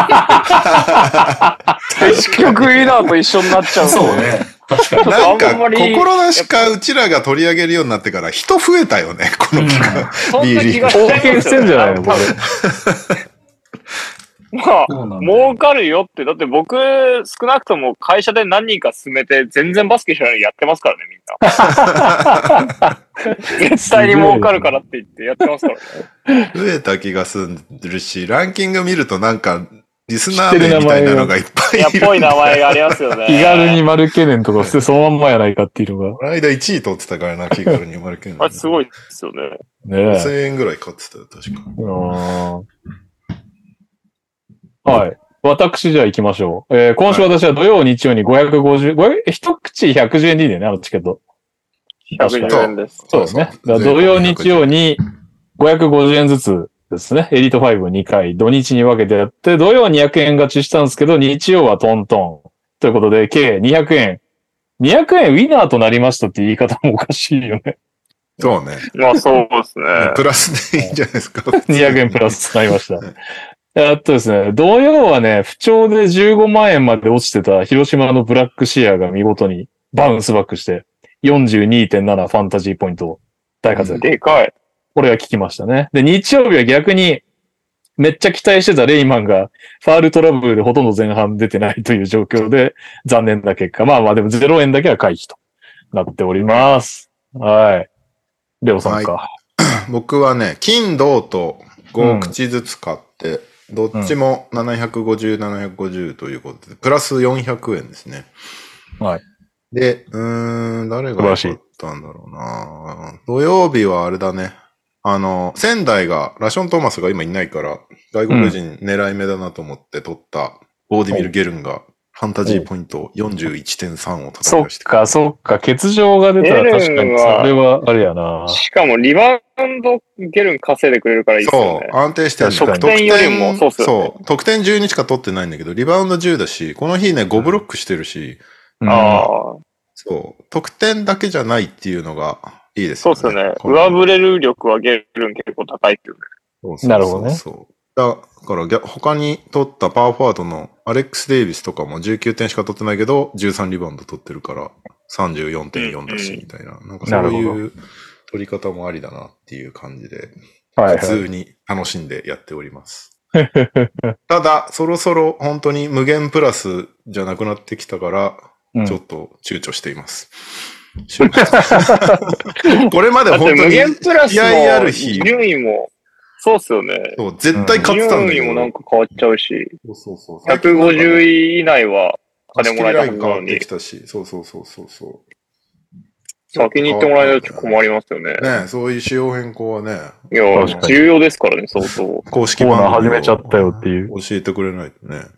結局ウィナーと一緒になっちゃう。 そうね。 確かに。なんか、心なしかうちらが取り上げるようになってから人増えたよね、この期間。 そんな気がしちゃいますよね。 貢献してんじゃないのこれ。 まあ、儲かるよって、だって僕、少なくとも会社で何人か進めて、全然バスケ知らないやってますからね、みんな。絶対に儲かるからって言ってやってますからね。 増えた気がするし、ランキング見るとなんか、リスナー名みたいなのがいっぱいいる。 いや、っぽい名前がありますよね。 気軽にマルケネンとかしてそのまんまやないかっていうのが。 この間1位取ってたからな、気軽にマルケネン。 あれすごいですよね。 ねえ。 5000円ぐらい買ってたよ、確か。 はい。私じゃあ行きましょう。今週私は土曜、日曜に550、一口110円でいいんだよね、あのチケット。 110円です。 そうですね。土曜、日曜に550円ずつですね。エリート5 2回、土日に分けてやって、土曜200円勝ちしたんですけど、日曜はトントン。ということで、計200円。200円ウィナーとなりましたって言い方もおかしいよね。 そうね。 まあそうですね。 プラスでいいんじゃないですか。 200円プラスとなりました。ですね、土曜はね、不調で15万円まで落ちてた広島のブラックシェアが見事にバウンスバックして、42.7 ファンタジーポイント大活躍。 でかい。 これが効きましたね。で、日曜日は逆に、めっちゃ期待してたレイマンが、ファールトラブルでほとんど前半出てないという状況で、残念な結果。まあでも0円だけは回避となっております。はい。レオさんか。はい、 僕はね、金銅と5口ずつ買って、どっちも750、750ということで、プラス400円ですね。 はい。 で、誰が買ったんだろうな。土曜日はあれだね。仙台が、ラション・トーマスが今いないから、外国人狙い目だなと思って取った、オーディミル・ゲルンが、ファンタジーポイント 41.3 を叩き出してくる。 そっか、欠場が出たら確かに、それはあれやな。 しかもリバウンドゲルン稼いでくれるからいいですよね。 そう、安定してる。 得点よりも、そうっすよね。 そう、得点12しか取ってないんだけど、リバウンド10だし、この日ね、5ブロックしてるし、そう、得点だけじゃないっていうのがいいですよね。 そうですよね。上振れる力はゲルン結構高いっていうね。 なるほどね。 だから他に取ったパワーフォワードのアレックス・デイビスとかも19点しか取ってないけど、13リバウンド取ってるから 34.4 だし、みたいな。なんかそういう取り方もありだなっていう感じで、普通に楽しんでやっております。ただ、そろそろ本当に無限プラスじゃなくなってきたから、ちょっと躊躇しています。これまで本当に試合ある日。 順位も、そうっすよね。 そう、絶対勝ってたんだけど。 順位もなんか変わっちゃうし。 そう。 150位以内は金もらえたはずなのに。 そう。 先に行ってもらえないと困りますよね。 ね、そういう仕様変更はね。 いや、重要ですからね、相当。 公式コーナー始めちゃったよっていう。 教えてくれないとね。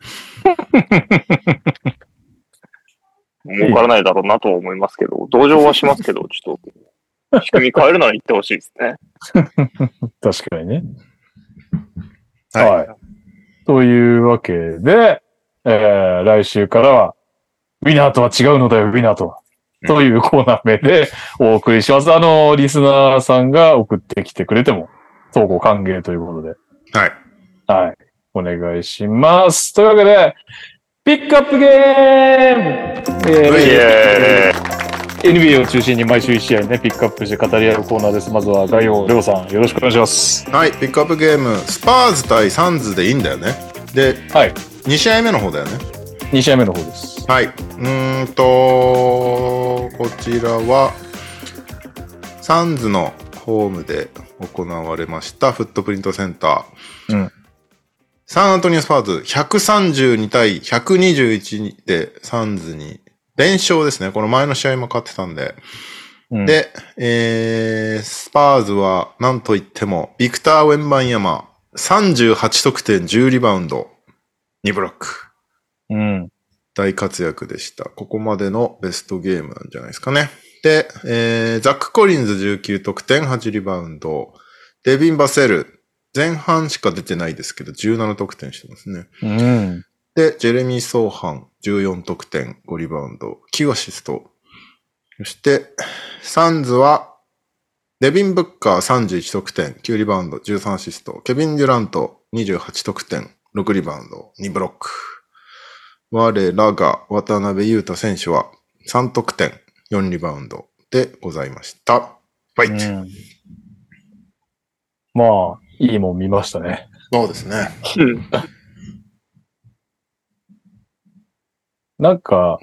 儲からないだろうなとは思いますけど、同情はしますけど、ちょっと、仕組み変えるなら言ってほしいですね。 確かにね。 はい。 というわけで、来週からは、ウィナーとは違うのだよ、ウィナーとは。というコーナー名でお送りします。リスナーさんが送ってきてくれても、投稿歓迎ということで。 はい。 はい。お願いします。というわけで、ピックアップゲーム NBA を中心に毎週1試合ね、ピックアップして語り合うコーナーです。まずは概要、レオさん、よろしくお願いします。 はい、ピックアップゲーム、スパーズ対サンズでいいんだよね。で、 はい。 2試合目の方だよね。 2試合目の方です。 はい。こちらは、サンズのホームで行われましたフットプリントセンター。うん。サンアントニオスパーズ132対121でサンズに連勝ですね。この前の試合も勝ってたんで。うん、で、スパーズはなんといってもビクター・ウェンバンヤマ38得点10リバウンド2ブロック。うん。大活躍でした。ここまでのベストゲームなんじゃないですかね。で、ザック・コリンズ19得点8リバウンド。デビン・バセル前半しか出てないですけど17得点してますね。うん。で、ジェレミー・ソーハン14得点5リバウンド9アシスト。そして、サンズはデビン・ブッカー31得点9リバウンド13アシスト。ケビン・デュラント28得点6リバウンド2ブロック。我らが渡辺裕太選手は3得点4リバウンドでございました。ファイト。 まあ、いいもん見ましたね。 そうですね。 なんか、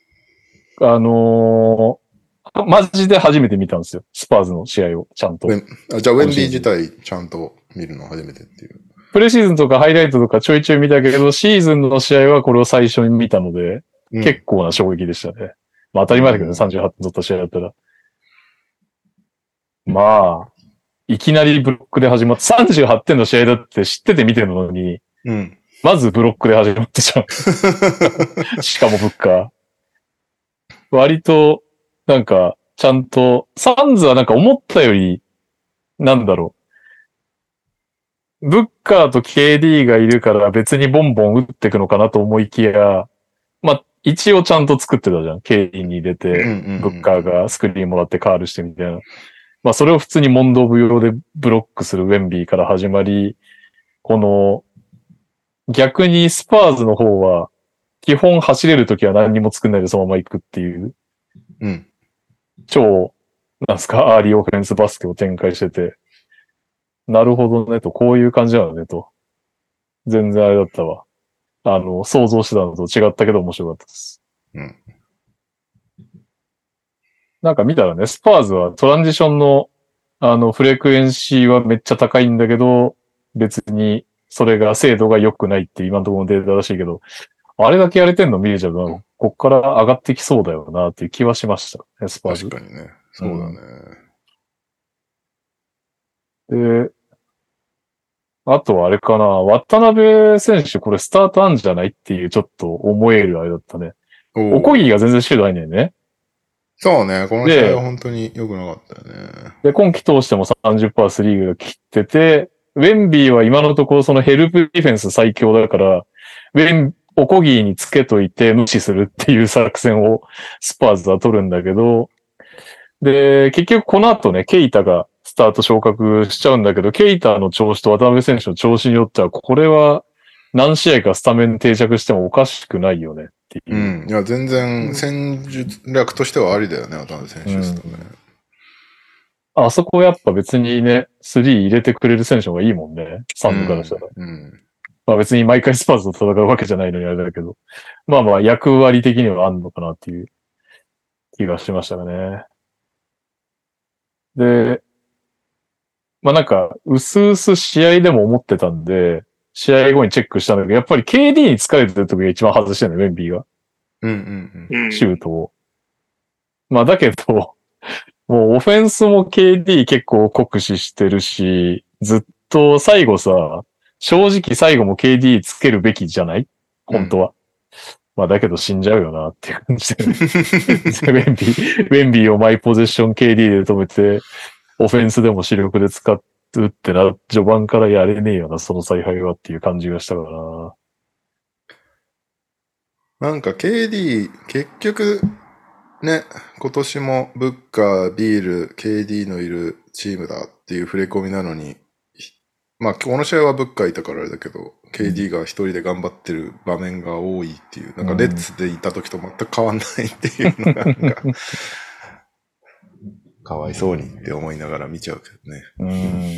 マジで初めて見たんですよ。スパーズの試合を、ちゃんと。 じゃあ、ウェンビー自体、ちゃんと見るの初めてっていう。 プレシーズンとかハイライトとかちょいちょい見たけど、シーズンの試合はこれを最初に見たので、結構な衝撃でしたね。まあ当たり前だけどね、38点取った試合だったら。まあ、いきなりブロックで始まって、38点の試合だって知ってて見てるのに、まずブロックで始まってちゃう。しかもブッカー。割と、なんか、ちゃんと、サンズはなんか思ったより、なんだろう。ブッカーと KD がいるから別にボンボン打ってくのかなと思いきや、まあ、一応ちゃんと作ってたじゃん。KD に入れて、ブッカーがスクリーンもらってカールしてみたいな。まあ、それを普通に問答無用でブロックするウェンビーから始まり、この、逆にスパーズの方は、基本走れるときは何にも作んないでそのまま行くっていう。うん。超、なんすか、アーリーオフェンスバスケを展開してて、なるほどねと、こういう感じなのねと。全然あれだったわ。想像してたのと違ったけど面白かったです。うん。なんか見たらね、スパーズはトランジションの、フレクエンシーはめっちゃ高いんだけど、別に、それが精度が良くないって今のところのデータらしいけど、あれだけやれてんの見れちゃうと、こっから上がってきそうだよなっていう気はしましたね、スパーズ。 確かにね。そうだね。 で、あとはあれかな、渡辺選手これスタートあんじゃないっていうちょっと思えるあれだったね。おこぎが全然シュートないんだよね。 そうね、この試合は本当に良くなかったよね。 で、今季通しても 30% スリーが切ってて、ウェンビーは今のところそのヘルプディフェンス最強だから、おこぎにつけといて無視するっていう作戦をスパーズは取るんだけど、で、結局この後ね、ケイタがスタート昇格しちゃうんだけど、ケイタの調子と渡辺選手の調子によっては、これは何試合かスタメン定着してもおかしくないよねっていう。 うん。いや、全然戦術略としてはありだよね、渡辺選手ですとね。 あそこやっぱ別にね、3入れてくれる選手の方がいいもんね。サンドからしたら。まあ別に毎回スパーズと戦うわけじゃないのにあれだけど。まあまあ役割的にはあんのかなっていう気がしましたね。で、まあなんか、うすうす試合でも思ってたんで、試合後にチェックしたんだけど、やっぱり KD に疲れてる時が一番外してるのよ、ウェンビーが。シュートを。まあだけど、もうオフェンスも KD 結構酷使してるし、ずっと最後さ、正直最後も KD つけるべきじゃない本当は。まあだけど死んじゃうよなっていう感じで、ね。ウェンビーをマイポゼッション KD で止めて、オフェンスでも主力で使うってな、序盤からやれねえよな、その采配はっていう感じがしたからな。 なんか KD、結局、ね、今年もブッカー、ビール、KD のいるチームだっていう触れ込みなのに、まあこの試合はブッカーいたからあれだけど、KD が一人で頑張ってる場面が多いっていう、なんかレッツでいた時と全く変わんないっていうのが、なんか、 かわいそうにって思いながら見ちゃうけどね。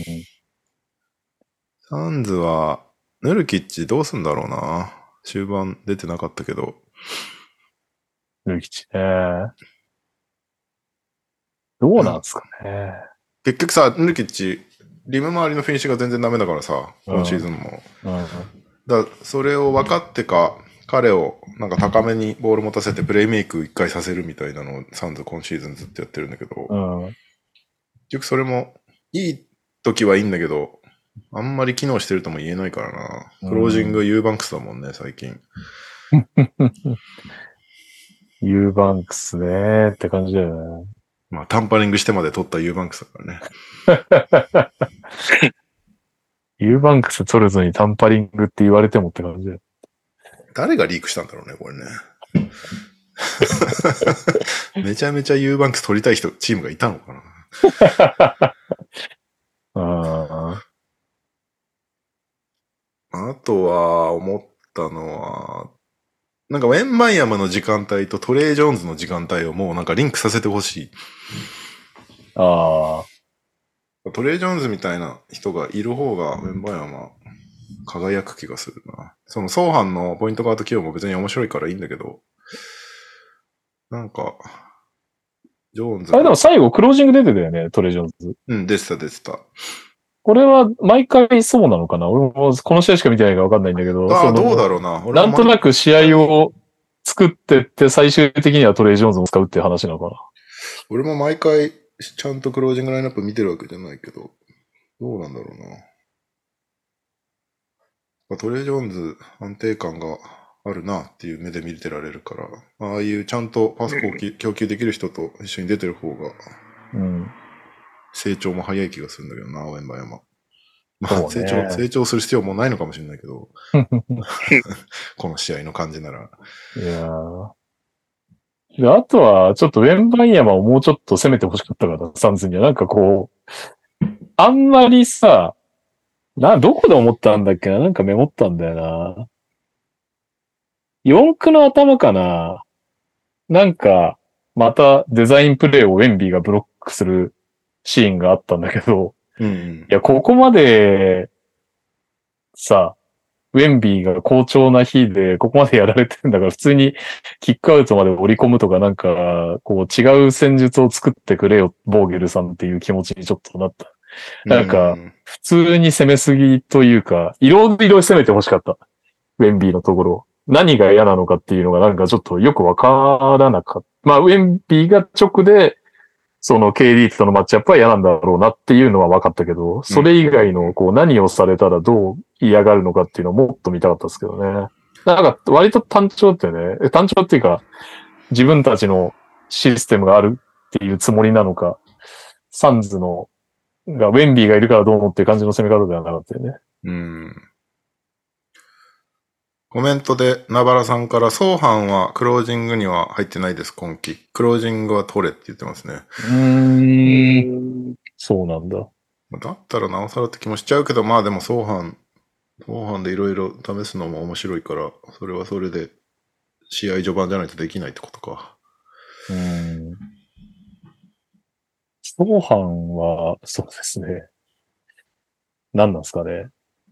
サンズは、ヌルキッチどうすんだろうな。終盤出てなかったけど。 ヌルキッチね。どうなんですかね。 結局さ、ヌルキッチ、リム周りのフィニッシュが全然ダメだからさ、今シーズンも。だそれを分かってか、彼をなんか高めにボール持たせてプレイメイク一回させるみたいなのをサンズ今シーズンずっとやってるんだけど、結局それもいい時はいいんだけど、あんまり機能してるとも言えないからな。クロージングユーバンクスだもんね、最近。 ユーバンクスねって感じだよね。 まあタンパリングしてまで取ったユーバンクスだからね。 ユーバンクス取るのにタンパリングって言われてもって感じだよ。 誰がリークしたんだろうね、これね。めちゃめちゃユーバンクス取りたいチームがいたのかな。あとは、思ったのは、なんかウェンバイヤマの時間帯とトレイ・ジョーンズの時間帯をもうなんかリンクさせてほしい。トレイ・ジョーンズみたいな人がいる方がウェンバイヤマ輝く気がするな。そのソーハンのポイントガード起用も別に面白いからいいんだけど、なんか、ジョーンズ。 あれでも最後クロージング出てたよね、トレイ・ジョーンズ。 うん、出てた。 これは毎回そうなのかな？俺もこの試合しか見てないから分かんないんだけど。 どうだろうな。 なんとなく試合を作ってって最終的にはトレイ・ジョーンズを使うっていう話なのかな。 俺も毎回ちゃんとクロージングラインナップ見てるわけじゃないけど、どうなんだろうな。トレイ・ジョーンズ安定感があるなっていう目で見てられるから、ああいうちゃんとパス供給できる人と一緒に出てる方が、成長も早い気がするんだけどな、ウェンバヤマ。まあ、成長する必要もないのかもしれないけど、この試合の感じなら。 いやであとは、ちょっとウェンバイヤマをもうちょっと攻めてほしかったから、サンズには。なんかこう、あんまりさ、どこで思ったんだっけな？なんかメモったんだよな。4区の頭かな？なんか、またデザインプレイをウェンビーがブロックするシーンがあったんだけど、いや、ここまで、さ、ウェンビーが好調な日で、ここまでやられてるんだから、普通にキックアウトまで折り込むとか、なんか、こう違う戦術を作ってくれよ、ボーゲルさんっていう気持ちにちょっとなった。なんか、普通に攻めすぎというか、いろいろ攻めてほしかった。ウェンビーのところ。何が嫌なのかっていうのがなんかちょっとよくわからなかった。まあ、ウェンビーが直で、その KD とのマッチアップは嫌なんだろうなっていうのは分かったけど、それ以外のこう何をされたらどう嫌がるのかっていうのをもっと見たかったですけどね。なんか割と単調ってね、単調っていうか自分たちのシステムがあるっていうつもりなのか、サンズのウェンビーがいるからどう思っていう感じの攻め方ではなかったよね。 コメントで、ナバラさんから、ソーハンはクロージングには入ってないです、今季。クロージングは取れって言ってますね。 そうなんだ。 だったらなおさらって気もしちゃうけど、まあでもソーハンでいろいろ試すのも面白いから、それはそれで、試合序盤じゃないとできないってことか。 ソーハンは、そうですね。何なんですかね。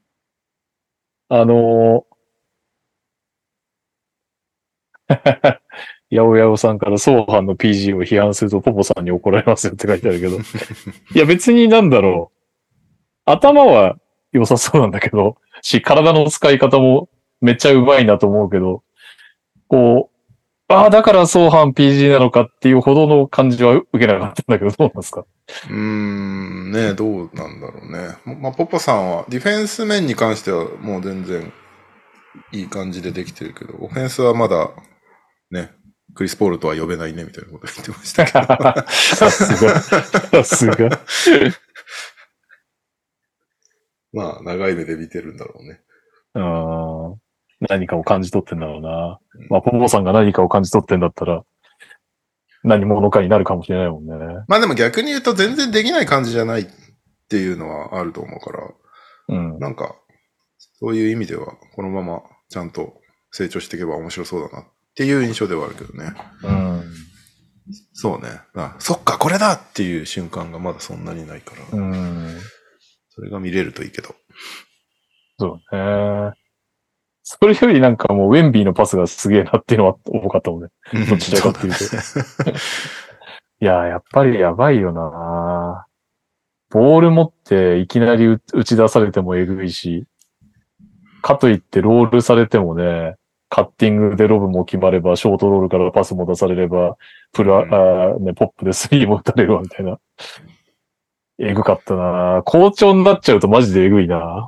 ヤオヤオさんからソーハンの PG を批判するとポポさんに怒られますよって書いてあるけど。いや別になんだろう。頭は良さそうなんだけど、体の使い方もめっちゃうまいなと思うけど、こう、だからソーハン PG なのかっていうほどの感じは受けなかったんだけど、どうなんですか？ ね、どうなんだろうね。まあ、ポポさんはディフェンス面に関してはもう全然いい感じでできてるけど、オフェンスはまだね、クリス・ポールとは呼べないねみたいなこと言ってましたけど。 さすが。 まあ、長い目で見てるんだろうね。 何かを感じ取ってんだろうな。まあ、ポポさんが何かを感じ取ってんだったら、何者かになるかもしれないもんね。 まあでも逆に言うと全然できない感じじゃないっていうのはあると思うから、なんか、そういう意味では、このままちゃんと成長していけば面白そうだなっていう印象ではあるけどね。 そうね。そっか、これだっていう瞬間がまだそんなにないから。それが見れるといいけど。 そうね。それよりなんかもうウェンビーのパスがすげえなっていうのは多かったもんね。どっちかっていうと。いや、やっぱりやばいよな。ボール持っていきなり打ち出されてもえぐいし、かといってロールされてもね、カッティングでロブも決まれば、ショートロールからパスも出されれば、ポップでスリーも打たれるわみたいな。えぐかったな。好調になっちゃうとマジでえぐいな。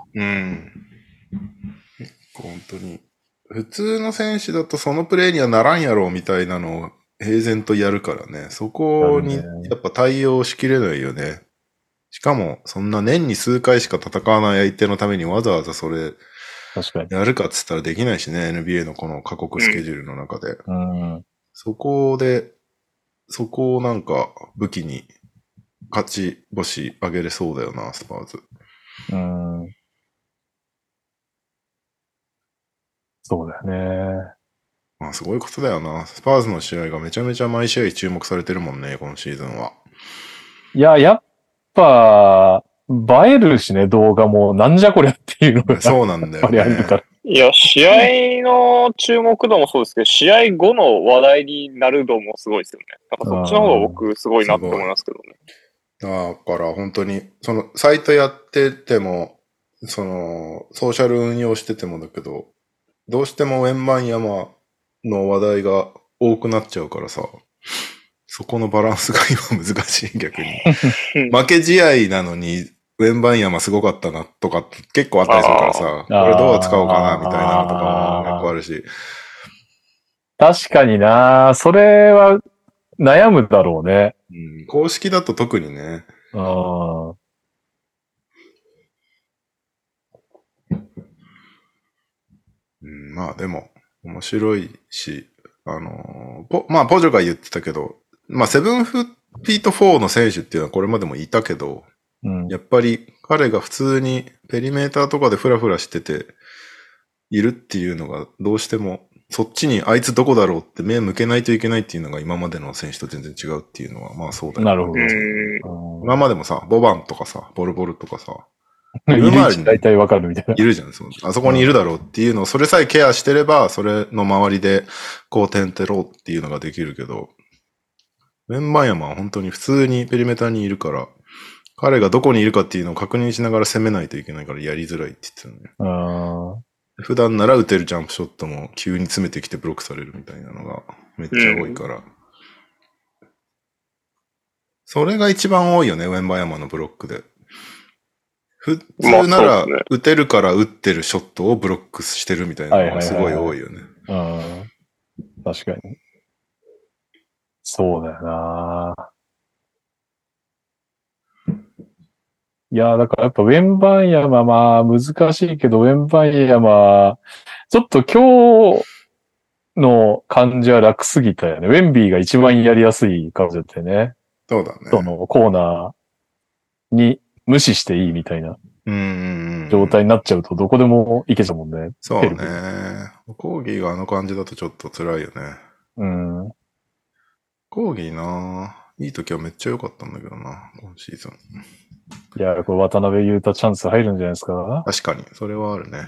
本当に。普通の選手だとそのプレーにはならんやろみたいなのを平然とやるからね。そこにやっぱ対応しきれないよね。しかも、そんな年に数回しか戦わない相手のためにわざわざそれ、やるかっつったらできないしね。NBA のこの過酷スケジュールの中で。そこをなんか武器に勝ち星上げれそうだよな、スパーズ。 そうだよね。 まあすごいことだよな。スパーズの試合がめちゃめちゃ毎試合注目されてるもんね、今シーズンは。 いや、やっぱ、映えるしね、動画も。なんじゃこりゃっていうのが。 そうなんだよね。 やっぱりあるから。 いや、試合の注目度もそうですけど、試合後の話題になる度もすごいですよね。なんかそっちの方が僕すごいなって思いますけどね。 だから本当に、そのサイトやってても、そのソーシャル運用しててもだけど、どうしてもウェンバンヤマの話題が多くなっちゃうからさ、そこのバランスが今難しい逆に。負け試合なのに、ウェンバンヤマすごかったなとかって結構あったりするからさ、これどう扱おうかなみたいなのとかも結構あるし。 確かにな、それは悩むだろうね。 公式だと特にね。まあでも、面白いし、まあポジョが言ってたけど、まあ7フィート4の選手っていうのはこれまでもいたけど、やっぱり彼が普通にペリメーターとかでフラフラしてているっていうのがどうしてもそっちにあいつどこだろうって目向けないといけないっていうのが今までの選手と全然違うっていうのはまあそうだよね。 なるほど。 今までもさ、ボバンとかさ、ボルボルとかさ、 いるし大体わかるみたいな。 いるじゃん。あそこにいるだろうっていうのを、それさえケアしてれば、それの周りで、こう点てろうっていうのができるけど、ウェンバンヤマは本当に普通にペリメーターにいるから、彼がどこにいるかっていうのを確認しながら攻めないといけないからやりづらいって言ってたね。普段なら打てるジャンプショットも急に詰めてきてブロックされるみたいなのがめっちゃ多いから。それが一番多いよね、ウェンバンヤマのブロックで。普通なら打てるから打ってるショットをブロックしてるみたいなのがすごい多いよね。 確かに。そうだよな。いや、だからやっぱウェンバンヤマ、まあ難しいけど、ウェンバンヤマ、ちょっと今日の感じは楽すぎたよね。ウェンビーが一番やりやすい感じだったよね。 そうだね。 そのコーナーに無視していいみたいな状態になっちゃうとどこでもいけちゃうもんね。 そうね。コーギーがあの感じだとちょっと辛いよね。コーギーないい時はめっちゃ良かったんだけどな、今シーズン。 いや、これ渡辺裕太チャンス入るんじゃないですか。 確かに、それはあるね。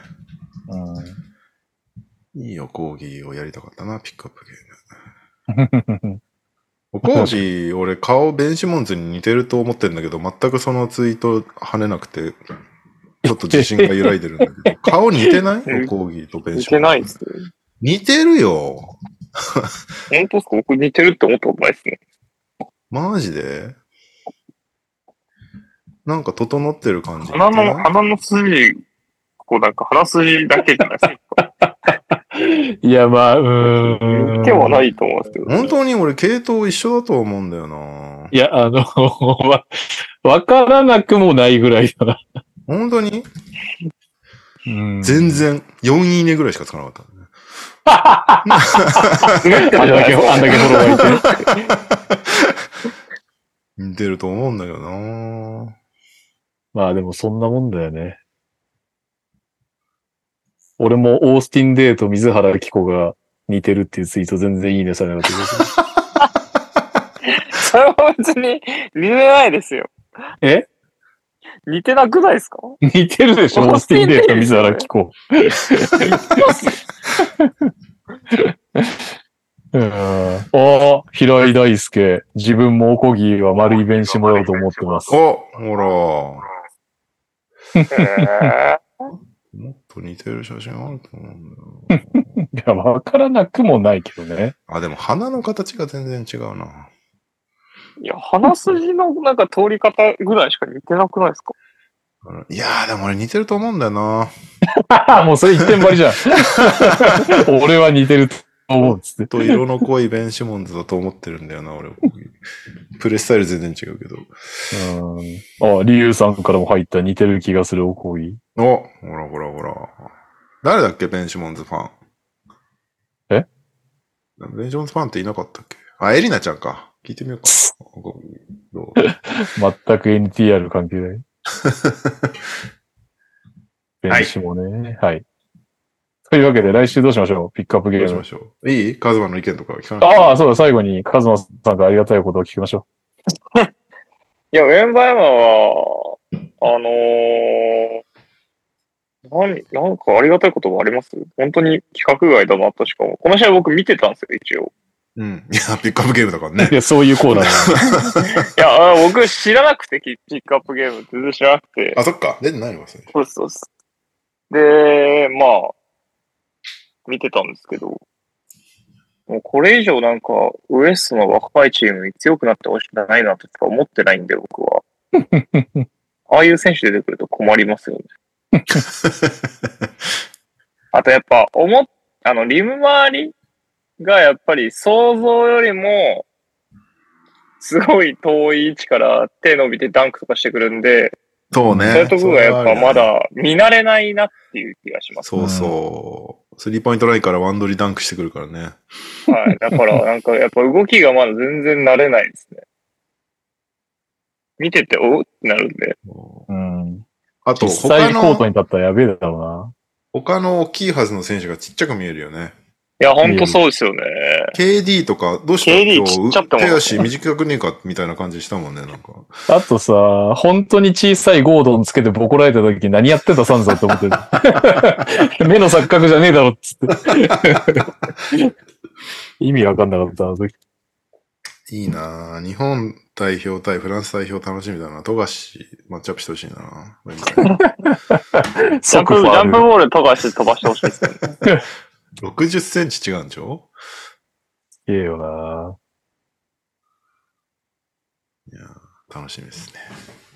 いいよ、コーギーをやりたかったな、ピックアップゲーム。コーギー、俺顔ベンシモンズに似てると思ってんだけど、全くそのツイート跳ねなくて、ちょっと自信が揺らいでるんだけど、顔似てないコーギーとベンシモンズ。 似てないっすね。 似てるよ。 本当っすか？僕似てるって思ったことないっすね。 マジで？なんか整ってる感じ。 鼻の筋、こうなんか鼻筋だけじゃないですか。 いや、まあ、 似てはないと思うんですけど、ね。 本当に俺系統一緒だと思うんだよな。 いや、わからなくもないぐらいだな。 本当に？全然、4いいねぐらいしかつかなかった、ね。 あんだけフォローがいて。 似てると思うんだけどな。 まあでもそんなもんだよね。俺もオースティン・デーと水原希子が似てるっていうツイート全然いいねされなかったれは別に似てないですよ。 え似てなくないですか？ 似てるでしょ、オースティン・デイと水原希子。平井大輔。自分もおこぎは丸い弁士もだと思ってます。 お、ほら。もっと似てる写真あると思うんだよ。 いや、わからなくもないけどね。 あ、でも鼻の形が全然違うな。 いや、鼻筋のなんか通り方ぐらいしか似てなくないですか？ いやー、でも俺似てると思うんだよな。 もうそれ一点張りじゃん。俺は似てると思うっつって。 と色の濃いベン・シモンズだと思ってるんだよな、俺。プレイスタイル全然違うけど。 リュウさんからも入った似てる気がするおこぎ。 お、ほらほらほら。誰だっけ、ベン・シモンズファン。 えベン・シモンズファンっていなかったっけ？あ、エリナちゃんか。聞いてみようか。どう全く NTR 関係ない。ベンシもね。はい。というわけで、来週どうしましょう？ピックアップゲーム。 どうしましょう？いい？カズマの意見とか聞かなくて。 ああ、そうだ、最後にカズマさんからありがたいことを聞きましょいや、ウェンバヤマは、なんかありがたいこともあります？本当に規格外だなとしかも。この試合僕見てたんですよ、一応。 うん。いや、ピックアップゲームだからね。 いや、そういうコーナーいや、僕知らなくて、ピックアップゲーム全然知らなくて。 あ、そっか。出てないのか、それ。 そうそうです。で、まあ、見てたんですけど、もうこれ以上なんか、ウエストの若いチームに強くなってほしくないなとしか思ってないんで、僕は。ああいう選手出てくると困りますよね。あとやっぱ、リム周りがやっぱり想像よりも、すごい遠い位置から手伸びてダンクとかしてくるんで、 そうね。 そういうとこがやっぱまだ見慣れないなっていう気がします。 そうそう。スリーポイントラインからワンドリダンクしてくるからね。 はい。だからなんかやっぱ動きがまだ全然慣れないですね。見てておってなるんで。 うん。 あと、 実際コートに立ったらやべえだろうな。 他の大きいはずの選手がちっちゃく見えるよね。 いや、ほんとそうですよね。 KD とか、どうした KD ちっちゃっても手足短くねえかみたいな感じしたもんね、なんか。 あとさ、本当に小さいゴードンつけてボコられた時何やってたサンズだって思ってる。目の錯覚じゃねえだろっつって。意味わかんなかった、あの時。 いいなぁ。日本代表対フランス代表楽しみだな。富樫マッチアップしてほしいなジャンプボール富樫飛ばしてほしいですよね。 60センチ違うんでしょ？ いいよな。 いや楽しみですね。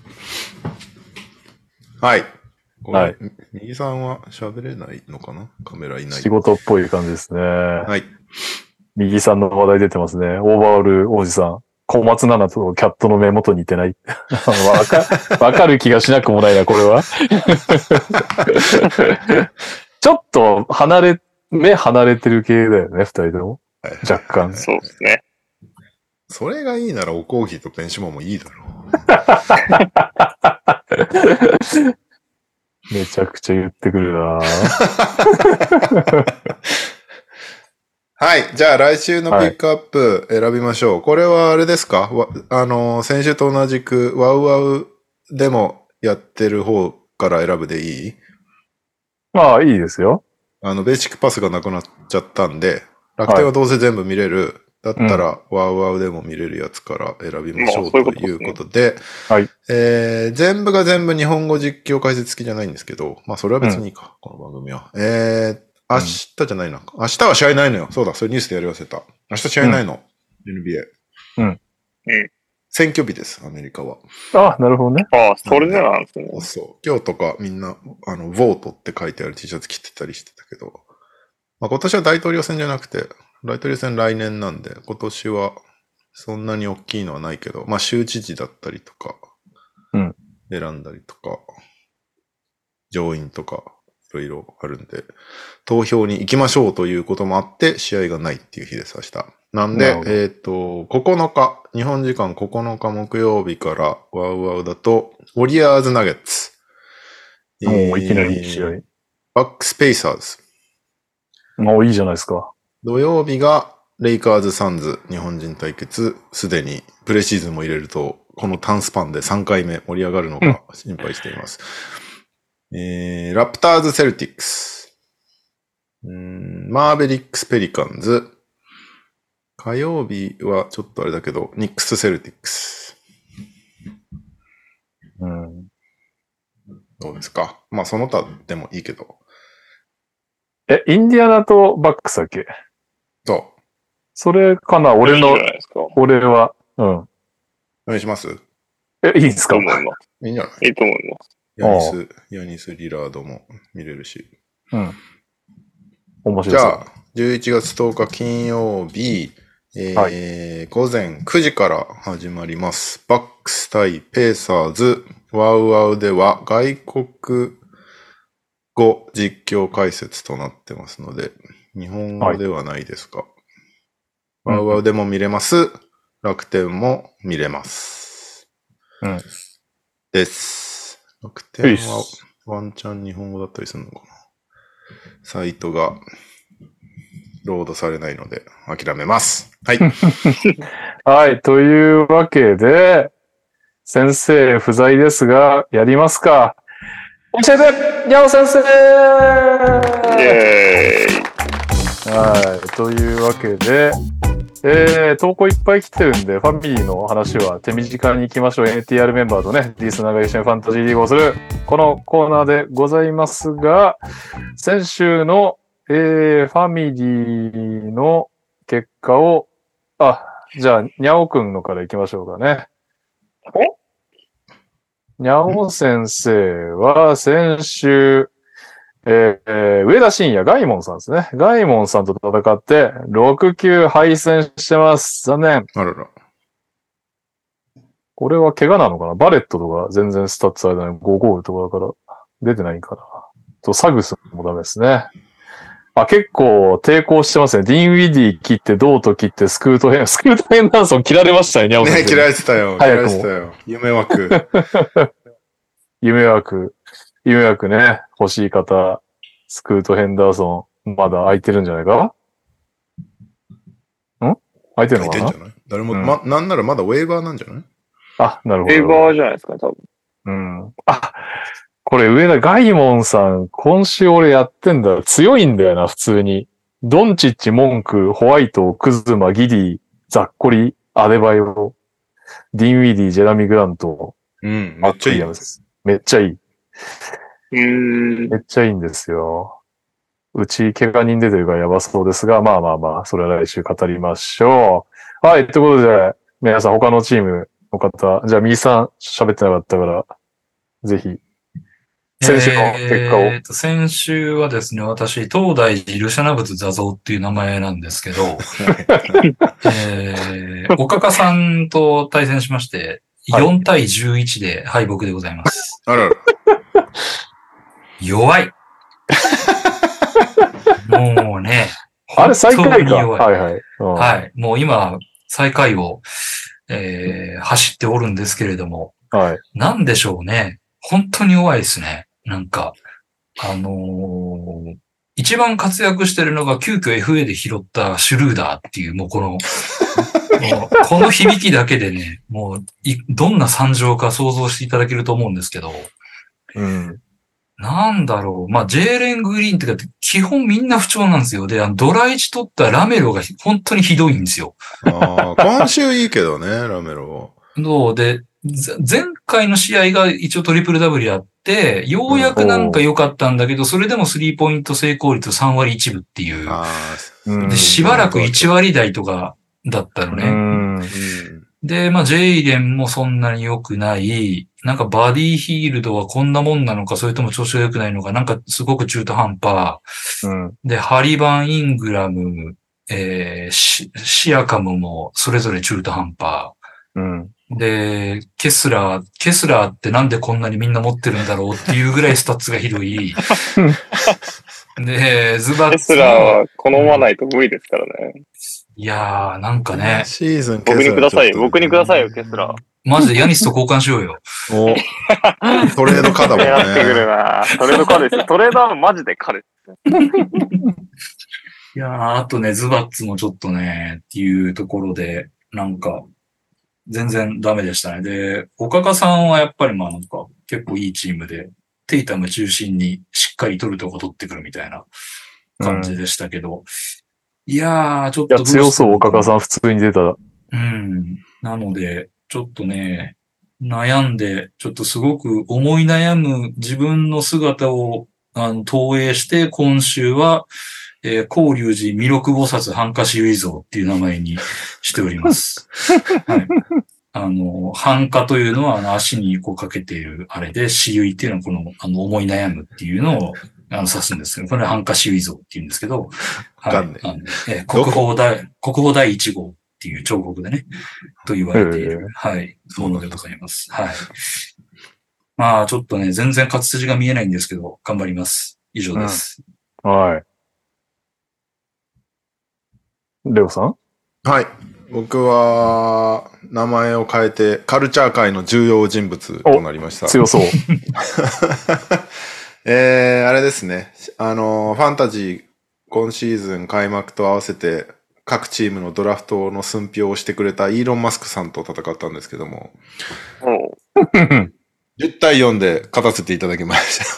はい。 はい。 右さんは喋れないのかな？カメラいない。 仕事っぽい感じですね。 はい。 右さんの話題出てますね。オーバーオール王子さん。小松菜奈とキャットの目元似てない。わかる気がしなくもないな、これは。ちょっと目離れてる系だよね、二人とも。若干。 そうですね。 それがいいならおコーヒーとペンシモンもいいだろう。めちゃくちゃ言ってくるなはい。じゃあ来週のピックアップ選びましょう。はい、これはあれですか？先週と同じくワウワウでもやってる方から選ぶでいい？ ああ、いいですよ。 ベーシックパスがなくなっちゃったんで、楽天はどうせ全部見れる。だったら、ワウワウでも見れるやつから選びましょうということで、 はい。 全部が全部日本語実況解説付きじゃないんですけど、まあそれは別にいいか、この番組は。明日じゃないな。明日は試合ないのよ。そうだ、それニュースでやり忘れた。明日試合ないの。NBA。 うん。 選挙日です、アメリカは。 あ、なるほどね。 ああ、それでなんですね。 そう。今日とかみんな、ボートって書いてある T シャツ着てたりしてたけど、まあ今年は大統領選じゃなくて、大統領選来年なんで、今年はそんなに大きいのはないけど、まあ州知事だったりとか、選んだりとか、上院とか、いろいろあるんで、投票に行きましょうということもあって、試合がないっていう日です、明日。なんで、9日、日本時間9日木曜日からワウワウだと、ウォリアーズナゲッツ。 もういきなり試合。 バックスペイサーズ。 もういいじゃないですか。 土曜日がレイカーズ・サンズ日本人対決、すでにプレシーズンも入れると、この短スパンで3回目盛り上がるのか心配しています。ラプターズ・セルティックス。マーベリックス・ペリカンズ。火曜日はちょっとあれだけど、ニックス・セルティックス。どうですか？まあ、その他でもいいけど。 インディアナとバックスだっけ？ そう。 それかな？俺は。うん。 お願いします？ いいですか？ いいんじゃない？いいと思います。 ヤニス・リラードも見れるし。 うん。面白い。 じゃあ、11月10日金曜日、はい、午前9時から始まります。バックス対ペーサーズ、ワウワウでは外国語実況解説となってますので、日本語ではないですか？ワウワウでも見れます。楽天も見れます。です。楽天はワンチャン日本語だったりするのかな？サイトがロードされないので諦めます。はい。 はい。というわけで、先生不在ですが、やりますか。教えてにゃお先生。 イェーイ。 はい。というわけで、投稿いっぱい来てるんで、ファミリーの話は手短に行きましょう。NTR メンバーとね、リスナーが一緒にファンタジーリーグをする、このコーナーでございますが、先週の、ファミリーの結果を、じゃあ、にゃおくんのから行きましょうかね。にゃお先生は先週、上田晋也、ガイモンさんですね。ガイモンさんと戦って、6球敗戦してます。残念。 あらら。 これは怪我なのかな？バレットとか全然スタッツあれだね。5ゴールとかだから、出てないかな。サグスもダメですね。結構抵抗してますね。ディン・ウィディ切って、ドート切って、スクートヘンダーソン切られましたよね、 ね、切られてたよ。 早くも。 夢枠。 夢枠ね。欲しい方、スクートヘンダーソン、まだ空いてるんじゃないか？空いてるのかな？ 空いてんじゃない？誰も、なんならまだウェーバーなんじゃない？ なるほど。ウェーバーじゃないですかね、多分。これ上田ガイモンさん、今週俺やってんだ。強いんだよな、普通に。ドンチッチ、モンク、ホワイト、クズマ、ギディ、ザッコリ、アデバイオ、ディン・ウィディ、ジェラミ・グラント。 めっちゃいい。 めっちゃいい。 めっちゃいいんですよ。うち、怪我人出てるからやばそうですが、まあ、それは来週語りましょう。はい、ということで、皆さん他のチームの方、じゃあ、右さん喋ってなかったから、ぜひ、先週の結果を。 先週はですね、私、東大寺ルシャナブツ座像っていう名前なんですけど、おかかさんと対戦しまして、4対11で敗北でございます。 あらら。 弱い。もうね。 あれ最下位か。 はい。もう今、最下位を、走っておるんですけれども。 はい。 なんでしょうね。本当に弱いですね。なんか、一番活躍してるのが急遽 FA で拾ったシュルーダーっていう、もうこの響きだけでね、もうどんな惨状か想像していただけると思うんですけど、なんだろう。ジェーレン・グリーンってか、基本みんな不調なんですよ。で、ドラ1取ったラメロが本当にひどいんですよ。 今週いいけどね、ラメロは。 で、前回の試合が一応トリプルダブルやって、ようやくなんか良かったんだけど、それでもスリーポイント成功率3割1分っていう。で、しばらく1割台とかだったのね。で、ジェイレンもそんなに良くない。なんかバディヒールドはこんなもんなのか、それとも調子が良くないのか、なんかすごく中途半端。で、ハリバン・イングラム、シアカムもそれぞれ中途半端。で、ケスラーってなんでこんなにみんな持ってるんだろうっていうぐらいスタッツがひどい。で、ズバッツ。ケスラーは好まないと無理ですからね。 いやー、なんかね。 シーズン僕にくださいよ、ケスラー。 マジでヤニスと交換しようよ。 トレードカだもんね。 やってくるな。トレードカですよ。トレードはマジでカです。 いやー、あとね、ズバッツもちょっとね、っていうところで、なんか、全然ダメでしたね。で、岡賀さんはやっぱりまあなんか、結構いいチームで、テイタム中心にしっかり取るとこ取ってくるみたいな感じでしたけど、いやー、ちょっいや、 とどうしても強そう、岡川さん普通に出た。 なので、ちょっとね、悩んで、ちょっとすごく思い悩む自分の姿を、投影して、今週は、法隆寺弥勒菩薩半夏至唯像っていう名前にしております。はい。半夏というのは、足にこうかけているあれで、至唯っていうのはこの、思い悩むっていうのを、指すんですけど、これ半夏至唯像っていうんですけど、 わかんね国宝第一号っていう彫刻でね、と言われている、はい、ものでございます。はい。まあ、ちょっとね、全然勝ち筋が見えないんですけど、頑張ります。以上です。 はい。レオさん？ はい。僕は、名前を変えて、カルチャー界の重要人物となりました。 強そう。 あれですね。ファンタジー、今シーズン開幕と合わせて、各チームのドラフトの寸評をしてくれたイーロン・マスクさんと戦ったんですけども、10対4で勝たせていただきました。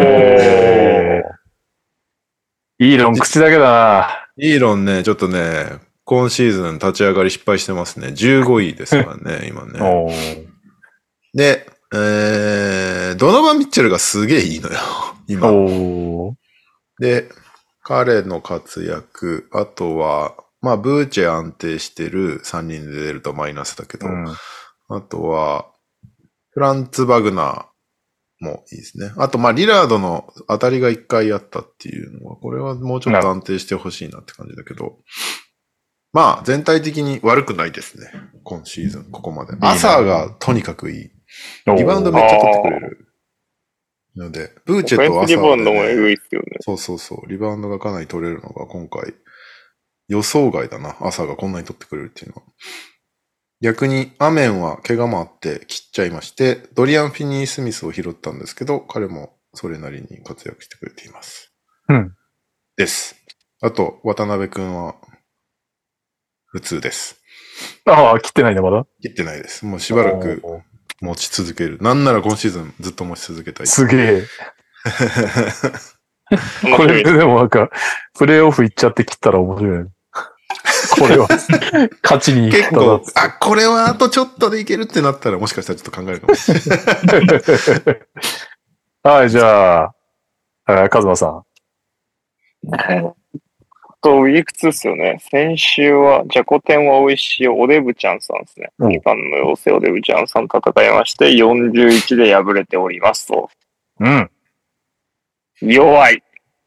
イーロン口だけだな。 イーロンね、ちょっとね、今シーズン立ち上がり失敗してますね。15位ですからね、今ね。で、ドノバン・ミッチェルがすげえいいのよ、今。で、彼の活躍、あとは、まあ、ブーチェ安定してる3人で出るとマイナスだけど、あとは、フランツ・バグナーもいいですね。あと、まあ、リラードの当たりが1回あったっていうのは、これはもうちょっと安定してほしいなって感じだけど、まあ、全体的に悪くないですね。今シーズン、ここまで。朝がとにかくいい。リバウンドめっちゃ取ってくれる。ので、ブーチェと朝、 リバウンドもエグいっすよね。 そう。リバウンドがかなり取れるのが今回、予想外だな。朝がこんなに取ってくれるっていうのは。逆に、アメンは怪我もあって切っちゃいまして、ドリアン・フィニー・スミスを拾ったんですけど、彼もそれなりに活躍してくれています。です。あと、渡辺くんは、普通です。 ああ、切ってないね、まだ？ 切ってないです。もうしばらく持ち続ける。なんなら今シーズンずっと持ち続けたい。 すげえ。これでもなんか、プレイオフ行っちゃって切ったら面白い。これは、勝ちに行ったな。 結構、これはあとちょっとでいけるってなったらもしかしたらちょっと考えるかもしれない。 はい、じゃあ、カズマさん。 ウィーク2っすよね。先週は、じゃこ天は美味しいおデブちゃんさんですね。2番の妖精おデブちゃんさん戦いまして、41で敗れておりますと。弱い。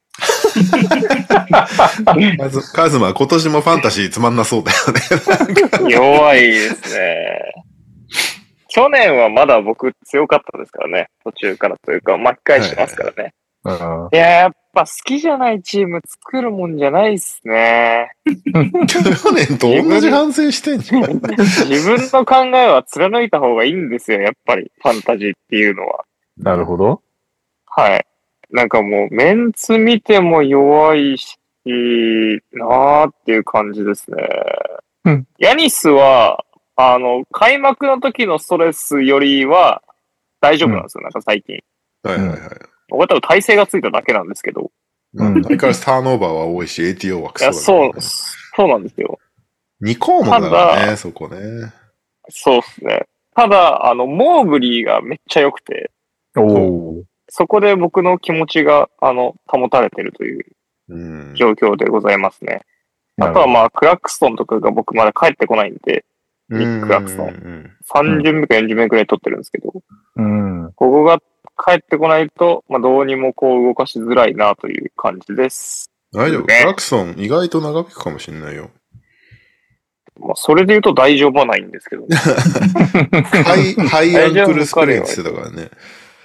カズマ、今年もファンタジーつまんなそうだよね。 弱いですね。去年はまだ僕強かったですからね。途中からというか、巻き返してますからね。いや、やっぱ好きじゃないチーム作るもんじゃないっすね。 去年と同じ反省してんじゃん。 自分の考えは貫いた方がいいんですよ、やっぱり。ファンタジーっていうのは。 なるほど。 はい。なんかもう、メンツ見ても弱いし、なーっていう感じですね。ヤニスは、開幕の時のストレスよりは大丈夫なんですよ、なんか最近。 はい。 僕は多分体勢がついただけなんですけど。 相変わらずターンオーバーは多いし、ATO はクソだからね。 そうなんですよ。 2項目だからね、そこね。 そうですね。ただ、モーブリーがめっちゃ良くて。そこで僕の気持ちが、保たれてるという状況でございますね。あとはまあ、クラクストンとかが僕まだ帰ってこないんで、ニック・クラクストン。3巡目か4巡目くらい取ってるんですけど、ここが帰ってこないと、まあ、どうにもこう動かしづらいなという感じです。 大丈夫。クラクソン意外と長引くかもしれないよ。 まあ、それで言うと大丈夫はないんですけど。 ハイアンクルスプレーって言ってたからね。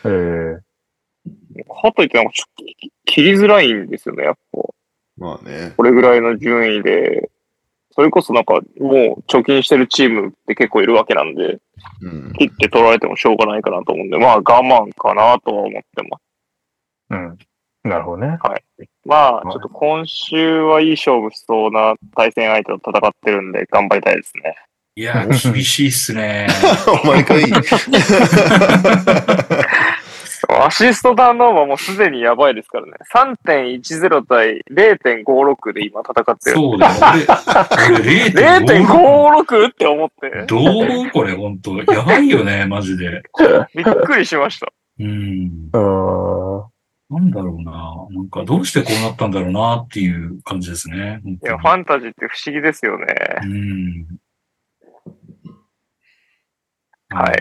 かといってなんかちょっと切りづらいんですよね、やっぱ。 まあね。 これぐらいの順位で、それこそなんかもう貯金してるチームって結構いるわけなんで、切って取られてもしょうがないかなと思うんで、まあ我慢かなとは思ってます。 なるほどね。 まあ、ちょっと今週はいい勝負しそうな対戦相手と戦ってるんで頑張りたいですね。 いや、厳しいっすね。 お前かいい。 アシストターンオーバーもすでにやばいですからね。3.10 対 0.56 で今戦ってる。 そうだよ。俺 0.56 って思って。 どう思うこれ、ほんと。やばいよね、マジで。 びっくりしました。 なんだろうな。なんか、どうしてこうなったんだろうなっていう感じですね。 いや、ファンタジーって不思議ですよね。はい。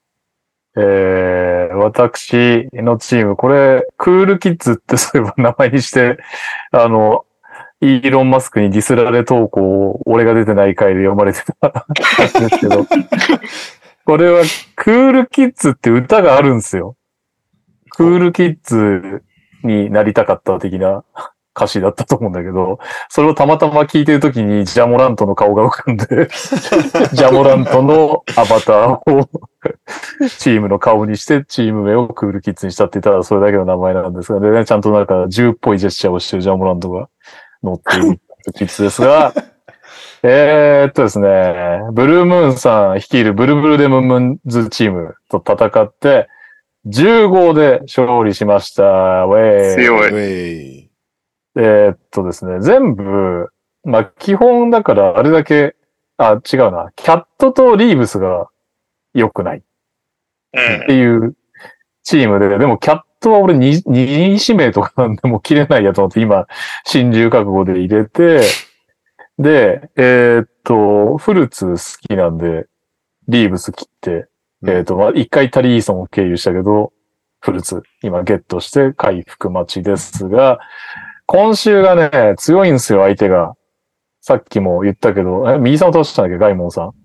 私のチーム、これ、クールキッズってそういえば名前にして、イーロン・マスクにディスられ投稿を俺が出てない回で読まれてたんですけど、これはクールキッズって歌があるんですよ。クールキッズになりたかった的な歌詞だったと思うんだけど、それをたまたま聞いてるときにジャモラントの顔が浮かんで、ジャモラントのアバターをチームの顔にしてチーム名をクールキッズにしたって言ったらそれだけの名前なんですが、でね、ちゃんとなんか銃っぽいジェスチャーをしてるジャモラントが乗っているキッズですが、ですね、ブルームーンさん率いるブルブルデムムンズチームと戦って、15で勝利しました。ウェイ。 強い。 ですね、全部、まあ、基本だからあれだけ、違うな、キャットとリーブスが良くないっていうチームで、でもキャットは俺2指名とかなんでもう切れないやと思って今、心中覚悟で入れて、で、フルーツ好きなんで、リーブス切って、まあ、一回タリーソンを経由したけど、フルーツ今ゲットして回復待ちですが、今週がね、強いんですよ、相手が。さっきも言ったけど、右さんを倒したんだっけ、ガイモンさん。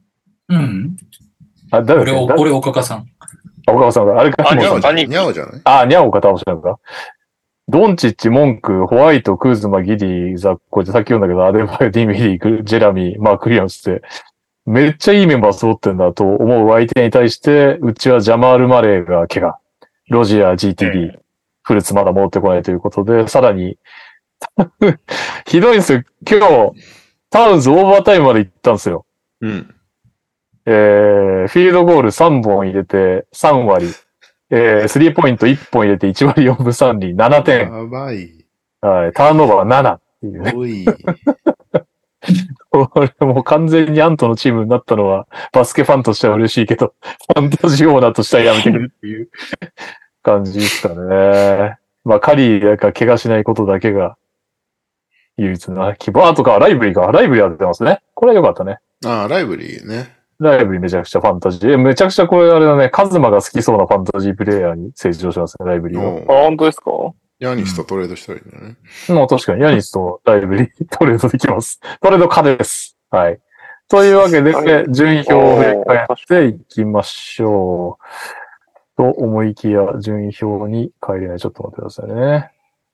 誰だっけ？ 俺、岡川さん。 岡川さんが。あれ、ガイモンさん。 ニャオじゃないニャオが倒したのか。ドンチッチ、モンク、ホワイト、クーズマ、ギリ、ザッコってさっき読んだけど、アデバイオ、ディミリー、ジェラミー、マークリアンスって、めっちゃいいメンバー揃ってんだと思う相手に対して、うちはジャマール・マレーが怪我。ロジア、GTD、フルーツまだ戻ってこないということで、さらに、ひどいんですよ。今日、タウンズオーバータイムまで行ったんですよ。フィールドゴール3本入れて3割。スリーポイント1本入れて1割4分3厘、7点。 やばい。 はい。ターンオーバーは7っていうね。 おい。 これもう完全にアントのチームになったのは、バスケファンとしては嬉しいけど、ファンタジーオーナーとしてはやめてくれっていう感じですかね。まあ、カリーが怪我しないことだけが、唯一の希望。とか、ライブリーが出てますね。これは良かったね。 ライブリーね。 ライブリーめちゃくちゃファンタジー。めちゃくちゃこれあれだね、カズマが好きそうなファンタジープレイヤーに成長しますね、ライブリーは。 本当ですか？ ヤニスとトレードしたらいいんだよね。 確かに、ヤニスとライブリートレードできます。トレード可です。はい。というわけで、順位表を振り返っていきましょう。と思いきや、順位表に帰れない。ちょっと待ってくださいね。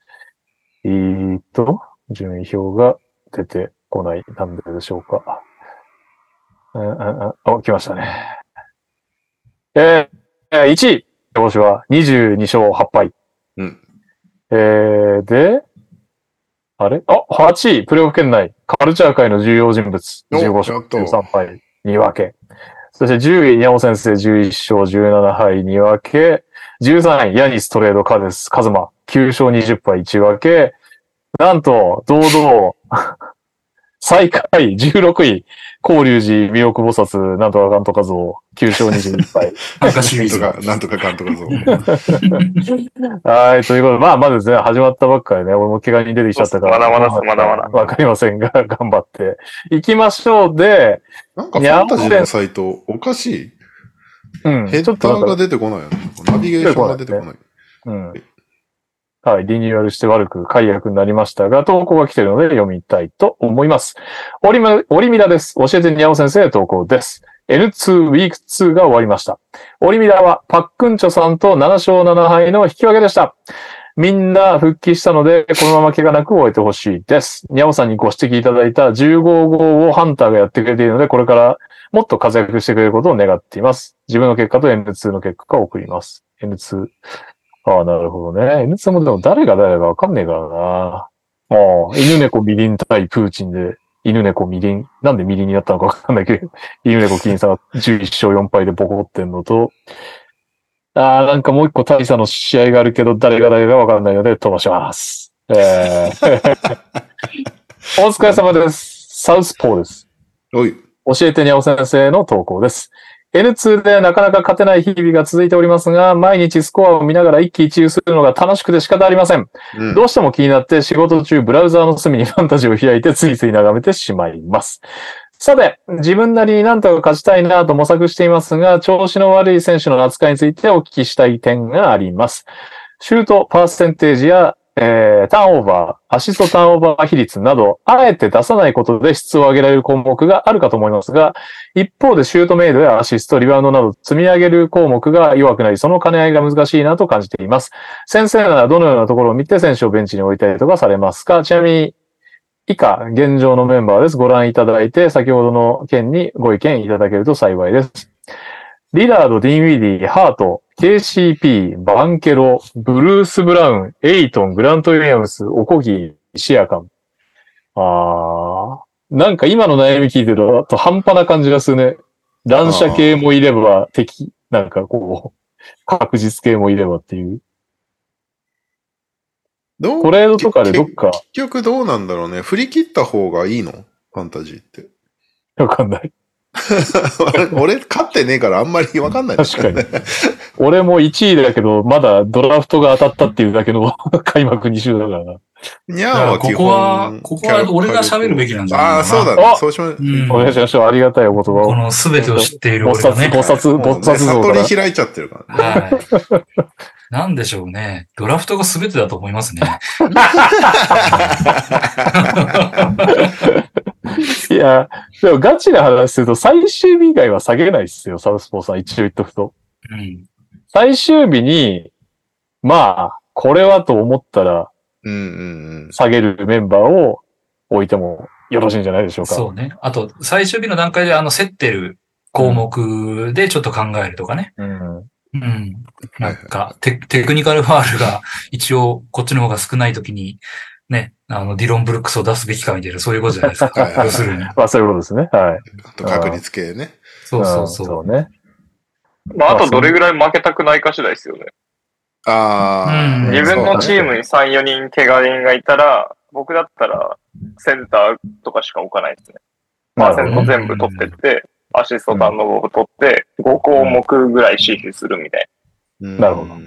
順位表が出てこない。なんででしょうか。来ましたね。1位、今年は22勝8敗。で、8位、プレイオフ圏内、カルチャー界の重要人物、15勝13敗、2分け。そして10位、ニャオ先生、11勝17敗、2分け。13位、ヤニストレードカズマ、9勝20敗、1分け。なんと、堂々、最下位、16位、高龍寺、三奥菩薩、なんとかかんとか像、9勝21敗。 なんとかかんとか像。 はい、ということで、まあですね、始まったばっかりね、俺も怪我に出てきちゃったから。 まだ。 わかりませんが、頑張っていきましょう。で、 なんかファンタジーのサイト、おかしい。ヘッダーが出てこないよね。ナビゲーションが出てこない。はい、リニューアルして悪く解約になりましたが、投稿が来ているので読みたいと思います。オリミラです。教えてニャオ先生投稿です。N2 ウィーク2が終わりました。オリミラはパックンチョさんと7勝7敗の引き分けでした。みんな復帰したので、このまま怪我なく終えてほしいです。ニャオさんにご指摘いただいた15号をハンターがやってくれているので、これからもっと活躍してくれることを願っています。自分の結果と N2 の結果を送ります。N2 ああ、なるほどね。N2 もでも誰が誰かわかんねえからな。ああ、犬猫みりん対プーチンで、犬猫みりん、なんでみりんになったのかわかんないけど、犬猫金さんが11勝4敗でボコってんのと、なんかもう一個大差の試合があるけど、誰が誰かわかんないので飛ばします。お疲れ様です。サウスポーです。 おい。 教えてにゃお先生の投稿です。N2 でなかなか勝てない日々が続いておりますが、毎日スコアを見ながら一喜一憂するのが楽しくて仕方ありません。どうしても気になって仕事中ブラウザーの隅にファンタジーを開いてついつい眺めてしまいます。さて、自分なりになんとか勝ちたいなと模索していますが、調子の悪い選手の扱いについてお聞きしたい点があります。シュートパーセンテージやターンオーバー、アシストターンオーバー比率など、あえて出さないことで質を上げられる項目があるかと思いますが、一方でシュートメイドやアシスト、リバウンドなど積み上げる項目が弱くなり、その兼ね合いが難しいなと感じています。先生ならどのようなところを見て選手をベンチに置いたりとかされますか？ちなみに、以下、現状のメンバーです。ご覧いただいて、先ほどの件にご意見いただけると幸いです。リラード、ディンウィディ、ハート、KCP、バンケロ、ブルース・ブラウン、エイトン、グラント・ウィリアムス、オコギ、シアカン。なんか今の悩み聞いてると半端な感じがするね。乱射系もいれば、なんかこう、確実系もいればっていう。トレードとかでどっか。 結局どうなんだろうね。振り切った方がいいの？ファンタジーって。 わかんない。 俺勝ってねえからあんまりわかんない。 確かに。俺も1位だけど、まだドラフトが当たったっていうだけの開幕2週だからな。 にゃーは基本ここは俺が喋るべきなんじゃないかな。 そうだね。そうしましょう。 お願いしましょう。ありがたいお言葉を。 この全てを知っている俺がね。 ご冊像から。 悟り開いちゃってるからね。はい。なんでしょうね。ドラフトが全てだと思いますね。 いや、でもガチな話すると最終日以外は下げないっすよ、サウスポーさん。一応言っとくと。 うん、 最終日に、まあ、これはと思ったら、下げるメンバーを置いてもよろしいんじゃないでしょうか。 そうね。あと、最終日の段階で競ってる項目でちょっと考えるとかね。なんかテクニカルファールが一応こっちの方が少ないときに、ね、ディロン・ブルックスを出すべきかみたいな、そういうことじゃないですか。要するに。 まあ、そういうことですね。はい。 あと確率系ね。 そうね。 まあ、あとどれぐらい負けたくないか次第ですよね。自分のチームに3、4人怪我人がいたら、僕だったらセンターとかしか置かないですね。パーセント全部取ってって、アシストターンの5取って、5項目ぐらい支持するみたいな。なるほど。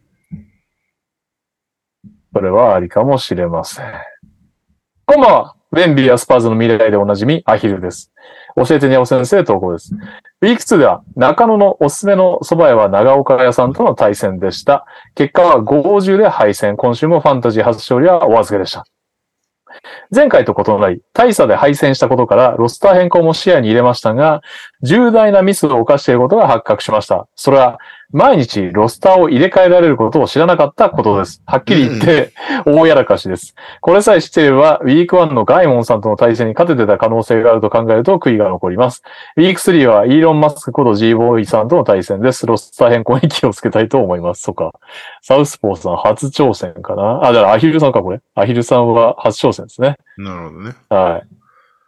それはありかもしれません。こんばんは。ウェンビーやスパーズの未来でおなじみ、アヒルです。教えてにゃお先生投稿です。ウィーク2では、中野のおすすめの蕎麦屋は長岡屋さんとの対戦でした。結果は5-10で敗戦。今週もファンタジー初勝利はお預けでした。前回と異なり、大差で敗戦したことからロスター変更も視野に入れましたが、重大なミスを犯していることが発覚しました。それは、毎日ロスターを入れ替えられることを知らなかったことです。はっきり言って、大やらかしです。これさえ知っていれば、ウィーク1のガイモンさんとの対戦に勝ててた可能性があると考えると悔いが残ります。ウィーク3はイーロン・マスクこと G ボーイさんとの対戦です。ロスター変更に気をつけたいと思います。そっか。サウスポーさん初挑戦かな。だからアヒルさんか、これ。アヒルさんは初挑戦ですね。 なるほどね。 はい。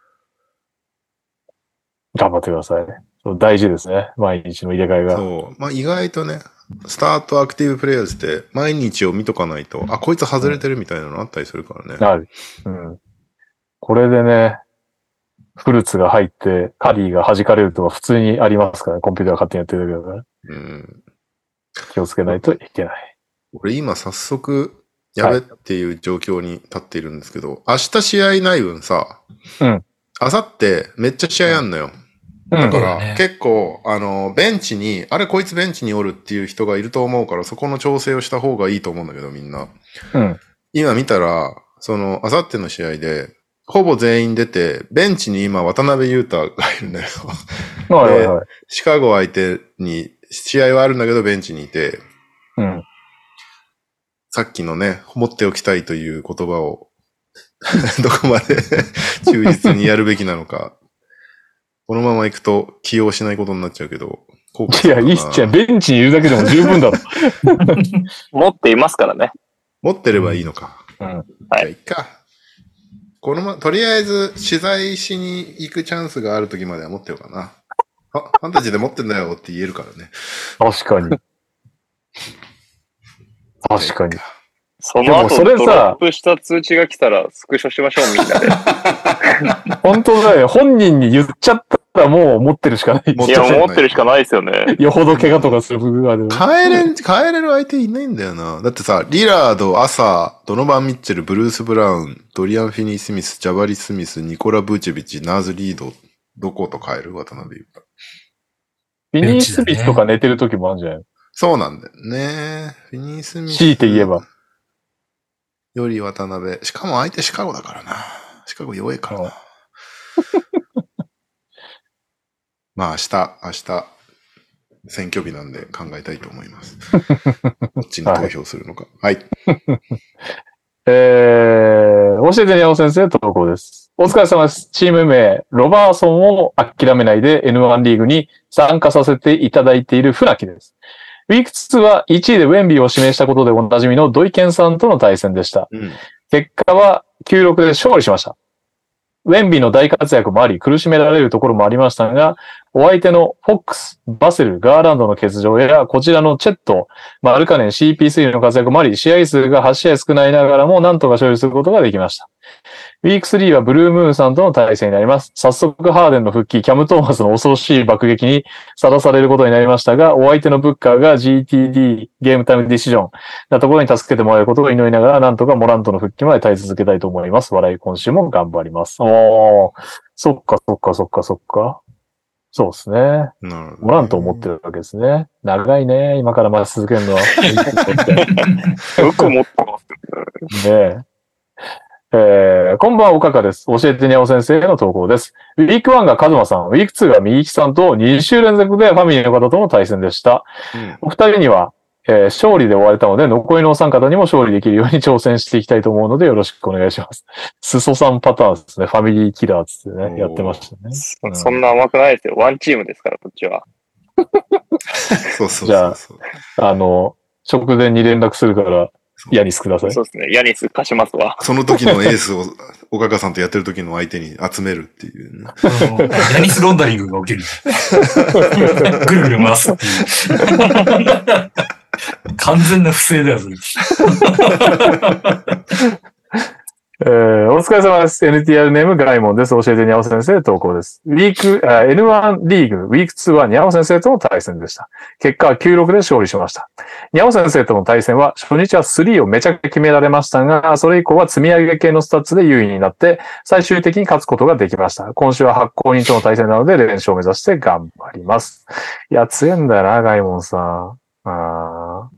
頑張ってくださいね。大事ですね。毎日の入れ替えが。 そう。まあ意外とね、スタートアクティブプレイヤーズって毎日を見とかないと、こいつ外れてるみたいなのあったりするからね。 ある。うん。これでね、フルーツが入ってカリーが弾かれるとは普通にありますからね。コンピューターが勝手にやってるだけだから。気をつけないといけない。 俺今早速、やべっていう状況に立っているんですけど、明日試合ない分さ、明後日めっちゃ試合やんのよ。だから、結構、ベンチに、こいつベンチにおるっていう人がいると思うから、そこの調整をした方がいいと思うんだけど、みんな。今見たら、明後日の試合で、ほぼ全員出て、ベンチに今、渡辺裕太がいるんだよ。シカゴ相手に、試合はあるんだけど、ベンチにいて、さっきのね、持っておきたいという言葉を、どこまで忠実にやるべきなのか。このまま行くと起用しないことになっちゃうけど、 いや、いいっちゃん。ベンチにいるだけでも十分だろ。 持っていますからね。 持ってればいいのか。 うん。 はいじゃあいっか。とりあえず、取材しに行くチャンスがある時までは持ってようかな。ファンタジーで持ってんだよって言えるからね。 確かに。確かに。 その後、 でもそれさドロップした通知が来たら、スクショしましょう、みんなで。 本当だよ。本人に言っちゃったらもう持ってるしかない。 いや、持ってるしかないですよね。 よほど怪我とかする部分がある。 変えれる相手いないんだよな。だってさ、リラード、アサー、ドノバン・ミッチェル、ブルース・ブラウン、ドリアン・フィニー・スミス、ジャバリ・スミス、ニコラ・ブーチェビッチ、ナーズ・リード、どこと変える渡辺優太。 フィニー・スミスとか寝てる時もあるんじゃないの？ そうなんだよね。フィニー・スミス。 強いて言えば。 より渡辺。しかも相手シカゴだからな。シカゴ弱いからな。まあ明日、選挙日なんで考えたいと思います。どっちに投票するのか。はい。 教えてにゃお先生投稿です。お疲れ様です。チーム名、ロバーソンを諦めないで N1 リーグに参加させていただいている船木です。ウィーク2は1位でウェンビーを指名したことでおなじみの土井健さんとの対戦でした。 うん、 結果は9-6で勝利しました。ウェンビーの大活躍もあり、苦しめられるところもありましたが、お相手のフォックス、バセル、ガーランドの欠場や、こちらのチェット、マルカネン、CP3 の活躍もあり、試合数が8試合少ないながらも、なんとか勝利することができました。ウィーク3はブルームーンさんとの対戦になります。早速ハーデンの復帰、キャム・トーマスの恐ろしい爆撃にさらされることになりましたが、お相手のブッカーが GTD、ゲームタイムディシジョンなところに助けてもらえることを祈りながら、なんとかモラントの復帰まで耐え続けたいと思います。笑い今週も頑張ります。そっか。そうですね。 なるほどね。 モラントを持ってるわけですね。長いね。今からまだ続けるのは。 よく持ってますねえ。こんばんは、おかかです。教えてにゃお先生への投稿です。ウィーク1がカズマさん、ウィーク2がみゆきさんと2週連続でファミリーの方との対戦でした。お二人には、勝利で終われたので、残りのお三方にも勝利できるように挑戦していきたいと思うので、よろしくお願いします。すそさんパターンですね。ファミリーキラーつってね、やってましたね。 そんな甘くないですよ。ワンチームですから、こっちは。 そう。 じゃあ、直前に連絡するから、ヤニスください。 そうですね。ヤニス貸しますわ。 その時のエースを、岡川さんとやってる時の相手に集めるっていう、ね。 ヤニスロンダリングが起きる。ぐるぐる回すっていう。完全な不正だよ、それ。 お疲れ様です。NTR ネームガイモンです。教えてにゃお先生投稿です。N1 リーグ、ウィーク2はにゃお先生との対戦でした。結果は 9-6 で勝利しました。にゃお先生との対戦は、初日は3をめちゃくちゃ決められましたが、それ以降は積み上げ系のスタッツで優位になって、最終的に勝つことができました。今週は発行人との対戦なので、連勝を目指して頑張ります。いや、強いんだよな、ガイモンさん。はい。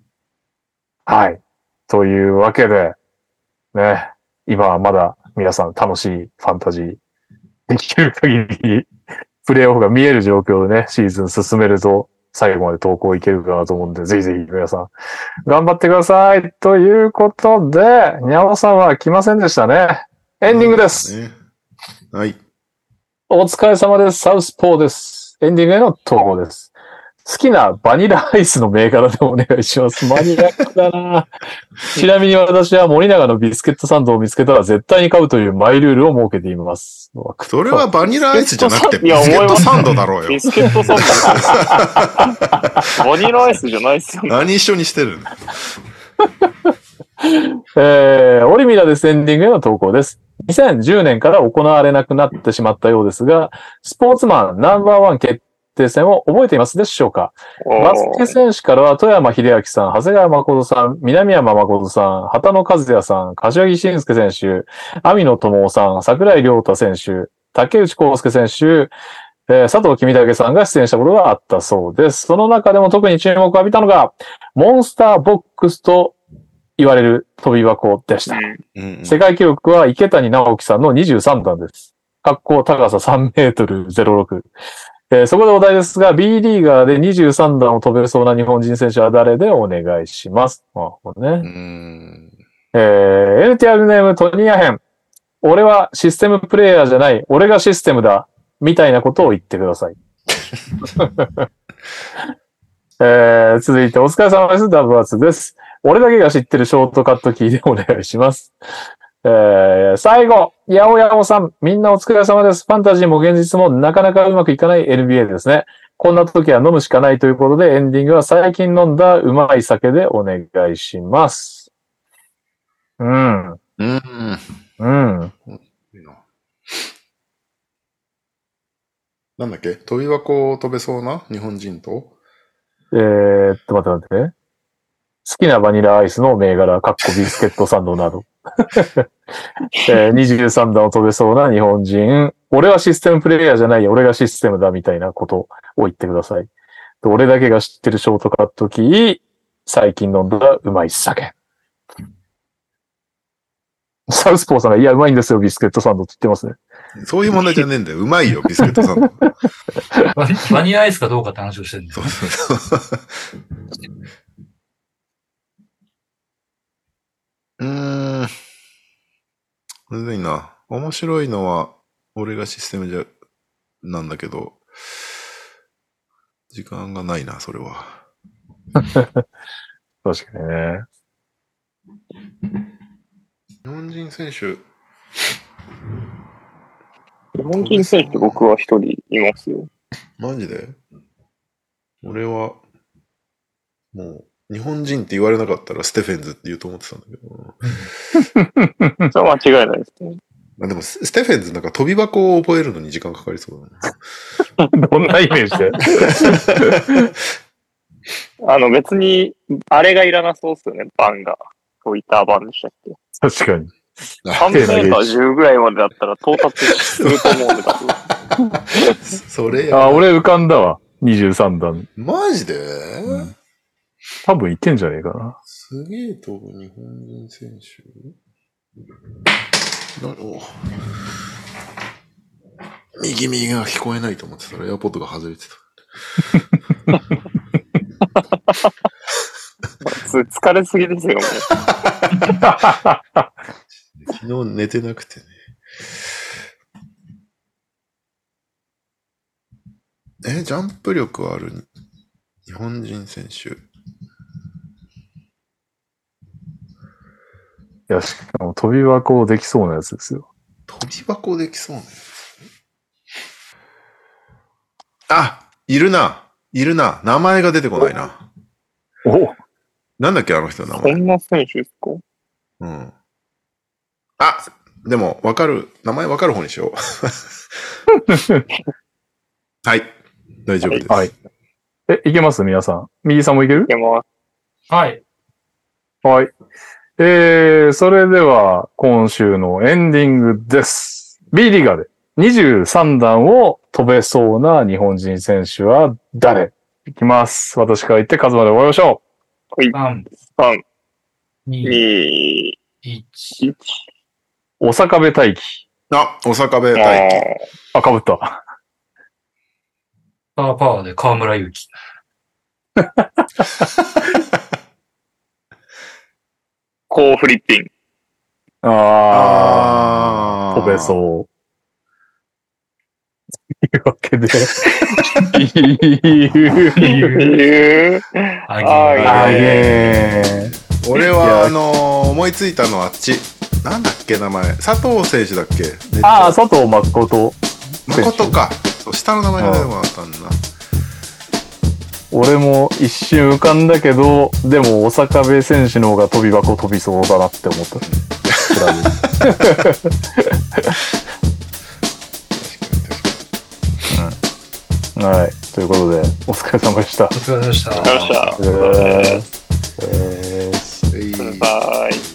というわけで、ね。今はまだ皆さん楽しいファンタジーできる限りプレイオフが見える状況でね、シーズン進めると最後まで投稿いけるかなと思うんで、ぜひぜひ皆さん頑張ってください。ということで、にゃおさんは来ませんでしたね。エンディングです。 はい。 お疲れ様です。サウスポーです。エンディングへの投稿です。好きなバニラアイスの銘柄でお願いします。マニアックだな。ちなみに私は森永のビスケットサンドを見つけたら絶対に買うというマイルールを設けています。 それはバニラアイスじゃなくてビスケットサンドだろうよ。 ビスケットサンド。バニラアイスじゃないっすよね。 何一緒にしてるのオリミラです。エンディングへの投稿です。2010年から行われなくなってしまったようですが、スポーツマンナンバー1決定戦を覚えていますでしょうか？バスケ選手からは富山秀明さん、長谷川誠さん、南山誠さん、畑野和也さん、柏木慎介選手、網野智夫さん、桜井亮太選手、竹内康介選手、佐藤君武さんが出演したことがあったそうです。その中でも特に注目を浴びたのが、モンスターボックスと言われる飛び箱でした。世界記録は池谷直樹さんの23段です。高さ3メートル06。そこでお題ですが、B リーガーで23段を飛べそうな日本人選手は誰でお願いします。NTR ネームトニア編。俺はシステムプレイヤーじゃない。俺がシステムだ。みたいなことを言ってください。 続いてお疲れ様です。ダブアツです。俺だけが知ってるショートカットキーでお願いします。最後、ヤオヤオさん、みんなお疲れ様です。ファンタジーも現実もなかなかうまくいかない NBA ですね。こんな時は飲むしかないということで、エンディングは最近飲んだうまい酒でお願いします。うん。うん。うん。 なんだっけ？飛び箱を飛べそうな日本人と待って。好きなバニラアイスの銘柄、ビスケットサンドなど。23段を飛べそうな日本人。俺はシステムプレイヤーじゃないよ。俺がシステムだみたいなことを言ってください。俺だけが知ってるショートカットキー。最近飲んだうまい酒。サウスポーさんが、いや、うまいんですよ、ビスケットサンドって言ってますね。 そういう問題じゃねえんだよ。うまいよ、ビスケットサンド。 バニラアイスかどうかって話をしてるんだよ。そう。 むずいな。面白いのは、俺がシステムなんだけど、時間がないな、それは。 確かにね。 日本人選手。 日本人選手僕は一人いますよ。 マジで？俺は、もう、日本人って言われなかったらステフェンズって言うと思ってたんだけど。 それは間違いないですね。 まあでも、ステフェンズなんか飛び箱を覚えるのに時間かかりそうだな。どんなイメージで別に、あれがいらなそうっすよね、バンが。トイターバンでしたっけ？ 確かに。 3メーター10ぐらいまでだったら到達すると思うんで、多分。 それや。 俺浮かんだわ。23段。 マジで？ 多分いけんじゃねえかな。 すげえと日本人選手右が聞こえないと思ってたらエアポッドが外れてた。疲れすぎですよ、もう。 昨日寝てなくてね。ジャンプ力はある日本人選手。 いや、しかも飛び箱できそうなやつですよ。 飛び箱できそうなやつ。あ、いるな。名前が出てこないな。 お、 なんだっけ、あの人の名前。 こんな選手ですか？ うん。あ、でも、名前わかる方にしよう。はい。大丈夫です。 はい。いけます皆さん。右さんもいける？ いけます。 はい。 はい。それでは、今週のエンディングです。B リーガーで23段を飛べそうな日本人選手は誰？いきます。私から言って数まで終わりましょう。はい。3、2、1。 おさかべ大輝。 おさかべ大輝。 かぶった。 パワーで河村勇輝。 コーフリッピン。 飛べそう。というわけで。 俺は、思いついたのはあっち。なんだっけ、名前。佐藤選手だっけ？ 佐藤誠。 誠か。下の名前が出てもらったんだな。 俺も一瞬浮かんだけど、でも、おさかべ選手の方が飛び箱飛びそうだなって思った。はい。ということで、お疲れ様でした。 お疲れ様でした。 お疲れ様でした。バイバイ。